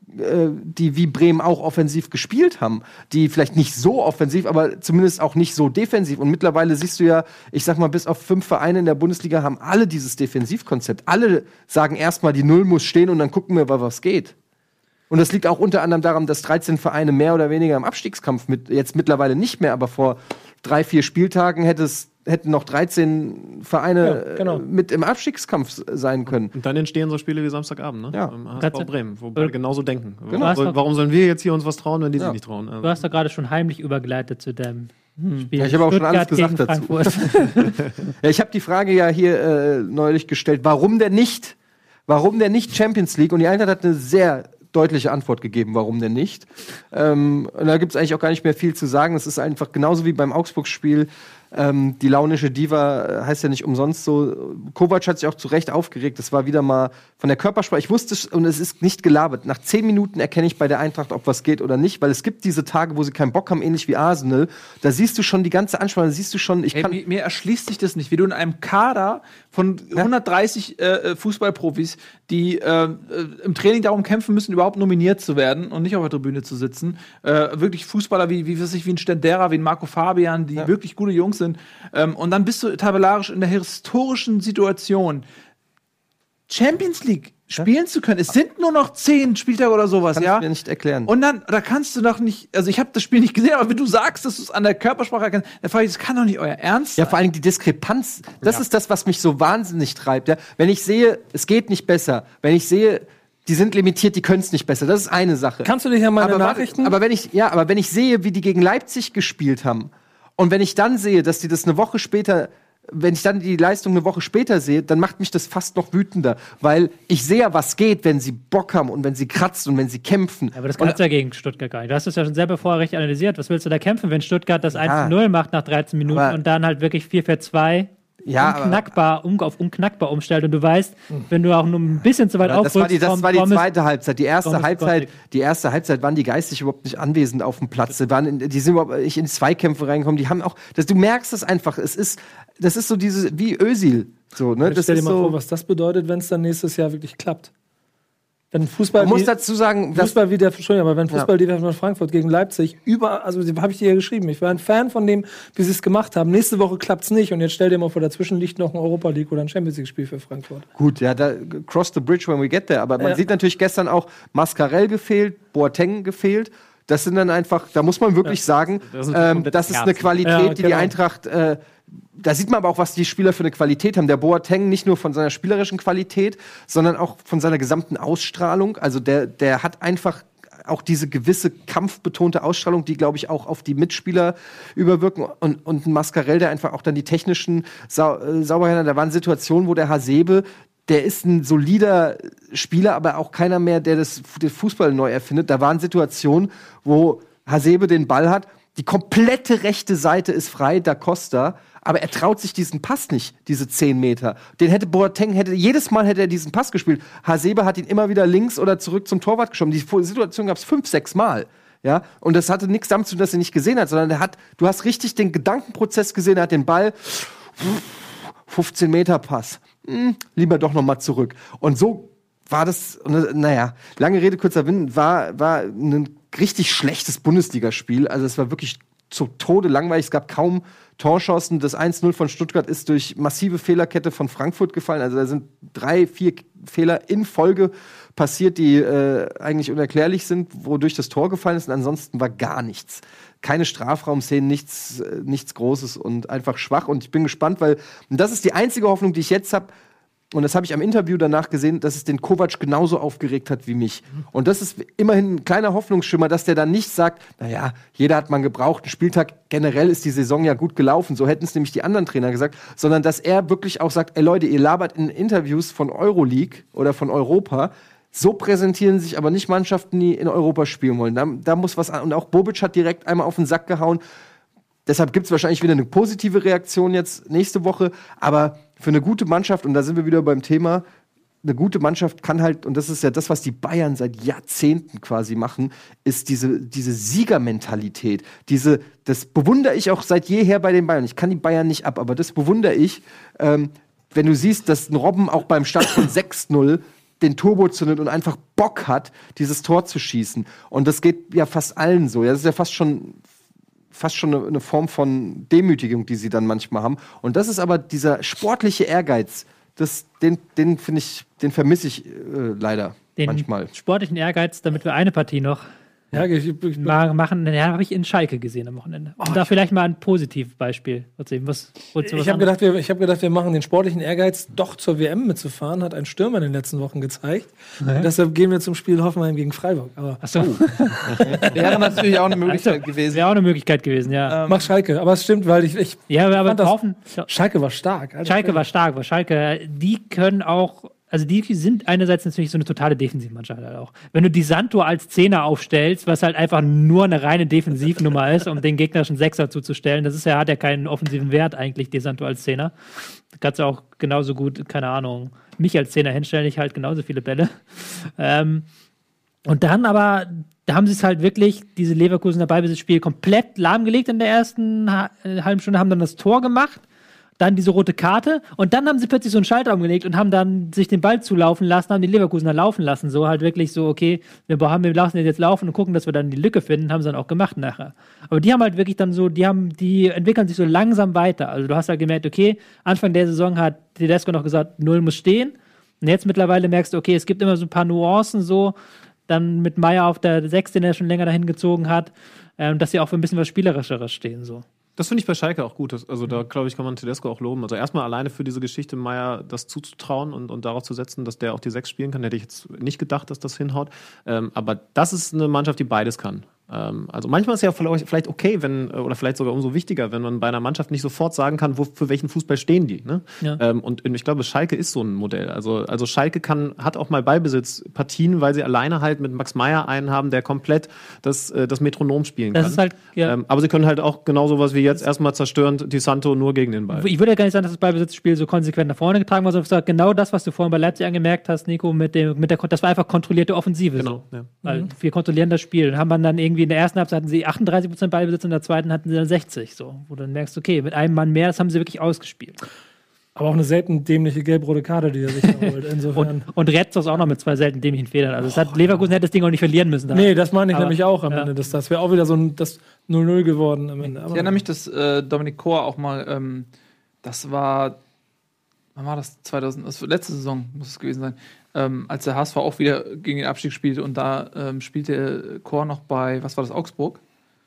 äh, die wie Bremen auch offensiv gespielt haben, die vielleicht nicht so offensiv, aber zumindest auch nicht so defensiv. Und mittlerweile siehst du ja, ich sag mal, bis auf fünf Vereine in der Bundesliga haben alle dieses Defensivkonzept. Alle sagen erstmal, die Null muss stehen und dann gucken wir, was geht. Und das liegt auch unter anderem daran, dass dreizehn Vereine mehr oder weniger im Abstiegskampf mit, jetzt mittlerweile nicht mehr, aber vor drei, vier Spieltagen hätte es, hätten noch dreizehn Vereine Ja, genau. äh, mit im Abstiegskampf sein können. Und dann entstehen so Spiele wie Samstagabend, ne? Ja. Beim H S V Bremen, wo beide genauso denken. Genau. Warum, warum sollen wir jetzt hier uns was trauen, wenn die Ja. sich nicht trauen? Also Du hast doch gerade schon heimlich übergeleitet zu dem Spiel. Ja, ich habe auch schon alles Stuttgart gesagt gegen dazu. Frankfurt. Ja, ich habe die Frage ja hier äh, neulich gestellt, warum denn nicht? Warum denn nicht Champions League? Und die Eintracht hat eine sehr deutliche Antwort gegeben, warum denn nicht. Ähm, und da gibt es eigentlich auch gar nicht mehr viel zu sagen. Es ist einfach genauso wie beim Augsburg-Spiel. Ähm, die launische Diva heißt ja nicht umsonst so. Kovac hat sich auch zu Recht aufgeregt. Das war wieder mal von der Körpersprache. Ich wusste es, und es ist nicht gelabert. Nach zehn Minuten erkenne ich bei der Eintracht, ob was geht oder nicht, weil es gibt diese Tage, wo sie keinen Bock haben, ähnlich wie Arsenal. Da siehst du schon die ganze Anspannung, da siehst du schon, ich Ey, kann... mir, mir erschließt sich das nicht, wie du in einem Kader von hundertdreißig äh, Fußballprofis, die äh, im Training darum kämpfen müssen, überhaupt nominiert zu werden und nicht auf der Tribüne zu sitzen. Äh, wirklich Fußballer wie, wie, weiß ich, wie ein Stendera, wie ein Marco Fabian, die Ja. wirklich gute Jungs sind. Ähm, und dann bist du tabellarisch in der historischen Situation, Champions League spielen zu können. Es sind nur noch zehn Spieltage oder sowas, Kannst ja? du mir nicht erklären. Und dann, da kannst du doch nicht, also ich habe das Spiel nicht gesehen, aber wenn du sagst, dass du es an der Körpersprache erkennst, dann frage ich, das kann doch nicht euer Ernst Ja, sein. vor allem die Diskrepanz, das ist das, was mich so wahnsinnig treibt. Ja? Wenn ich sehe, es geht nicht besser, wenn ich sehe, die sind limitiert, die können es nicht besser, das ist eine Sache. Kannst du dich an meine aber, warte, Nachrichten? aber wenn ich, ja, aber wenn ich sehe, wie die gegen Leipzig gespielt haben und wenn ich dann sehe, dass die das eine Woche später, wenn ich dann die Leistung eine Woche später sehe, dann macht mich das fast noch wütender, weil ich sehe ja, was geht, wenn sie Bock haben und wenn sie kratzen und wenn sie kämpfen. Aber das kannst du ja gegen Stuttgart gar nicht. Du hast es ja schon selber vorher richtig analysiert. Was willst du da kämpfen, wenn Stuttgart das eins zu null macht nach dreizehn Minuten Aber- und dann halt wirklich vier vier zwei Ja, aber- unknackbar, um, auf unknackbar umstellt und du weißt, wenn du auch nur ein bisschen zu weit Das war aufrückst, die, das kommt war die Promis- zweite Halbzeit. Die erste Promis Halbzeit, Gothic. die erste Halbzeit waren die geistig überhaupt nicht anwesend auf dem Platz. Die, waren in, die sind überhaupt nicht in Zweikämpfe reingekommen. Die haben auch, das, du merkst es einfach. Es ist, das ist so diese, wie Özil. So, ne? Jetzt Das stell dir ist mal vor, so, was das bedeutet, wenn es dann nächstes Jahr wirklich klappt. Wenn Fußball man muss wie, dazu sagen, dass, Fußball wie der, Entschuldigung, aber wenn Ja. Fußball wie der von Frankfurt gegen Leipzig über, also habe ich dir ja geschrieben, ich war ein Fan von dem, wie sie es gemacht haben. Nächste Woche klappt's nicht und jetzt stell dir mal vor, dazwischen liegt noch ein Europa League oder ein Champions League Spiel für Frankfurt. gut, ja, da cross the bridge when we get there. Aber man Ja. sieht natürlich gestern auch Mascarell gefehlt, Boateng gefehlt. Das sind dann einfach, da muss man wirklich sagen, Das ist ähm, komplett das ist eine Herzen. Qualität, Ja, die die genau. Eintracht, äh, da sieht man aber auch, was die Spieler für eine Qualität haben. Der Boateng nicht nur von seiner spielerischen Qualität, sondern auch von seiner gesamten Ausstrahlung. Also der, der hat einfach auch diese gewisse kampfbetonte Ausstrahlung, die, glaube ich, auch auf die Mitspieler überwirken. Und, und ein Mascarell, der einfach auch dann die technischen Sau äh, Sauberheiten hat. Da waren Situationen, wo der Hasebe, der ist ein solider Spieler, aber auch keiner mehr, der das, den Fußball neu erfindet. Da waren Situationen, wo Hasebe den Ball hat, die komplette rechte Seite ist frei, Da Costa, aber er traut sich diesen Pass nicht, diese zehn Meter. Den hätte Boateng, hätte, jedes Mal hätte er diesen Pass gespielt. Hasebe hat ihn immer wieder links oder zurück zum Torwart geschoben. Die Situation gab es fünf, sechs Mal. Ja, und das hatte nichts damit zu tun, dass er nicht gesehen hat, sondern er hat, du hast richtig den Gedankenprozess gesehen, er hat den Ball, fünfzehn Meter Pass, hm, lieber doch noch mal zurück. Und so war das, naja, lange Rede, kurzer Sinn, war, war ein richtig schlechtes Bundesligaspiel. Also es war wirklich zu Tode langweilig. Es gab kaum Torchancen. Das eins null von Stuttgart ist durch massive Fehlerkette von Frankfurt gefallen. Also da sind drei, vier Fehler in Folge passiert, die äh, eigentlich unerklärlich sind, wodurch das Tor gefallen ist. Und ansonsten war gar nichts. Keine Strafraumszenen, nichts, äh, nichts Großes und einfach schwach. Und ich bin gespannt, weil und das ist die einzige Hoffnung, die ich jetzt habe. Und das habe ich am Interview danach gesehen, dass es den Kovac genauso aufgeregt hat wie mich. Und das ist immerhin ein kleiner Hoffnungsschimmer, dass der dann nicht sagt, naja, jeder hat mal einen gebrauchten Spieltag, generell ist die Saison ja gut gelaufen, so hätten es nämlich die anderen Trainer gesagt, sondern dass er wirklich auch sagt, ey Leute, ihr labert in Interviews von Euroleague oder von Europa, so präsentieren sich aber nicht Mannschaften, die in Europa spielen wollen. Da, da muss was an. Und auch Bobic hat direkt einmal auf den Sack gehauen. Deshalb gibt es wahrscheinlich wieder eine positive Reaktion jetzt nächste Woche. Aber für eine gute Mannschaft, und da sind wir wieder beim Thema, eine gute Mannschaft kann halt, und das ist ja das, was die Bayern seit Jahrzehnten quasi machen, ist diese, diese Siegermentalität. Diese, das bewundere ich auch seit jeher bei den Bayern. Ich kann die Bayern nicht ab, aber das bewundere ich. Ähm, wenn du siehst, dass ein Robben auch beim Stand von sechs null den Turbo zündet und einfach Bock hat, dieses Tor zu schießen. Und das geht ja fast allen so. Ja, das ist ja fast schon fast schon eine, eine Form von Demütigung, die sie dann manchmal haben. Und das ist aber dieser sportliche Ehrgeiz, das, den, den finde ich, den vermisse ich äh, leider Den manchmal. sportlichen Ehrgeiz, damit wir eine Partie noch Ja, ich, ich, mal machen. Ja, habe ich in Schalke gesehen am Wochenende. Und da vielleicht mal ein Positivbeispiel. Was, was, was ich habe gedacht, wir, ich hab gedacht, wir machen den sportlichen Ehrgeiz, doch zur W M mitzufahren, hat ein Stürmer in den letzten Wochen gezeigt. Ja. Deshalb gehen wir zum Spiel Hoffenheim gegen Freiburg. Aber Achso, Wäre natürlich auch eine Möglichkeit gewesen. wäre auch eine Möglichkeit gewesen, ja. mach Schalke. Aber es stimmt, weil ich, ich ja, aber fand das- kaufen. Schalke war stark. Alter. Schalke war stark, weil Schalke, die können auch, also die sind einerseits natürlich so eine totale Defensivmannschaft halt auch. Wenn du die Santo als Zehner aufstellst, was halt einfach nur eine reine Defensivnummer ist, um den gegnerischen Sechser zuzustellen, das ist ja, hat ja keinen offensiven Wert eigentlich, die Santo als Zehner. Da kannst du auch genauso gut, keine Ahnung, mich als Zehner hinstellen, ich halt genauso viele Bälle. Ähm, und dann aber, da haben sie es halt wirklich, diese Leverkusener Ballbesitzspiel komplett lahmgelegt in der ersten ha- äh, halben Stunde, haben dann das Tor gemacht, dann diese rote Karte und dann haben sie plötzlich so einen Schalter umgelegt und haben dann sich den Ball zulaufen lassen, haben die Leverkusener laufen lassen, so halt wirklich so, okay, wir, haben, wir lassen jetzt laufen und gucken, dass wir dann die Lücke finden, haben sie dann auch gemacht nachher. Aber die haben halt wirklich dann so, die haben, die entwickeln sich so langsam weiter. Also du hast halt gemerkt, okay, Anfang der Saison hat Tedesco noch gesagt, null muss stehen und jetzt mittlerweile merkst du, okay, es gibt immer so ein paar Nuancen so, dann mit Meier auf der sechs, den er schon länger dahin gezogen hat, ähm, dass sie auch für ein bisschen was Spielerischeres stehen, so. Das finde ich bei Schalke auch gut. Das, also da, glaube ich, kann man Tedesco auch loben. Also erstmal alleine für diese Geschichte Meier das zuzutrauen und, und darauf zu setzen, dass der auch die Sechs spielen kann. Hätte ich jetzt nicht gedacht, dass das hinhaut. Ähm, aber das ist eine Mannschaft, die beides kann. Ähm, also manchmal ist ja vielleicht okay, wenn, oder vielleicht sogar umso wichtiger, wenn man bei einer Mannschaft nicht sofort sagen kann, wo, für welchen Fußball stehen die. Ne? Ja. Ähm, und ich glaube, Schalke ist so ein Modell. Also, also Schalke kann, hat auch mal Ballbesitzpartien, weil sie alleine halt mit Max Meyer einen haben, der komplett das, äh, das Metronom spielen Das kann. ist halt, ja. Ähm, aber sie können halt auch genau sowas wie jetzt erstmal zerstörend die Santo nur gegen den Ball. Ich würde ja gar nicht sagen, dass das Ballbesitzspiel so konsequent nach vorne getragen war, sondern ich sage, genau das, was du vorhin bei Leipzig angemerkt hast, Nico, mit dem, mit der, das war einfach kontrollierte Offensive. Genau, So. ja. Weil wir kontrollieren das Spiel. Dann haben wir dann irgendwie in der ersten Halbzeit hatten sie achtunddreißig Prozent Ballbesitz, in der zweiten hatten sie dann sechzig. So. Wo du dann merkst, okay, mit einem Mann mehr, das haben sie wirklich ausgespielt. Aber auch eine selten dämliche gelb-rote Karte, die er sich da holt. Insofern. Und, und Retzos auch noch mit zwei selten dämlichen Fehlern. Also es hat, Leverkusen hätte das Ding auch nicht verlieren müssen. Da. Nee, das meine ich Aber- nämlich auch am ja. Ende. Das, das wäre auch wieder so ein das null null geworden am Ende. Aber Ich erinnere mich, dass äh, Dominik Kor auch mal, ähm, das war, wann war das? zweitausend, das war letzte Saison muss es gewesen sein, ähm, als der H S V auch wieder gegen den Abstieg spielte und da ähm, spielte Kor noch bei, was war das, Augsburg?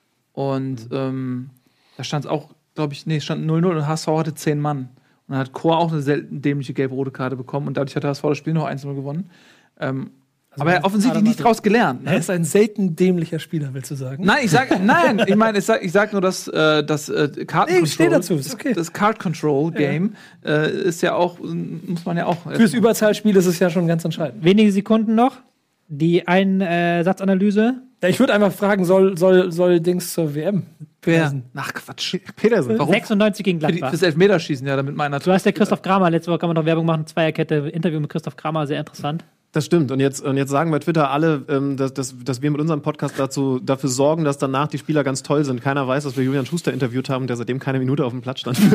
Und ähm, da stand es auch, glaube ich, nee, es stand null null und H S V hatte zehn Mann. Und dann hat Kor auch eine selten dämliche gelb-rote Karte bekommen und dadurch hat der H S V das Spiel noch eins null gewonnen. Ähm, aber er hat offensichtlich nicht draus gelernt. er Ne? ist ein selten dämlicher Spieler, willst du sagen? Nein, ich sag, nein, ich meine, ich sag, ich sag nur, dass äh, das äh, Card Nee, ich steh Control- dazu, ist okay. das Card Control Game äh, ist ja auch, muss man ja auch. Fürs Überzahlspiel ist es ja schon ganz entscheidend. Wenige Sekunden noch. Die Einsatzanalyse. Ja, ich würde einfach fragen, soll, soll, soll Dings zur W M? Wer? Ach Quatsch. Pedersen. Warum? sechsundneunzig gegen Für die, Gladbach. fürs Elfmeterschießen, ja, damit meiner. Du hast ja Christoph Kramer, letzte Woche kann man noch Werbung machen, Zweierkette, Interview mit Christoph Kramer, sehr interessant. Das stimmt. Und jetzt, und jetzt sagen bei Twitter alle, ähm, dass, dass, dass wir mit unserem Podcast dazu, dafür sorgen, dass danach die Spieler ganz toll sind. Keiner weiß, dass wir Julian Schuster interviewt haben, der seitdem keine Minute auf dem Platz stand.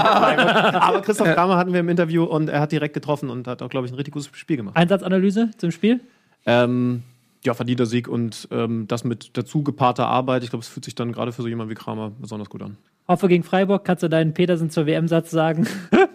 Aber Christoph Kramer hatten wir im Interview und er hat direkt getroffen und hat auch, glaube ich, ein richtig gutes Spiel gemacht. Einsatzanalyse zum Spiel. Ähm, ja, verdienter Sieg und ähm, das mit dazu gepaarter Arbeit. Ich glaube, es fühlt sich dann gerade für so jemanden wie Kramer besonders gut an. Hoffe gegen Freiburg, kannst du deinen Petersen zur W M-Satz sagen?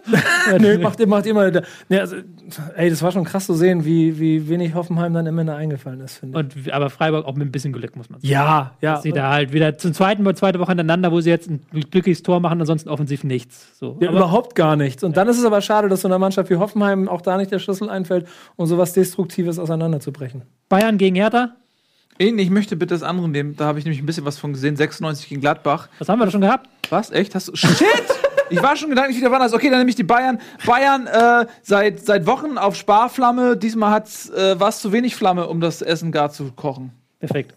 Nö, macht, macht immer. Nee, also, ey, das war schon krass zu sehen, wie, wie wenig Hoffenheim dann am Ende eingefallen ist, finde ich. Und, aber Freiburg auch mit ein bisschen Glück, muss man sagen. Ja, ja. Dass sie da halt wieder zum zweiten Mal, zweite Woche hintereinander, wo sie jetzt ein glückliches Tor machen, ansonsten offensiv nichts. So. Ja, Aber überhaupt gar nichts. Und dann ist es aber schade, dass so einer Mannschaft wie Hoffenheim auch da nicht der Schlüssel einfällt, um sowas Destruktives auseinanderzubrechen. Bayern gegen Hertha, Ich möchte bitte das andere nehmen. Da habe ich nämlich ein bisschen was von gesehen. sechsundneunzig gegen Gladbach. das haben wir doch schon gehabt. Was? Echt? Hast du. Shit! Ich war schon gedanklich wieder woanders. Okay, dann nehme ich die Bayern. Bayern äh, seit, seit Wochen auf Sparflamme. Diesmal hat's, äh, war es zu wenig Flamme, um das Essen gar zu kochen. Perfekt.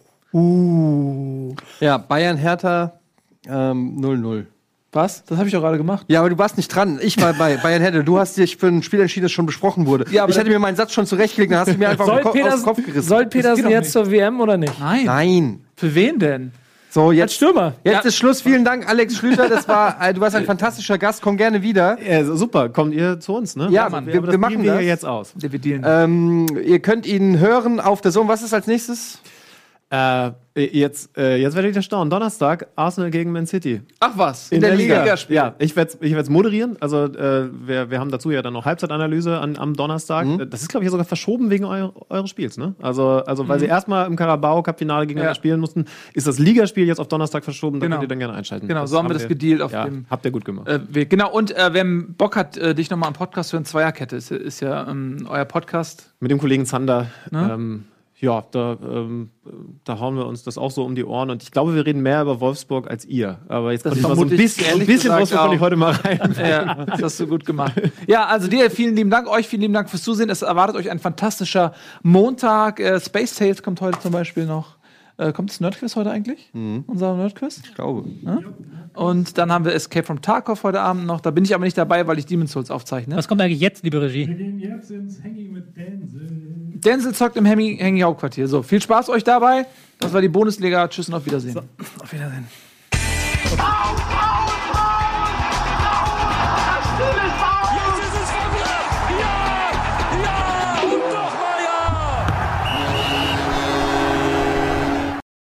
Ja, Bayern Hertha ähm, null null. Was? Das habe ich doch gerade gemacht. Ja, aber du warst nicht dran. Ich war bei Bayern Hertha. Du hast dich für ein Spiel entschieden, das schon besprochen wurde. Ja, aber ich hatte mir meinen Satz schon zurechtgelegt, dann hast du mir einfach Soll den Ko- aus dem Petersen, Kopf gerissen. soll geht Petersen doch jetzt nicht. zur W M oder nicht? Nein. Nein. Für wen denn? So, Als jetzt, Stürmer. jetzt Ja. ist Schluss. Vielen Dank, Alex Schlüter. Das war, äh, du warst ein fantastischer Gast. Komm gerne wieder. Ja, super, kommt ihr zu uns, ne? Ja, Also, Mann, wir, wir- aber das wir machen spielen wir das. jetzt aus. Wir dealen. Ähm, ihr könnt ihn hören auf der Zone. Was ist als nächstes? Äh, jetzt, äh, jetzt werdet ihr staunen. Donnerstag, Arsenal gegen Man City. Ach was, in der Liga. Ja, ich werde ich werd's moderieren. Also äh, wir, wir haben dazu ja dann noch Halbzeitanalyse an, am Donnerstag. Mhm. Das ist, glaube ich, sogar verschoben wegen eu eures Spiels. Ne? Also, also weil sie erstmal im Carabao-Cup-Finale gegeneinander Ja. spielen mussten, ist das Ligaspiel jetzt auf Donnerstag verschoben. Da Genau. könnt ihr dann gerne einschalten. Genau, so haben wir das gedealt auf ja, dem. Habt ihr gut gemacht. Äh, wir, genau, und äh, wer Bock hat, äh, dich nochmal im Podcast für eine Zweierkette, ist, ist ja ähm, euer Podcast. Mit dem Kollegen Zander. Ne? Ähm, ja, da, ähm, da hauen wir uns das auch so um die Ohren. Und ich glaube, wir reden mehr über Wolfsburg als ihr. Aber jetzt Das konnte ich mal so ein vermute ich bisschen, so ein ehrlich bisschen gesagt Wolfsburg konnte ich auch. heute mal rein. Ja, das hast du gut gemacht. Ja, also dir vielen lieben Dank, euch vielen lieben Dank fürs Zusehen. Es erwartet euch ein fantastischer Montag. Äh, Space Tales kommt heute zum Beispiel noch. Äh, kommt das Nerdquiz heute eigentlich? Unser Nerdquiz? Ich glaube. Und dann haben wir Escape from Tarkov heute Abend noch. Da bin ich aber nicht dabei, weil ich Demon's Souls aufzeichne. Was kommt eigentlich jetzt, liebe Regie? gehen jetzt ins Hanging mit Denzel. Denzel zockt im Hanging-Hauptquartier. So, viel Spaß euch dabei. Das war die Bundesliga. Tschüss und auf Wiedersehen. Auf Wiedersehen. Das Spiel ist aus!